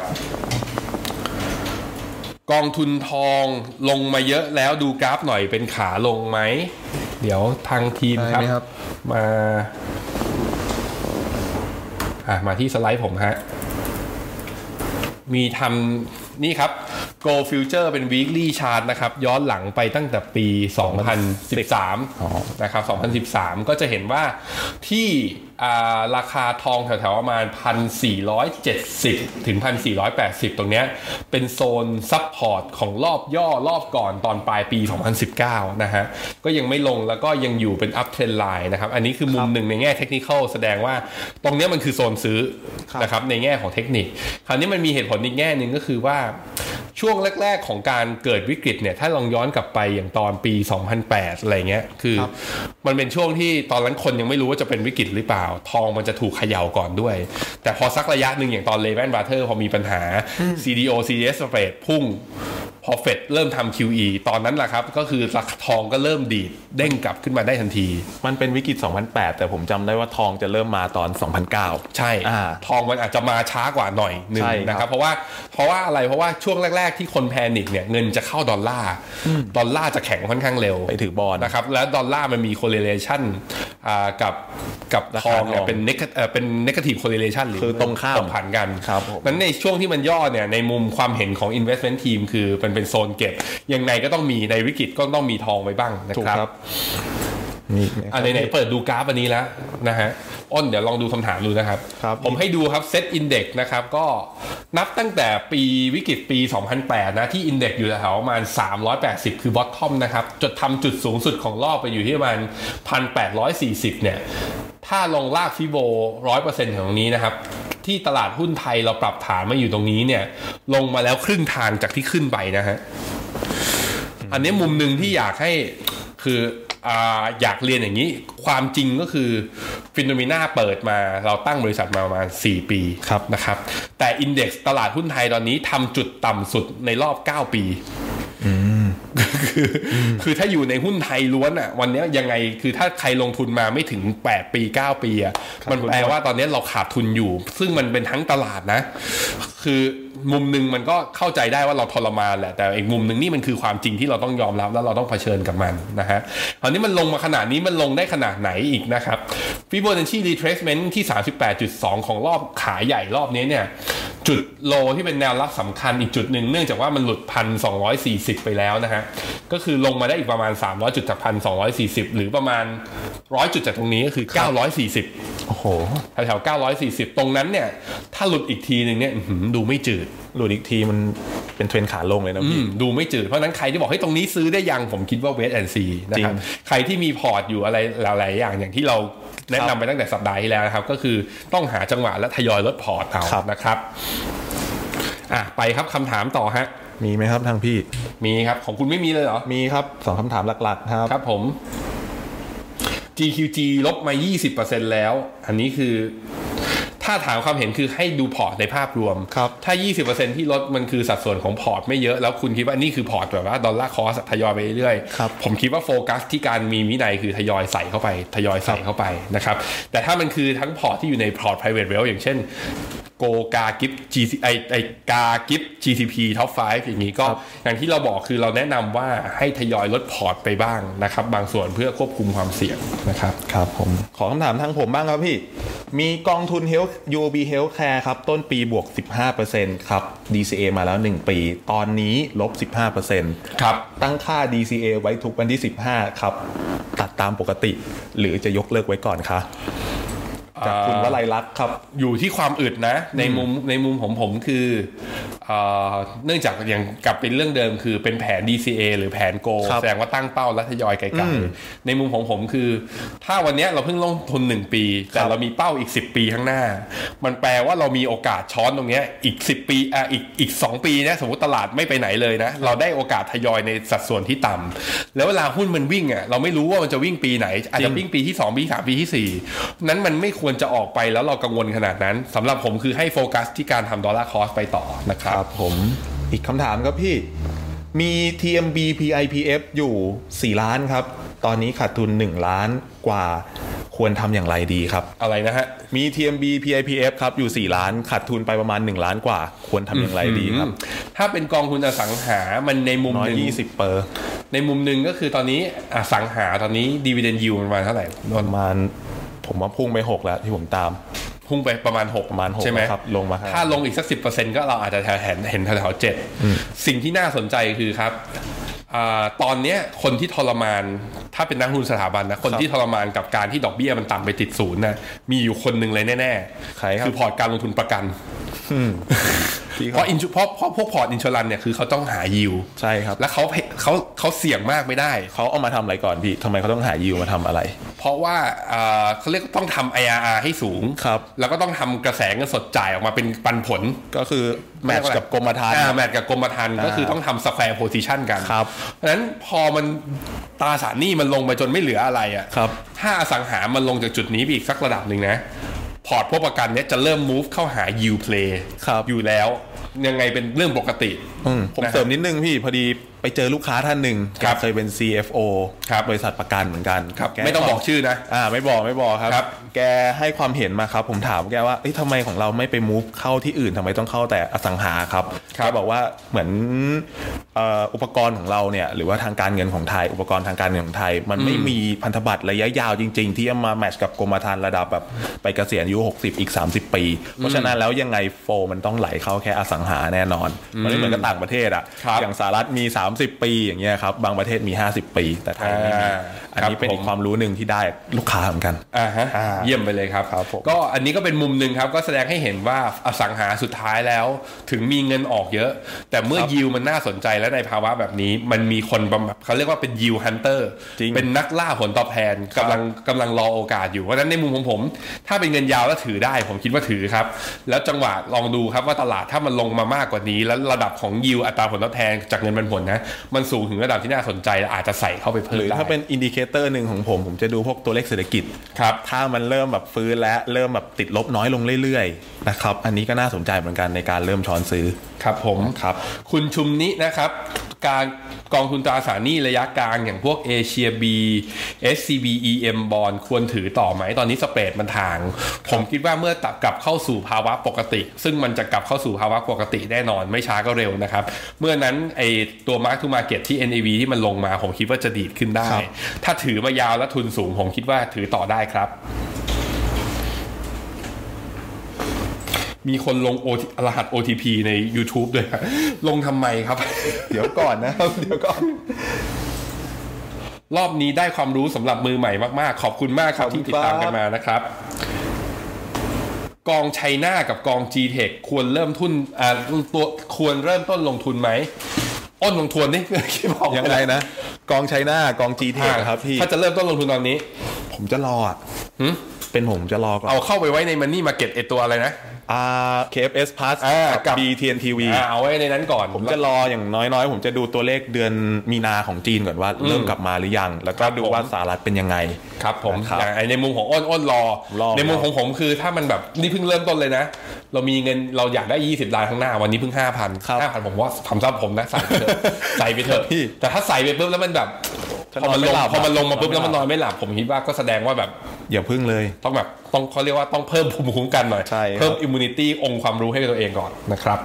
กองทุนทองลงมาเยอะแล้วดูกราฟหน่อยเป็นขาลงไหมเดี๋ยวทางทีมครับมาที่สไลด์ผมฮะมีทำนี่ครับ Go Future เป็น weekly chart นะครับย้อนหลังไปตั้งแต่ปี 2013 นะครับ 2013 ก็จะเห็นว่าที่ราคาทองแถวๆประมาณ 1,470 ถึง 1,480 ตรงเนี้ยเป็นโซนซับพอร์ตของรอบย่อรอบก่อนตอนปลายปี 2019 นะฮะก็ยังไม่ลงแล้วก็ยังอยู่เป็น up trend line นะครับอันนี้คือมุมหนึ่งในแง่เทคนิคอลแสดงว่าตรงเนี้ยมันคือโซนซื้อนะครับในแง่ของเทคนิคคราวนี้มันมีเหตุผลอีกแง่นึงก็คือว่าช่วงแรกๆของการเกิดวิกฤตเนี่ยถ้าลองย้อนกลับไปอย่างตอนปี 2008 อะไรเงี้ยคือมันเป็นช่วงที่ตอนนั้นคนยังไม่รู้ว่าจะเป็นวิกฤตหรือเปล่าทองมันจะถูกเขย่าก่อนด้วยแต่พอสักระยะหนึ่งอย่างตอน Lehman Brothers พอมีปัญหา CDO CDS spread พุ่งพอเฟดเริ่มทำ QE ตอนนั้นแหละครับก็คือราคาทองก็เริ่มดีดเด้งกลับขึ้นมาได้ทันทีมันเป็นวิกฤต 2008 แต่ผมจำได้ว่าทองจะเริ่มมาตอน 2009 ใช่ทองมันอาจจะมาช้ากว่าหน่อยนึงนะครับเพราะว่าอะไรเพราะว่าช่วงแรกๆที่คนแพนิคเนี่ยเงินจะเข้าดอลลาร์จะแข็งค่อนข้างเร็วไปถือบอนด์นะครับแล้วดอลลาร์มันมี correlation กับทองเนี่ยเป็น negative correlation หรือตรงข้ามผันกันครับนั้นในช่วงที่มันย่อเนี่ยในมุมความเห็นของ investment team คือเป็นโซนเก็บยังไงก็ต้องมีในวิกฤตก็ต้องมีทองไว้บ้างนะครับนี่ไหนเปิดดูกราฟอันนี้แล้วนะฮะอ้นเดี๋ยวลองดูคำถามดูนะครับผมให้ดูครับเซตอินเด็กซ์นะครับก็นับตั้งแต่ปีวิกฤตปี 2008 นะที่อินเด็กซ์อยู่แถวประมาณ380คือบอททอมนะครับจดทำจุดสูงสุดของรอบไปอยู่ที่ประมาณ 1,840 เนี่ยถ้าลงลากฟิโบ 100% ของตรงนี้นะครับที่ตลาดหุ้นไทยเราปรับฐานมาอยู่ตรงนี้เนี่ยลงมาแล้วครึ่งทางจากที่ขึ้นไปนะฮะอันนี้มุมหนึ่งที่อยากให้คืออยากเรียนอย่างนี้ความจริงก็คือฟิโนเมนาเปิดมาเราตั้งบริษัทมาประมาณ4ปีนะครับแต่อินเด็กซ์ตลาดหุ้นไทยตอนนี้ทำจุดต่ำสุดในรอบ9ปีคือถ้าอยู่ในหุ้นไทยล้วนอ่ะวันนี้ยังไงคือถ้าใครลงทุนมาไม่ถึง8ปี9ปีอ่ะมันแปลว่าตอนนี้เราขาดทุนอยู่ซึ่งมันเป็นทั้งตลาดนะคือมุมนึงมันก็เข้าใจได้ว่าเราทรมานแหละแต่อีกมุมนึงนี่มันคือความจริงที่เราต้องยอมรับแล้วเราต้องเผชิญกับมันนะฮะตอนนี้มันลงมาขนาดนี้มันลงได้ขนาดไหนอีกนะครับ Fibonacci retracement ที่ 38.2 ของรอบขาใหญ่รอบนี้เนี่ยจุดโลที่เป็นแนวรับสำคัญอีกจุดหนึ่งเนื่องจากว่ามันหลุด 1,240 ไปแล้วนะฮะก็คือลงมาได้อีกประมาณ300จุดจาก 1,240 หรือประมาณ100จุดจากตรงนี้ก็คือ940 โอ้โหแถวๆ940ตรงนั้นเนี่ยถ้าหลุดอีกทีนึงเนี่ยดูไม่จืดหลุดอีกทีมันเป็นเทรนขาลงเลยนะพี่ดูไม่จืดเพราะนั้นใครที่บอกให้ตรงนี้ซื้อได้ยังผมคิดว่าเวทแอนด์ซีนะครับใครที่มีพอร์ตอยู่อะไรหลายๆอย่างที่เราแนะนำไปตั้งแต่สัปดาห์ที่แล้วนะครับก็คือต้องหาจังหวะและทยอยลดพอร์ตเอานะครับไปครับคำถามต่อฮะมีไหมครับทางพี่มีครับของคุณไม่มีเลยเหรอมีครับ2คำถามหลักๆครับครับผม GQG ลบมา 20% แล้วอันนี้คือถ้าถามความเห็นคือให้ดูพอร์ตในภาพรวมถ้า 20% ที่ลดมันคือสัดส่วนของพอร์ตไม่เยอะแล้วคุณคิดว่านี่คือพอร์ตแบบว่าดอลลาร์คอสทยอยไปเรื่อยๆผมคิดว่าโฟกัสที่การมีวินัยคือทยอยใส่เข้าไปนะครับแต่ถ้ามันคือทั้งพอร์ตที่อยู่ในพอร์ต private wealth อย่างเช่นโกกากิฟกากิฟ GCP Top 5อย่างนี้ก็อย่างที่เราบอกคือเราแนะนำว่าให้ทยอยลดพอร์ตไปบ้างนะครับบางส่วนเพื่อควบคุมความเสี่ยงนะครับครับผมขอคำถามทางผมบ้างครับพี่มีกองทุน UOB Healthcare ครับต้นปีบวก 15% ครับ DCA มาแล้ว1ปีตอนนี้ลบ 15% ครับตั้งค่า DCA ไว้ทุกวันที่15ครับตัดตามปกติหรือจะยกเลิกไว้ก่อนคะจากคุณวลัยลักษณ์ครับอยู่ที่ความอึดนะในมุมผมคือเนื่องจากอย่างกลับเป็นเรื่องเดิมคือเป็นแผน DCA หรือแผน Go แสดงว่าตั้งเป้าและทยอยไกลๆในมุมของผมคือถ้าวันนี้เราเพิ่งลงทุน1ปีแต่เรามีเป้าอีก10ปีข้างหน้ามันแปลว่าเรามีโอกาสช้อนตรงนี้อีก10ปีอีก2ปีนะสมมติตลาดไม่ไปไหนเลยนะเราได้โอกาสทยอยในสัดส่วนที่ต่ำแล้วเวลาหุ้นมันวิ่งเราไม่รู้ว่ามันจะวิ่งปีไหนอาจจะวิ่งปีที่2ปีที่3ปีที่4นั้นมันไม่ควรจะออกไปแล้วเรากังวลขนาดนั้นสำหรับผมคือให้โฟกัสที่การทำดอลลาร์คอสไปต่อนะครับผมอีกคำถามครับพี่มี TMB PIPF อยู่4ล้านครับตอนนี้ขาดทุน1ล้านกว่าควรทำอย่างไรดีครับอะไรนะฮะมี TMB PIPF ครับอยู่4ล้านขาดทุนไปประมาณ1ล้านกว่าควรทำอย่างไรดีครับถ้าเป็นกองทุนอสังหามันในมุมนึงในมุมนึงก็คือตอนนี้อสังหาตอนนี้ Dividend Yield ประมาณเท่าไหร่ประมาณผมว่าพุ่งไป6แล้วที่ผมตามพุ่งไปประมาณ6ใช่ไหมครับลงมาถ้าลงอีกสัก 10% ก็เราอาจจะเห็นแถว7สิ่งที่น่าสนใจคือครับตอนนี้คนที่ทรมานถ้าเป็นนักลงทุนสถาบันนะคนที่ทรมานกับการที่ดอกเบี้ยมันต่ำไปติดศูนย์นะมีอยู่คนหนึ่งเลยแน่ๆคือพอร์ตการลงทุนประกันเพราะพวกพอร์ตอินชัวรันเนี่ยคือเขาต้องหายิวใช่ครับแล้วเขาเสี่ยงมากไม่ได้เขาเอามาทำอะไรก่อนพี่ทำไมเขาต้องหายิวมาทำอะไรเพราะว่าเขาเรียกต้องทำ IRR ให้สูงครับแล้วก็ต้องทำกระแสเงินสดจ่ายออกมาเป็นปันผลก็คือแมทช์กับกรมธรรม์แมทช์กับกรมธรรม์ก็คือต้องทำ square position กันครับเพราะฉะนั้นพอมันตราสารหนี้มันลงไปจนไม่เหลืออะไรครับถ้าอสังหามันลงจากจุดนี้ไปอีกสักระดับหนึ่งนะพอร์ตพวกประกันเนี้ยจะเริ่ม move เข้าหา yield play อยู่แล้วยังไงเป็นเรื่องปกติผมเสริมนิดนึงพี่พอดีไปเจอลูกค้าท่านหนึ่งเคยเป็น CFO บริษัทประกันเหมือนกันไม่ต้องบอกชื่อนะไม่บอกครับแกให้ความเห็นมาครับผมถามแกว่าทำไมของเราไม่ไป move เข้าที่อื่นทำไมต้องเข้าแต่อสังหาครับแกบอกว่าเหมือนอุปกรณ์ของเราเนี่ยหรือว่าทางการเงินของไทยอุปกรณ์ทางการเงินของไทยมันไม่มีพันธบัตรระยะยาวจริงๆที่จะมาแมทช์กับกรมธรรม์ระดับแบบไปเกษียณอายุ60อีก30ปีเพราะฉะนั้นแล้วยังไงโฟมันต้องไหลเข้าแค่อสังหาแน่นอนมันไม่เหมือนกับต่างประเทศอย่างสหรัฐมี30ปีอย่างเงี้ยครับบางประเทศมี50ปีแต่ไทยไม่มีอันนี้เป็นอีกความรู้หนึ่งที่ได้ลูกค้าเหมือนกันเยี่ยมไปเลยครับก็อันนี้ก็เป็นมุมหนึ่งครับก็แสดงให้เห็นว่าอสังหาสุดท้ายแล้วถึงมีเงินออกเยอะแต่เมื่อยิวมันน่าสนใจและในภาวะแบบนี้มันมีคนแบบเขาเรียกว่าเป็นยิวฮันเตอร์เป็นนักล่าผลตอบแทนกำลังรอโอกาสอยู่เพราะฉะนั้นในมุมของผมถ้าเป็นเงินยาวแล้วถือได้ผมคิดว่าถือครับแล้วจังหวะลองดูครับว่าตลาดถ้ามันลงมามากกว่านี้แล้วระดับของยิวอัตราผลตอบแทนจากเงินปันผลนะมันสูงถึงระดับที่น่าสนใจอาจจะใส่เข้าไปเพิ่มได้หรือถ้าเป็นอินดิเคเตอร์หนึ่งของผมจะดูพวกตัวเลขเศรษฐกิจครับถ้ามันเริ่มแบบฟื้นและเริ่มแบบติดลบน้อยลงเรื่อยๆนะครับอันนี้ก็น่าสนใจเหมือนกันในการเริ่มช้อนซื้อครับผมครับคุณชุมนินะครับการกองทุนตราสารหนี้ระยะกลางอย่างพวกเอเชีย B SCB EM Bond ควรถือต่อไหมตอนนี้สเปรดมันทางผมคิดว่าเมื่อกลับเข้าสู่ภาวะปกติซึ่งมันจะกลับเข้าสู่ภาวะปกติแน่นอนไม่ช้าก็เร็วนะครับเมื่อนั้นไอตัว Mark to Market ที่ NAV ที่มันลงมาผมคิดว่าจะดีดขึ้นได้ถ้าถือมายาวและทุนสูงผมคิดว่าถือต่อได้ครับมีคนลงรหัส OTP ใน YouTube ด้วยลงทำไมครับเดี๋ยวก่อนนะครับเดี๋ยวก่อนรอบนี้ได้ความรู้สำหรับมือใหม่มากๆขอบคุณมากครับที่ติดตามกันมานะครับกองไชน่ากับกอง G-Tech ควรเริ่มต้นลงทุนไหมอ้นลงทุนนี่คิดบอกยังไงนะกองไชน่ากอง G-Tech ครับพี่ถ้าจะเริ่มต้นลงทุนตอนนี้ผมจะรอเป็นผมจะรอก่อนเอาเข้าไปไว้ใน Money Market ไอตัวอะไรนะ KFS Plus กับ BTNTV เอาไว้ในนั้นก่อนผมจะรออย่างน้อยๆผมจะดูตัวเลขเดือนมีนาของจีนก่อนว่าเริ่มกลับมาหรือยังแล้วก็ดูว่าสหรัฐเป็นยังไงครับผมอย่างในมุมของอ้นรอในมุมของผมคือถ้ามันแบบนี่เพิ่งเริ่มต้นเลยนะเรามีเงินเราอยากได้20ล้านข้างหน้าวันนี้เพิ่ง 5,000 ผมว่าทำซับผมนะใส่ไปเถอะแต่ถ้าใส่ไปปุ๊บแล้วมันแบบพอมันลงมาปุ๊บแล้วมันนอนไม่หลับผมคิดว่าก็แสดงว่าแบบอย่าพึ่งเลยต้องเขาเรียกว่าต้องเพิ่มภูมิคุ้มกันหน่อยเพิ่มอิมมูนิตี้องค์ความรู้ให้กับตัวเองก่อนนะครับ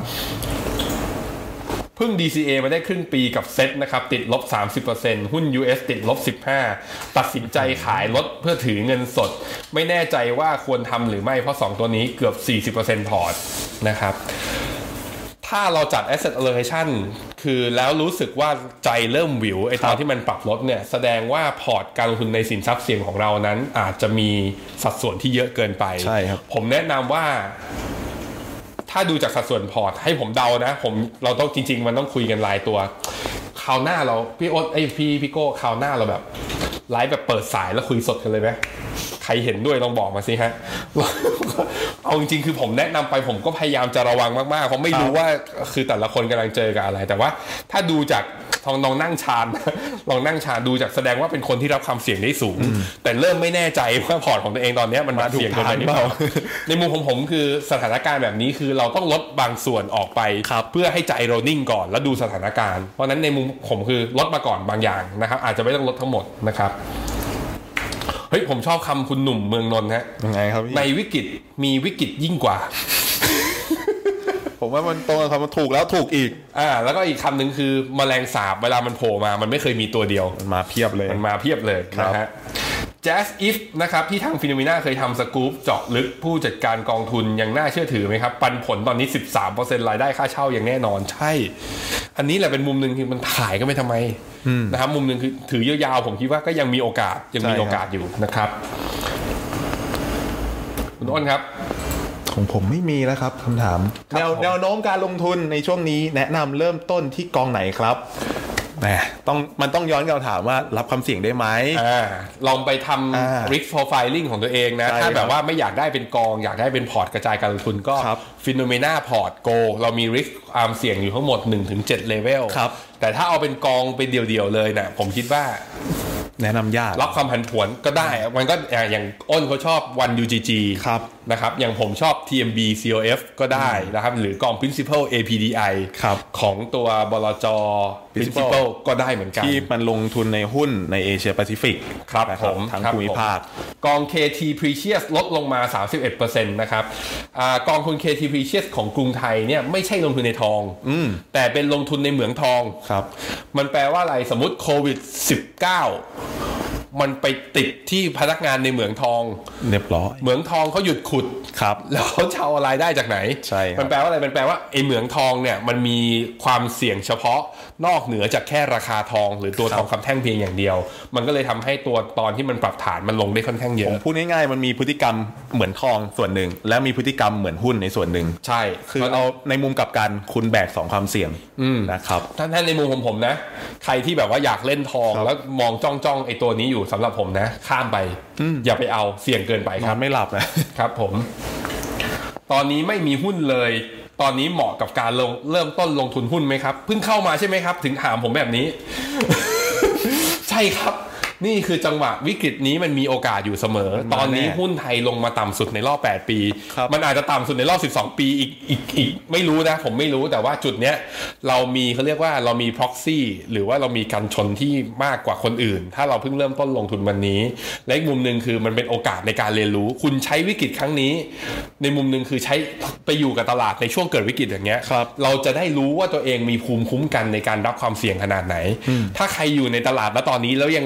เพิ่ง DCA มาได้ครึ่งปีกับเซ็ตนะครับติดลบ 30% หุ้น US ติดลบ 15% ตัดสินใจขายลดเพื่อถือเงินสดไม่แน่ใจว่าควรทำหรือไม่เพราะ2ตัวนี้เกือบ 40% พอร์ตนะครับถ้าเราจัด asset allocation คือแล้วรู้สึกว่าใจเริ่มวิวไอ้ตอนที่มันปรับลดเนี่ยแสดงว่าพอร์ตการลงทุนในสินทรัพย์เสี่ยงของเรานั้นอาจจะมีสัดส่วนที่เยอะเกินไปใช่ครับผมแนะนำว่าถ้าดูจากสัดส่วนพอร์ตให้ผมเดานะเราต้องจริงๆมันต้องคุยกันรายตัวคราวหน้าเราพี่โอ๊ตพี่โก้คราวหน้าเราแบบไลฟ์แบบเปิดสายแล้วคุยสดกันเลยไหมใครเห็นด้วยลองบอกมาสิฮะเอาจริงๆคือผมแนะนำไปผมก็พยายามจะระวังมากๆเพราะไม่รู้ว่าคือแต่ละคนกำลังเจอกับอะไรแต่ว่าถ้าดูจากลองนั่งชานดูจากแสดงว่าเป็นคนที่รับความเสี่ยงได้สูงแต่เริ่มไม่แน่ใจว่าพอร์ตของตัวเองตอนนี้มันมาเสี่ยงเกินไปหรือเปล่าในมุมของผมคือสถานการณ์แบบนี้คือเราต้องลดบางส่วนออกไปเพื่อให้ใจเรานิ่งก่อนแล้วดูสถานการณ์เพราะนั้นในมุมผมคือลดมาก่อนบางอย่างนะครับอาจจะไม่ต้องลดทั้งหมดนะครับเฮ้ยผมชอบคำคุณหนุ่มเมืองนนท์ฮะยังไงครับในวิกฤตมีวิกฤตยิ่งกว่าผมว่ามันตรงกับมันถูกแล้วถูกอีกแล้วก็อีกคำหนึ่งคือแมลงสาบเวลามันโผล่มามันไม่เคยมีตัวเดียวมันมาเพียบเลยนะฮะ Jazz If นะครับที่ทาง Phenomena เคยทำสกู๊ปเจาะลึกผู้จัดการกองทุนยังน่าเชื่อถือไหมครับปันผลตอนนี้ 13% รายได้ค่าเช่าอย่างแน่นอนใช่อันนี้แหละเป็นมุมนึงที่มันขายก็ไม่ทำไมนะครับมุมนึงคือถือยาวๆผมคิดว่าก็ยังมีโอกาสอยู่นะครับคุณอ้นครับของผมไม่มีแล้วครับคำถามแนวโน้มการลงทุนในช่วงนี้แนะนำเริ่มต้นที่กองไหนครับมันต้องย้อนกลับถามว่ารับความเสี่ยงได้ไหมลองไปทำ risk profiling ของตัวเองนะถ้าแบบว่าไม่อยากได้เป็นกองอยากได้เป็นพอร์ตกระจายการลงทุนก็ Phenomena Port Go เรามี risk ความเสี่ยงอยู่ทั้งหมด 1-7 level แต่ถ้าเอาเป็นกองเป็นเดี่ยวๆเลยนะผมคิดว่าแนะนำยากรับความผันผวนก็ได้มันก็อย่างอ้นเขาชอบ 1UGG นะครับอย่างผมชอบ TMB COF ก็ได้นะครับหรือกอง Principal APDI ของตัวบลจ. Principal ก็ได้เหมือนกันที่มันลงทุนในหุ้นในเอเชียแปซิฟิกครับผมทั้งภูมิภาคกอง KT Precious ลดลงมา 31% นะครับกองทุน KT Precious ของกรุงไทยเนี่ยไม่ใช่ลงทุนในทองแต่เป็นลงทุนในเหมืองทองมันแปลว่าอะไรสมมุติโควิด -19 มันไปติดที่พนักงานในเหมืองทองเรียบร้อยเหมืองทองเขาหยุดขุดแล้วเขาจะเอารายได้จากไหนใช่มันแปลว่าอะไรมันแปลว่าไอ้เหมืองทองเนี่ยมันมีความเสี่ยงเฉพาะนอกเหนือจากแค่ราคาทองหรือตัวทองคำแท่งเพียงอย่างเดียวมันก็เลยทำให้ตัวตอนที่มันปรับฐานมันลงได้ค่อนข้างเยอะผมพูดง่ายๆมันมีพฤติกรรมเหมือนทองส่วนหนึ่งและมีพฤติกรรมเหมือนหุ้นในส่วนหนึ่งใช่คือเอาในมุมกลับกันคุณแบก2ความเสี่ยงนะครับท่านในมุมของผมนะใครที่แบบว่าอยากเล่นทองแล้วมองจ้องไอ้ตัวนี้อยู่สำหรับผมนะข้ามไปอย่าไปเอาเสี่ยงเกินไปครับไม่หลับนะครับผมตอนนี้ไม่มีหุ้นเลยตอนนี้เหมาะกับการเริ่มต้นลงทุนหุ้นไหมครับเพิ่งเข้ามาใช่ไหมครับถึงถามผมแบบนี้ ใช่ครับนี่คือจังหวะวิกฤตนี้มันมีโอกาสอยู่เสมอตอนนี้หุ้นไทยลงมาต่ำสุดในรอบ8ปีมันอาจจะต่ำสุดในรอบ12ปีอีกไม่รู้นะผมไม่รู้แต่ว่าจุดเนี้ยเขาเรียกว่าเรามี proxy หรือว่าเรามีการชนที่มากกว่าคนอื่นถ้าเราเพิ่งเริ่มต้นลงทุนวันนี้และอีกมุมนึงคือมันเป็นโอกาสในการเรียนรู้คุณใช้วิกฤตครั้งนี้ในมุมนึงคือใช้ไปอยู่กับตลาดในช่วงเกิดวิกฤตอย่างเงี้ยเราจะได้รู้ว่าตัวเองมีภูมิคุ้มกันในการรับความเสี่ยงขนาดไหนถ้าใครอยู่ในตลาดแล้วตอนนี้แล้วยังรอดไปนะ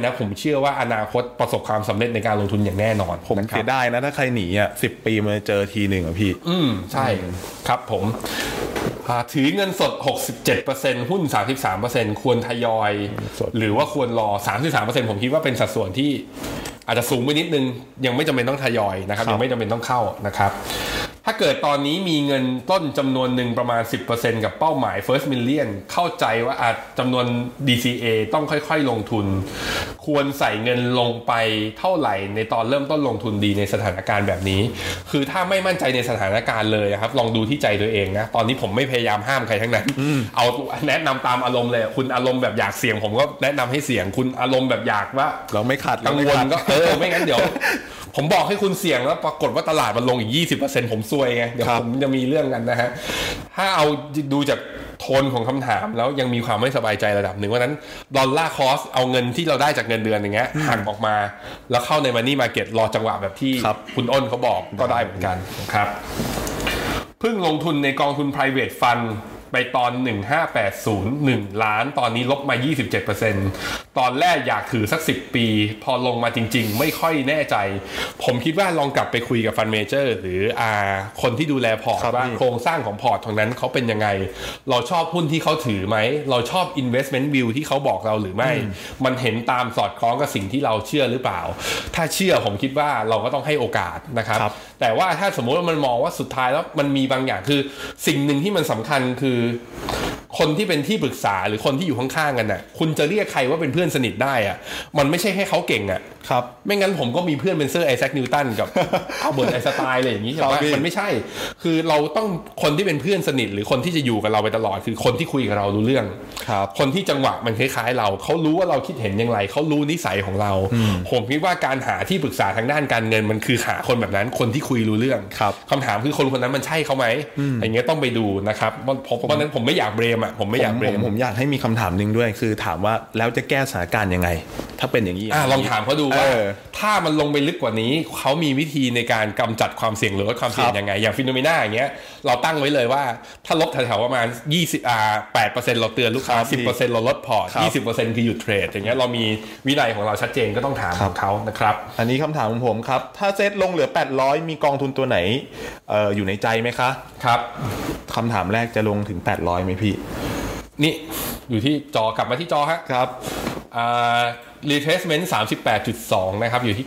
และผมเชื่อว่าอนาคตประสบความสำเร็จในการลงทุนอย่างแน่นอนผมเสียดายนะถ้าใครหนี10 ปีมาเจอทีหนึ่งพี่ใช่ครับผมถือเงินสด 67% หุ้น 33% ควรทยอยหรือว่าควรรอ 33% ผมคิดว่าเป็นสัดส่วนที่อาจจะสูงไปนิดนึงยังไม่จำเป็นต้องทยอยนะครับยังไม่จำเป็นต้องเข้านะครับถ้าเกิดตอนนี้มีเงินต้นจำนวนหนึ่งประมาณ 10% กับเป้าหมาย first million เข้าใจว่าอาจจำนวน DCA ต้องค่อยๆลงทุนควรใส่เงินลงไปเท่าไหร่ในตอนเริ่มต้นลงทุนดีในสถานการณ์แบบนี้คือถ้าไม่มั่นใจในสถานการณ์เลยครับลองดูที่ใจตัวเองนะตอนนี้ผมไม่พยายามห้ามใครทั้งนั้นเอาแนะนำตามอารมณ์เลยคุณอารมณ์แบบอยากเสี่ยงผมก็แนะนำให้เสี่ยงคุณอารมณ์แบบอยากว่าเราไม่ขัดกังวลก็ไม่งั้นเดี๋ยวผมบอกให้คุณเสี่ยงแล้วปรากฏว่าตลาดมันลงอีก 20% ผมซวยไงเดี๋ยวผมจะมีเรื่องกันนะฮะถ้าเอาดูจากโทนของคำถามแล้วยังมีความไม่สบายใจระดับหนึ่งว่านั้นดอลลาร์คอสเอาเงินที่เราได้จากเงินเดือนอย่างเงี้ยหักออกมาแล้วเข้าในมันนี่มาร์เก็ตรอจังหวะแบบที่คุณอ้นเขาบอกก็ได้เหมือนกันครับเพิ่งลงทุนในกองทุน private fundไปตอน1580 1 ล้านตอนนี้ลบมา 27% ตอนแรกอยากถือสัก10 ปีพอลงมาจริงๆไม่ค่อยแน่ใจผมคิดว่าลองกลับไปคุยกับฟันเมเจอร์หรือคนที่ดูแลพอร์ตว่าโครงสร้างของพอร์ตตรงนั้นเขาเป็นยังไงเราชอบหุ้นที่เขาถือไหมเราชอบ investment view ที่เขาบอกเราหรือไม่มันเห็นตามสอดคล้องกับสิ่งที่เราเชื่อหรือเปล่าถ้าเชื่อผมคิดว่าเราก็ต้องให้โอกาสนะครับแต่ว่าถ้าสมมติว่ามันมองว่าสุดท้ายแล้วมันมีบางอย่างคือสิ่งหนึ่งที่มันสำคัญคือคนที่เป็นที่ปรึกษาหรือคนที่อยู่ข้างๆกันน่ะคุณจะเรียกใครว่าเป็นเพื่อนสนิทได้อ่ะมันไม่ใช่แค่เขาเก่งอ่ะครับไม่งั้นผมก็มีเพื่อนเป็นเซอร์ไอแซคนิวตันกับอัลเบิร์ตไอน์สไตน์อะไรอย่างนี้ใช่ไหมมันไม่ใช่คือเราต้องคนที่เป็นเพื่อนสนิทหรือคนที่จะอยู่กับเราไปตลอดคือคนที่คุยกับเรารู้เรื่องคนที่จังหวะมันคล้ายๆเราเขารู้ว่าเราคิดเห็นอย่างไรเขารู้นิสัยของเราผมคิดว่าการหาที่ปรึกษาทางด้านการเงินมันคือหาคนแบบนั้นคนที่คุยรู้เรื่องคำถามคือคนคนนั้นมันใช่เขาไหมอย่างเงี้ยต้องไปดูนะครับเพราะนั้นผมไม่อยากเบรมอ่ะผมไม่อยากเบรมผมอยากให้มีคำถามนึงด้วยคือถามว่าแล้วจะแก้สถานการณ์ยังไงถ้าเป็นอย่างนี้ลองถามเขาดูว่าถ้ามันลงไปลึกกว่านี้เขามีวิธีในการกำจัดความเสี่ยงหรือลดความเสี่ยงยังไงอย่างฟิโนเมนาอย่างเงี้ยเราตั้งไว้เลยว่าถ้าลบแถวๆประมาณ8% เราเตือนลูกค้า 10% เราลดพอร์ต 20% คือหยุดเทรดอย่างเงี้ยเรามีวินัยของเราชัดเจนก็ต้องถามเขานะครับอันนี้คำถามของผมครับถ้าเซตลงเหลือ800มีกองทุนตัวไหนอยู่ในใจไหมคะครับคำถามแรกจะลงถึง800ไหมพี่นี่อยู่ที่จอกลับมาที่จอครับretracement 38.2 นะครับอยู่ที่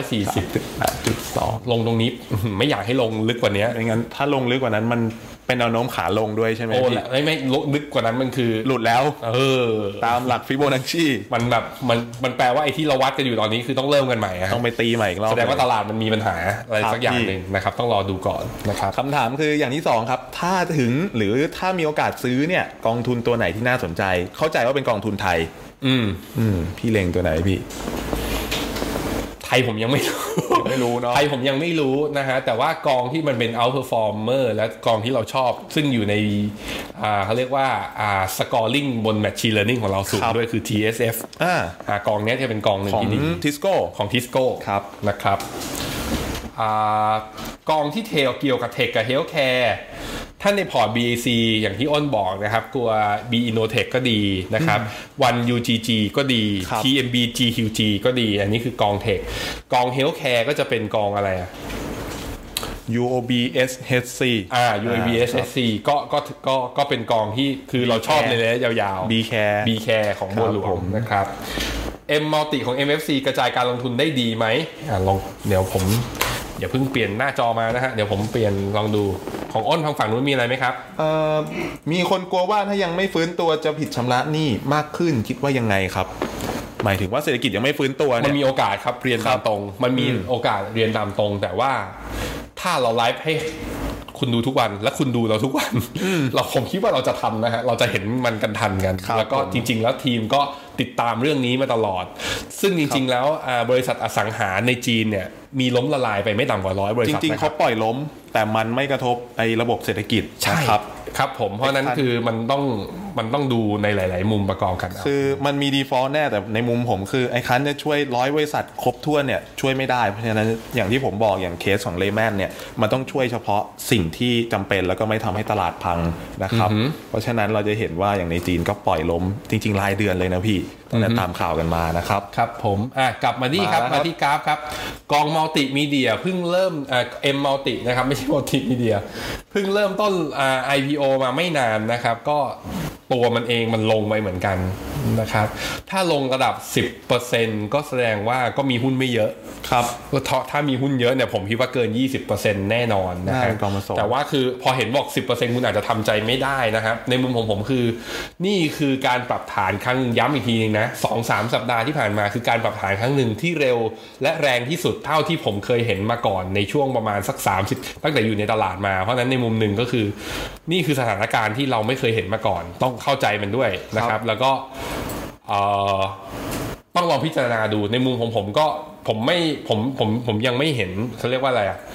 940.2ลงตรงนี้ไม่อยากให้ลงลึกกว่านี้ไม่งั้นถ้าลงลึกกว่านั้นมันเป็นแนวโน้มขาลงด้วยใช่ไหมพี่ไม่ลึกกว่านั้นมันคือหลุดแล้วตามหลักฟิโบนัชชีมันแบบมันแปลว่าไอ้ที่เราวัดกันอยู่ตอนนี้คือต้องเริ่มกันใหม่ต้องไปตีใหม่อีกรอบแสดงว่าตลาดมันมีปัญหาอะไรสักอย่างนึงนะครับต้องรอดูก่อนนะครับคำถามคืออย่างที่2ครับถ้าถึงหรือถ้ามีโอกาสซื้อเนี่ยกองทุนตัวไหนที่น่าสนใจเข้าใจว่าเป็นกองทุนไทยพี่เล็งตัวไหนพี่ไทยผมยังไม่รู้เนาะไทยผมยังไม่รู้นะฮะแต่ว่ากองที่มันเป็น outperformer และกองที่เราชอบซึ่งอยู่ในเขาเรียกว่าscoring บน machine learning ของเราสูงด้วยคือ TSF กองนี้จะเป็นกองหนึ่งที่ดีของ Tisco ของ Tisco นะครับกองที่เกี่ยวกับ Tech กับ Healthcareท่านในพอร์ต BAC อย่างที่อ้นบอกนะครับตัว B Innotech ก็ดีนะครับ One UGG ก็ดี TMB GQG ก็ดีอันนี้คือกอง Tech กอง Healthcare ก็จะเป็นกองอะไร UOB SHC UOB SHC ก็เป็นกองที่คือเราชอบในระยะยาวๆ B-Care ของบัวหลวงนะครับ M Multi ของ MFC กระจายการลงทุนได้ดีไหมลองเดี๋ยวผมอย่าเพิ่งเปลี่ยนหน้าจอมานะฮะเดี๋ยวผมเปลี่ยนลองดูของอ้นทางฝั่งนู้นมีอะไรไหมครับมีคนกลัวว่าถ้ายังไม่ฟื้นตัวจะผิดชำระหนี้มากขึ้นคิดว่ายังไงครับหมายถึงว่าเศรษฐกิจยังไม่ฟื้นตัวเนี่ยมันมีโอกาสครับเรียนตามตรงมันมีโอกาสเรียนตามตรงแต่ว่าถ้าเราไลฟ์ให้คุณดูทุกวันและคุณดูเราทุกวันผมคิดว่าเราจะทันนะฮะเราจะเห็นมันกันทันกันแล้วก็จริงๆแล้วทีมก็ติดตามเรื่องนี้มาตลอดซึ่งจริงๆแล้วบริษัทอสังหาในจีนเนี่ยมีล้มละลายไปไม่ต่ำกว่า100บริษัทจริงๆเขาปล่อยล้มแต่มันไม่กระทบไอ้ระบบเศรษฐกิจใช่ครับผมเพราะนั้นคือมันต้องมันต้องดูในหลายๆมุมประกอบกันคือมันมี default แน่แต่ในมุมผมคือไอ้คันจะช่วย100บริษัทครบถ้วนเนี่ยช่วยไม่ได้เพราะฉะนั้นอย่างที่ผมบอกอย่างเคสของเลแมนเนี่ยมันต้องช่วยเฉพาะสิ่งที่จำเป็นแล้วก็ไม่ทำให้ตลาดพังนะครับเพราะฉะนั้นเราจะเห็นว่าอย่างในจีนก็ปล่อยล้มจริงๆรายเดือนเลยนะพี่ตั้งแต่ตามข่าวกันมานะครับครับผมกลับมาที่ครับมาที่กราฟครับกองมัลติมีเดียเพิ่งเริ่มM Multi นะครับไม่ใช่มัลติมีเดียเพิ่งเริ่มต้นIPO มาไม่นานนะครับก็ตัวมันเองมันลงไปเหมือนกันนะครับถ้าลงระดับ 10% ก็แสดงว่าก็มีหุ้นไม่เยอะครับถ้ามีหุ้นเยอะเนี่ยผมคิดว่าเกิน 20% แน่นอนนะครับแต่ว่าคือพอเห็นบอก 10% คุณอาจจะทำใจไม่ได้นะครับในมุมของผมคือนี่คือการปรับฐานครั้งย้ำอีกทีนึงนะ 2-3 สัปดาห์ที่ผ่านมาคือการปรับฐานครั้งหนึ่งที่เร็วและแรงที่สุดเท่าที่ผมเคยเห็นมาก่อนในช่วงประมาณสัก30ตั้งแต่อยู่ในตลาดมาเพราะนั้นในมุมหนึ่งก็คือนี่คือสถานการณ์ที่เราไม่เคยเห็นมาก่อนต้องเข้าใจมันด้วยนะครับแล้วก็ต้องลองพิจารณาดูในมุมของผมก็ผมยังไม่เห็นเขาเรียกว่าอะไรอ่ะ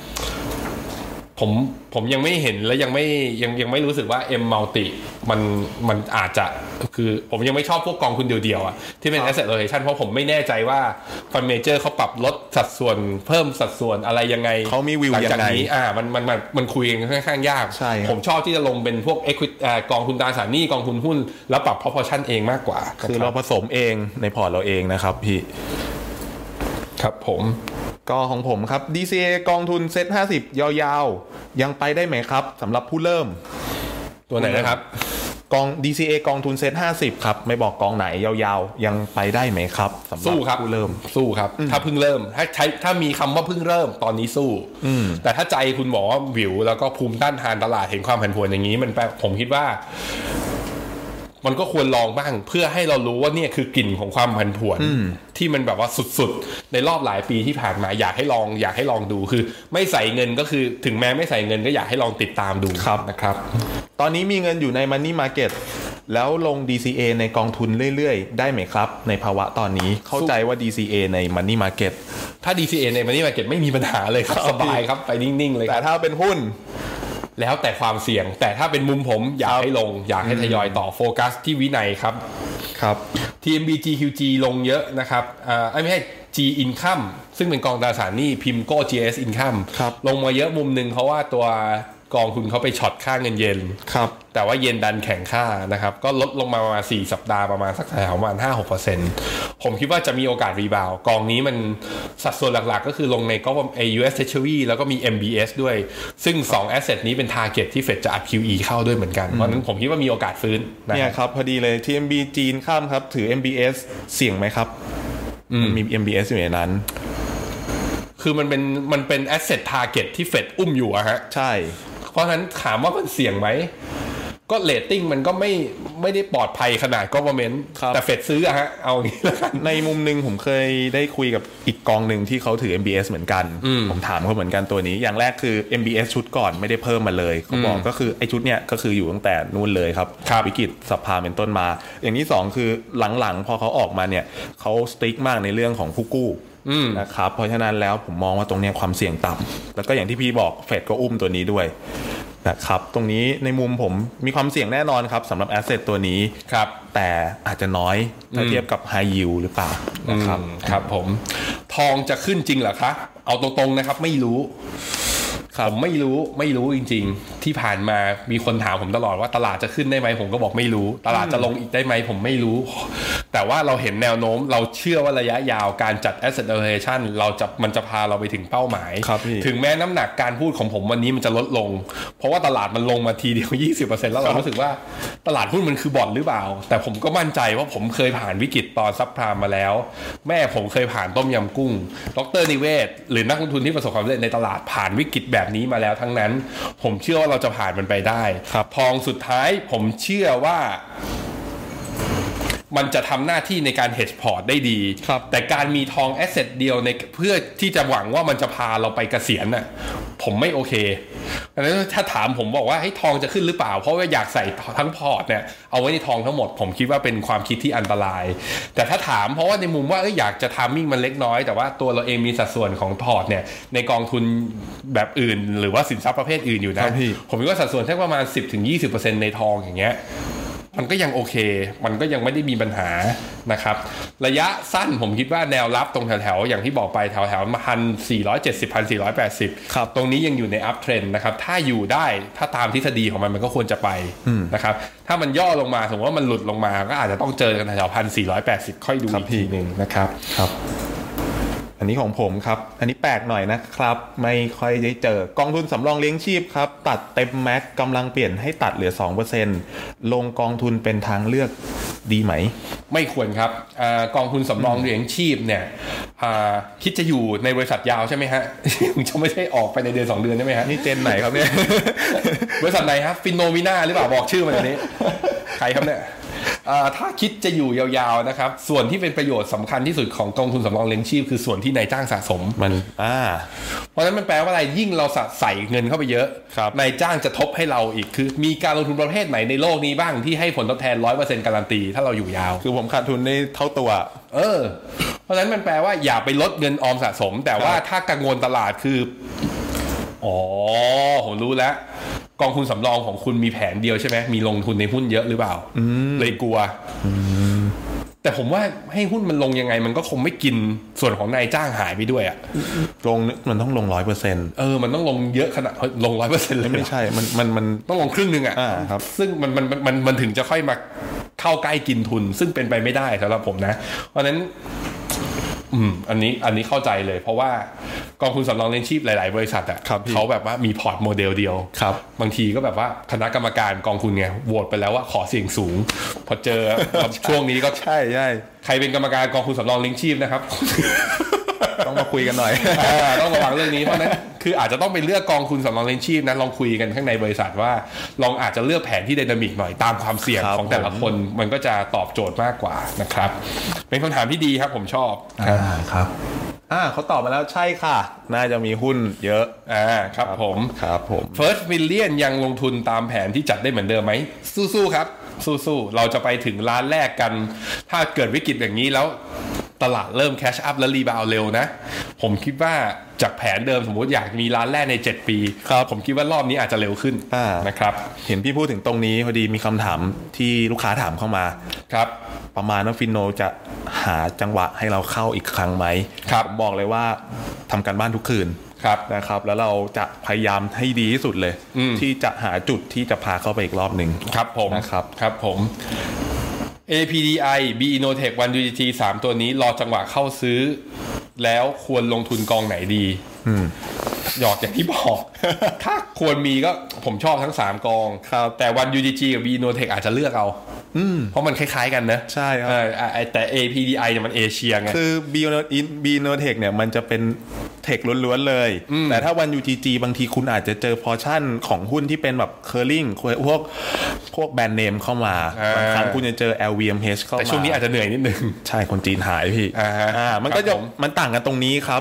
ผมยังไม่เห็นและยังไม่รู้สึกว่า M Multi มันอาจจะคือผมยังไม่ชอบพวกกองทุนเดียวๆอ่ะที่เป็น asset allocation เพราะผมไม่แน่ใจว่า Fund Manager เขาปรับลดสัดส่วนเพิ่มสัดส่วนอะไรยังไงเขามีวิวยังไงมันคุยกันค่อนข้างยากผมชอบที่จะลงเป็นพวก equity กองทุนตราสารหนี้กองทุนหุ้นแล้วปรับ proportion เองมากกว่าคือเราผสมเองในพอร์ตเราเองนะครับพี่ครับผมก็ของผมครับ DCA กองทุนเซ็ต50ยาวๆยังไปได้ไหมครับสำหรับผู้เริ่มตัวไหนนะครับกอง DCA กองทุนเซ็ต50ครับไม่บอกกองไหนยาวๆยังไปได้ไหมครับสำหรับผู้เริ่มสู้ครับถ้าเพิ่งเริ่มถ้ามีคำว่าเพิ่งเริ่มตอนนี้สู้แต่ถ้าใจคุณบอกว่าวิวแล้วก็ภูมิต้านทานตลาดเห็นความผันผวนอย่างนี้มันผมคิดว่ามันก็ควรลองบ้างเพื่อให้เรารู้ว่าเนี่ยคือกลิ่นของความผันผวนที่มันแบบว่าสุดๆในรอบหลายปีที่ผ่านมาอยากให้ลองดูคือไม่ใส่เงินก็คือถึงแม้ไม่ใส่เงินก็อยากให้ลองติดตามดูนะครับตอนนี้มีเงินอยู่ใน Money Market แล้วลง DCA ในกองทุนเรื่อยๆได้ไหมครับในภาวะตอนนี้เข้าใจว่า DCA ใน Money Market ถ้า DCA ใน Money Market ไม่มีปัญหาเลยครับสบายครับไปนิ่งๆเลยแต่ถ้าเป็นหุ้นแล้วแต่ความเสี่ยงแต่ถ้าเป็นมุมผมอยากให้ลงอยากให้ทยอยต่อโฟกัสที่วินัยครับTMB GQG ลงเยอะนะครับไม่ใช่ G Income ซึ่งเป็นกองตราสารหนี้ PIMCO GS Income ลงมาเยอะมุมนึงเพราะว่าตัวกองทุนเขาไปช็อตค่าเงินเยนแต่ว่าเยนดันแข็งค่านะครับก็ลดลงมาประมาณ4สัปดาห์ประมาณสักแถวประมาณ 5-6% ผมคิดว่าจะมีโอกาสรีบาวกองนี้มันสัดส่วนหลักๆก็คือลงในก็US Treasury แล้วก็มี MBS ด้วยซึ่ง2 asset นี้เป็น target ที่เฟดจะอัด QE เข้าด้วยเหมือนกันเพราะนั้นผมคิดว่ามีโอกาสฟื้นเนี่ยครับพอดีเลย TMB จีนข้ามครับถือ MBS เสี่ยงไหมครับมี MBS อยู่ในนั้นคือมันเป็น asset target ที่เฟดอุ้มอยู่อะฮะใช่เพราะฉะนั้นถามว่ามันเสี่ยงไหมก็เรตติ้งมันก็ไม่ได้ปลอดภัยขนาดก็เมนต์แต่เฟดซื้ออะฮะเอาอย่างนี้แล้วกันในมุมนึงผมเคยได้คุยกับอีกกองหนึ่งที่เขาถือ MBS เหมือนกันผมถามเขาเหมือนกันตัวนี้อย่างแรกคือ MBS ชุดก่อนไม่ได้เพิ่มมาเลยเขาบอกก็คือไอ้ชุดเนี้ยก็คืออยู่ตั้งแต่นู่นเลยครับวิกฤตสภาเป็นต้นมาอย่างที่2คือหลังๆพอเขาออกมาเนี่ยเขาสติ๊กมากในเรื่องของผู้กู้นะครับเพราะฉะนั้นแล้วผมมองว่าตรงนี้ความเสี่ยงต่ำแล้วก็อย่างที่พี่บอกเฟดก็อุ้มตัวนี้ด้วยนะครับตรงนี้ในมุมผมมีความเสี่ยงแน่นอนครับสำหรับแอสเซทตัวนี้ครับแต่อาจจะน้อยถ้าเทียบกับ High Yield หรือเปล่านะครับครับผมทองจะขึ้นจริงเหรอคะเอาตรงๆนะครับไม่รู้ผมไม่รู้จริงๆที่ผ่านมามีคนถามผมตลอดว่าตลาดจะขึ้นได้ไหมผมก็บอกไม่รู้ตลาดจะลงอีกได้ไหมผมไม่รู้แต่ว่าเราเห็นแนวโน้มเราเชื่อว่าระยะยาวการจัด asset allocation มันจะพาเราไปถึงเป้าหมายถึงแม้น้ำหนักการพูดของผมวันนี้มันจะลดลงเพราะว่าตลาดมันลงมาทีเดียว 20% แล้วเรารู้สึกว่าตลาดหุ้นมันคือบอทหรือเปล่าแต่ผมก็มั่นใจว่าผมเคยผ่านวิกฤตตอนซับไพรม์มาแล้วแม่ผมเคยผ่านต้มยำกุ้งดร.นิเวศหรือนักลงทุนที่ประสบความสำเร็จในตลาดผ่านวิกฤตแบบนี้มาแล้วทั้งนั้นผมเชื่อว่าเราจะผ่านมันไปได้ทองสุดท้ายผมเชื่อว่ามันจะทำหน้าที่ในการ hedge port ได้ดีแต่การมีทองแอสเซทเดียวในเพื่อที่จะหวังว่ามันจะพาเราไปเกษียณน่ะผมไม่โอเคดังนั้นถ้าถามผมบอกว่าให้ทองจะขึ้นหรือเปล่าเพราะว่าอยากใส่ทั้งพอร์ตเนี่ยเอาไว้ในทองทั้งหมดผมคิดว่าเป็นความคิดที่อันตรายแต่ถ้าถามเพราะว่าในมุมว่าอยากจะทามมิ่งมันเล็กน้อยแต่ว่าตัวเราเองมีสัดส่วนของพอร์ตเนี่ยในกองทุนแบบอื่นหรือว่าสินทรัพย์ประเภทอื่นอยู่นะผมคิดว่าสัดส่วนแค่ประมาณ 10-20% ในทองอย่างเงี้ยมันก็ยังโอเคมันก็ยังไม่ได้มีปัญหานะครับระยะสั้นผมคิดว่าแนวรับตรงแถวๆอย่างที่บอกไปแถวๆ1,470 1,480ครับตรงนี้ยังอยู่ในอัพเทรนด์นะครับถ้าอยู่ได้ถ้าตามทฤษฎีของมันก็ควรจะไปนะครับถ้ามันย่อลงมาสมมติว่ามันหลุดลงมาก็อาจจะต้องเจอกันแถว1,480ค่อยดูอีกทีนึงนะครับครับอันนี้ของผมครับอันนี้แปลกหน่อยนะครับไม่ค่อยได้เจอกองทุนสำรองเลี้ยงชีพครับตัดเต็มแม็กกำลังเปลี่ยนให้ตัดเหลือ 2% ลงกองทุนเป็นทางเลือกดีไหมไม่ควรครับกองทุนสำรองเลี้ยงชีพเนี่ยคิดจะอยู่ในบริษัทยาวใช่ไหมฮะ จะไม่ใช่ออกไปในเดือน2เดือนใช่ไหมฮะนี่เจนไหนครับเนี่ยบริษัทไหนครับฟิโนมิน่าหรือเปล่าบอกชื่อมาตรงนี้ใครครับเนี่ยถ้าคิดจะอยู่ยาวๆนะครับส่วนที่เป็นประโยชน์สำคัญที่สุดของกองทุนสำรองเลี้ยงชีพคือส่วนที่นายจ้างสะสมมันเพราะฉะนั้นมันแปลว่าอะไรยิ่งเราใส่เงินเข้าไปเยอะนายจ้างจะทบให้เราอีกคือมีการลงทุนประเภทไหนในโลกนี้บ้างที่ให้ผลตอบแทน 100% การันตีถ้าเราอยู่ยาวคือผมขาดทุนในเท่าตัวเพราะฉะนั้นมันแปลว่าอย่าไปลดเงินออมสะสมแต่ว่าถ้ากังวลตลาดคือผมรู้แล้วกองทุนสำรองของคุณมีแผนเดียวใช่ไหมมีลงทุนในหุ้นเยอะหรือเปล่าเลยกลัวแต่ผมว่าให้หุ้นมันลงยังไงมันก็คงไม่กินส่วนของนายจ้างหายไปด้วยอะลงมันต้องลง 100% มันต้องลงเยอะขนาดลง 100% เลยไม่ใช่มันต้องลงครึ่งนึงอะครับซึ่งมันถึงจะค่อยมาเข้าใกล้กินทุนซึ่งเป็นไปไม่ได้สำหรับผมนะเพราะฉะนั้นอันนี้เข้าใจเลยเพราะว่ากองทุนสำรองเลี้ยงชีพหลายๆบริษัทอ่ะเขาแบบว่ามีพอร์ตโมเดลเดียวบางทีก็แบบว่าคณะกรรมการกองทุนไงโหวตไปแล้วว่าขอเสี่ยงสูงพอเจอ ช่วงนี้ก็ใช่ใครเป็นกรรมการกองทุนสำรองเลี้ยงชีพนะครับต้องมาคุยกันหน่อยต้องระวังเรื่องนี้เพราะนั้นคืออาจจะต้องไปเลือกกองทุนสำรองเลี้ยงชีพนะลองคุยกันข้างในบริษัทว่าลองอาจจะเลือกแผนที่ไดนามิกหน่อยตามความเสี่ยงของแต่ละคนมันก็จะตอบโจทย์มากกว่านะครับเป็นคำถามที่ดีครับผมชอบครับเขาตอบมาแล้วใช่ค่ะน่าจะมีหุ้นเยอะครับผม First Million ยังลงทุนตามแผนที่จัดได้เหมือนเดิมไหมสู้ๆครับสู้ๆเราจะไปถึงล้านแรกกันถ้าเกิดวิกฤตอย่างนี้แล้วตลาดเริ่มแคชอัพและรีบาวเร็วนะผมคิดว่าจากแผนเดิมสมมติอยากมีล้านแรกใน7ปีผมคิดว่ารอบนี้อาจจะเร็วขึ้นนะครับเห็นพี่พูดถึงตรงนี้พอดีมีคำถามที่ลูกค้าถามเข้ามาครับประมาณว่าฟินโนจะหาจังหวะให้เราเข้าอีกครั้งไหมผมบอกเลยว่าทำการบ้านทุกคืนนะครับแล้วเราจะพยายามให้ดีที่สุดเลยที่จะหาจุดที่จะพาเข้าไปอีกรอบหนึ่งครับผมนะครับผม APDI B Innotech 1UGT 3ตัวนี้รอจังหวะเข้าซื้อแล้วควรลงทุนกองไหนดีหยอกอย่างที่บอก ถ้าควรมีก็ผมชอบทั้ง3กองแต่ 1UGT กับ B Innotech อาจจะเลือกเอาเพราะมันคล้ายๆกันนะใช่ครับแต่ APDI เนี่ยมันเอเชียไงคือ B Innotech เนี่ยมันจะเป็นเทคล้วนๆเลยแต่ถ้า 1UGT บางทีคุณอาจจะเจอพอร์ชั่นของหุ้นที่เป็นแบบเคอร์ลิงพวกแบรนด์เนมเข้ามาบางครั้งคุณจะเจอ LVMH เข้ามาแต่ช่วงนี้อาจจะเหนื่อยนิดนึงใช่คนจีนหายพี่มันก็จะมันต่างกันตรงนี้ครับ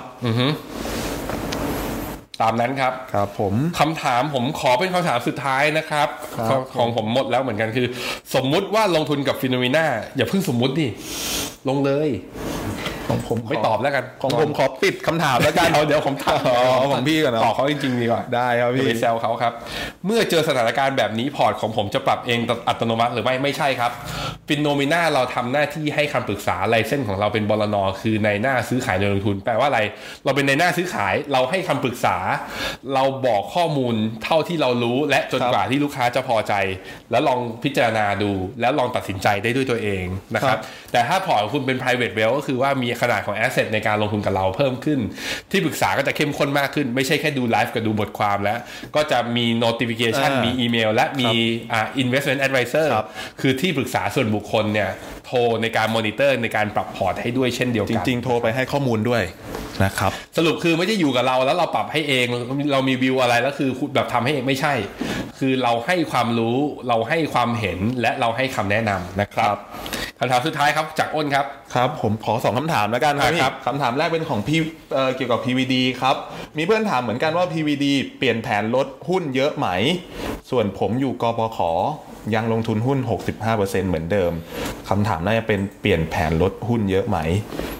ตามนั้นครับผมคำถามผมขอเป็นคำถามสุดท้ายนะครับของผมหมดแล้วเหมือนกันคือสมมุติว่าลงทุนกับฟิโนเมนาอย่าเพิ่งสมมุติดิลงเลยของผมไม่ตอบแล้วกันของผมขอปิดคำถามแล้วกันเดี๋ยวผมถามของพี่ก่อนนะตอบเขาจริงๆดีกว่าได้ครับพี่ไปแซวเขาครับเมื่อเจอสถานการณ์แบบนี้พอร์ตของผมจะปรับเองอัตโนมัติหรือไม่ใช่ครับฟิโนเมนาเราทำหน้าที่ให้คำปรึกษาไลเซนส์ของเราเป็นบลน.คือในหน้าซื้อขายโดยลงทุนแปลว่าอะไรเราเป็นในหน้าซื้อขายเราให้คำปรึกษาเราบอกข้อมูลเท่าที่เรารู้และจนกว่าที่ลูกค้าจะพอใจแล้วลองพิจารณาดูแล้วลองตัดสินใจได้ด้วยตัวเองนะครับแต่ถ้าพอร์ตของคุณเป็น private wealth ก็คือว่ามีขนาดของ asset ในการลงทุนกับเราเพิ่มขึ้นที่ปรึกษาก็จะเข้มข้นมากขึ้นไม่ใช่แค่ดูไลฟ์กับดูบทความแล้วก็จะมี notification มีอีเมลและมีinvestment advisor คือที่ปรึกษาส่วนบุคคลเนี่ยโทรในการมอนิเตอร์ในการปรับพอร์ตให้ด้วยเช่นเดียวกันจริงๆโทรไปให้ข้อมูลด้วยนะครับสรุปคือไม่ได้อยู่กับเราแล้วเราปรับให้เองเรามีวิวอะไรแล้วคือแบบทำให้เองไม่ใช่คือเราให้ความรู้เราให้ความเห็นและเราให้คำแนะนำนะครับคำถามสุดท้ายครับจากอ้นครับครับผมขอ2คำถามแล้วกันครับคำถามแรกเป็นของพี่เกี่ยวกับ PVD ครับมีเพื่อนถามเหมือนกันว่า PVD เปลี่ยนแผนลดหุ้นเยอะไหมส่วนผมอยู่กปข.ยังลงทุนหุ้น 65% เหมือนเดิมคำถามน่าจะเป็นเปลี่ยนแผนลดหุ้นเยอะไหม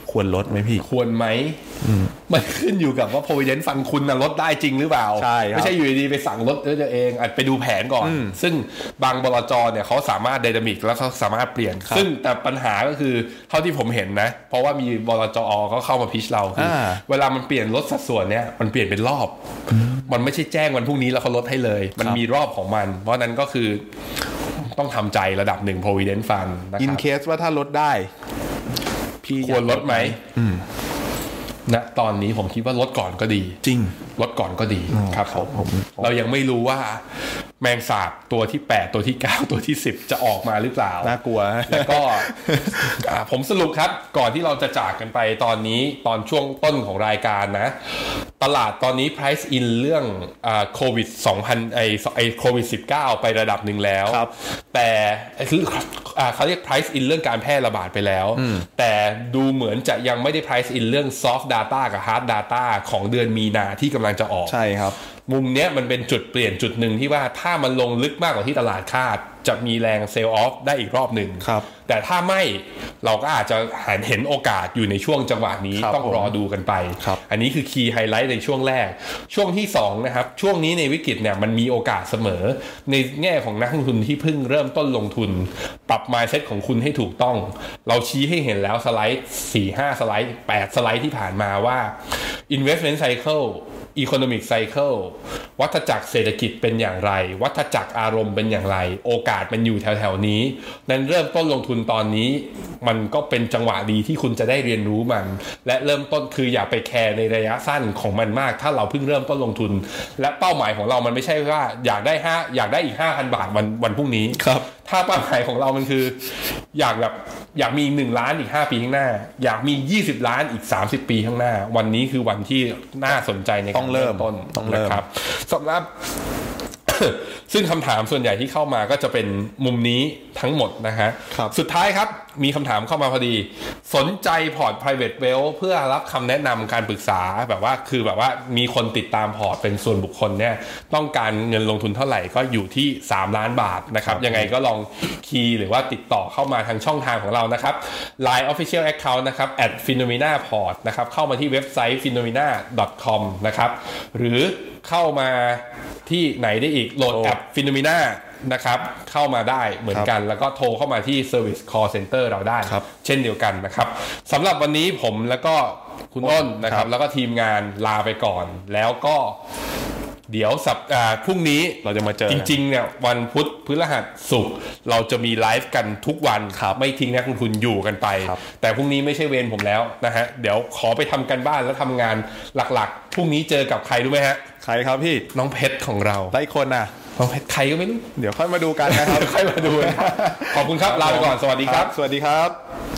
ควรลดไหมพี่ควรไหมมันขึ้นอยู่กับว่า provident fund คุณลดได้จริงหรือเปล่าใช่ครับไม่ใช่อยู่ดีๆไปสั่งลดตัวเองอาจไปดูแผนก่อนซึ่งบางบลจ.เนี่ยเขาสามารถไดนามิกแล้วเขาสามารถเปลี่ยนซึ่งแต่ปัญหาก็คือเท่าที่ผมเห็นนะเพราะว่ามีบลจ.เขาเข้ามาพิชเราคือเวลามันเปลี่ยนลดสัดส่วนเนี่ยมันเปลี่ยนเป็นรอบมันไม่ใช่แจ้งวันพรุ่งนี้แล้วเขาลดให้เลยมันมีรอบของมันเพราะนั้นก็คือต้องทำใจระดับหนึ่ง provident fund นะครับ in case ว่าถ้าลดได้พี่ควรลดไหมณตอนนี้ผมคิดว่าลดก่อนก็ดีจริงลดก่อนก็ดีครับผมเรายังไม่รู้ว่าแมงสาบตัวที่8ตัวที่9ตัวที่10จะออกมาหรือเปล่าน่ากลัวแล้วก็ผมสรุปครับก่อนที่เราจะจากกันไปตอนนี้ตอนช่วงต้นของรายการนะตลาดตอนนี้ price in เรื่องโควิด2000โควิด19ไประดับหนึ่งแล้วแต่เขาเรียก price in เรื่องการแพร่ระบาดไปแล้วแต่ดูเหมือนจะยังไม่ได้ price in เรื่อง soft data กับ hard data ของเดือนมีนาที่กำลังจะออกใช่ครับมุมเนี้ยมันเป็นจุดเปลี่ยนจุดหนึ่งที่ว่าถ้ามันลงลึกมากกว่าที่ตลาดคาดจะมีแรงเซลล์ออฟได้อีกรอบหนึ่งแต่ถ้าไม่เราก็อาจจะเห็นโอกาสอยู่ในช่วงจังหวะนี้ต้องรอดูกันไปอันนี้คือคีย์ไฮไลท์ในช่วงแรกช่วงที่2นะครับช่วงนี้ในวิกฤตเนี่ยมันมีโอกาสเสมอในแง่ของนักลงทุนที่เพิ่งเริ่มต้นลงทุนปรับ mindset ของคุณให้ถูกต้องเราชี้ให้เห็นแล้วสไลด์ 4-5 สไลด์8สไลด์ที่ผ่านมาว่า investment cycle economic cycle วัฏจักรเศรษฐกิจเป็นอย่างไรวัฏจักรอารมณ์เป็นอย่างไรโอกาสมันอยู่แถวๆนี้นั้นเริ่มต้นลงทุนตอนนี้มันก็เป็นจังหวะดีที่คุณจะได้เรียนรู้มันและเริ่มต้นคืออย่าไปแคร์ในระยะสั้นของมันมากถ้าเราเพิ่งเริ่มต้นลงทุนและเป้าหมายของเรามันไม่ใช่ว่าอยากได้อีก 5,000 บาทวันพรุ่งนี้ครับถ้าเป้าหมายของเรามันคืออยากมี1ล้านอีก5ปีข้างหน้าอยากมี20ล้านอีก30ปีข้างหน้าวันนี้คือวันที่น่าสนใจในการเริ่มต้นนะครับสำหรับ ซึ่งคำถามส่วนใหญ่ที่เข้ามาก็จะเป็นมุมนี้ทั้งหมดนะฮะสุดท้ายครับมีคำถามเข้ามาพอดีสนใจพอร์ต private wealth เพื่อรับคำแนะนำการปรึกษาแบบว่ามีคนติดตามพอร์ตเป็นส่วนบุคคลเนี่ยต้องการเงินลงทุนเท่าไหร่ก็อยู่ที่3ล้านบาทนะครับยังไงก็ลองคีย์หรือว่าติดต่อเข้ามาทางช่องทางของเรานะครับ Line Official Account นะครับ @phenomenaport นะครับเข้ามาที่เว็บไซต์ phenomena.com นะครับหรือเข้ามาที่ไหนได้อีกโหลดแอป Phenomena นะครับเข้ามาได้เหมือนกันแล้วก็โทรเข้ามาที่ Service Call Center เราได้เช่นเดียวกันนะครับสำหรับวันนี้ผมแล้วก็คุณอ้นนะครับแล้วก็ทีมงานลาไปก่อนแล้วก็เดี๋ยวพรุ่งนี้เราจะมาเจอจริงๆเนี่ยวันพุธพฤหัสศุกร์เราจะมีไลฟ์กันทุกวันไม่ทิ้งนักลงทุนอยู่กันไปแต่พรุ่งนี้ไม่ใช่เวรผมแล้วนะฮะเดี๋ยวขอไปทำกันบ้านแล้วทำงานหลักๆพรุ่งนี้เจอกับใครรู้ไหมฮะใครครับพี่น้องเพชรของเราได้คนน่ะน้องเพชรใครก็ไม่รู้เดี๋ยวค่อยมาดูกันนะครับค่อยมาดูขอบคุณครับลาไปก่อนสวัสดีครับสวัสดีครับ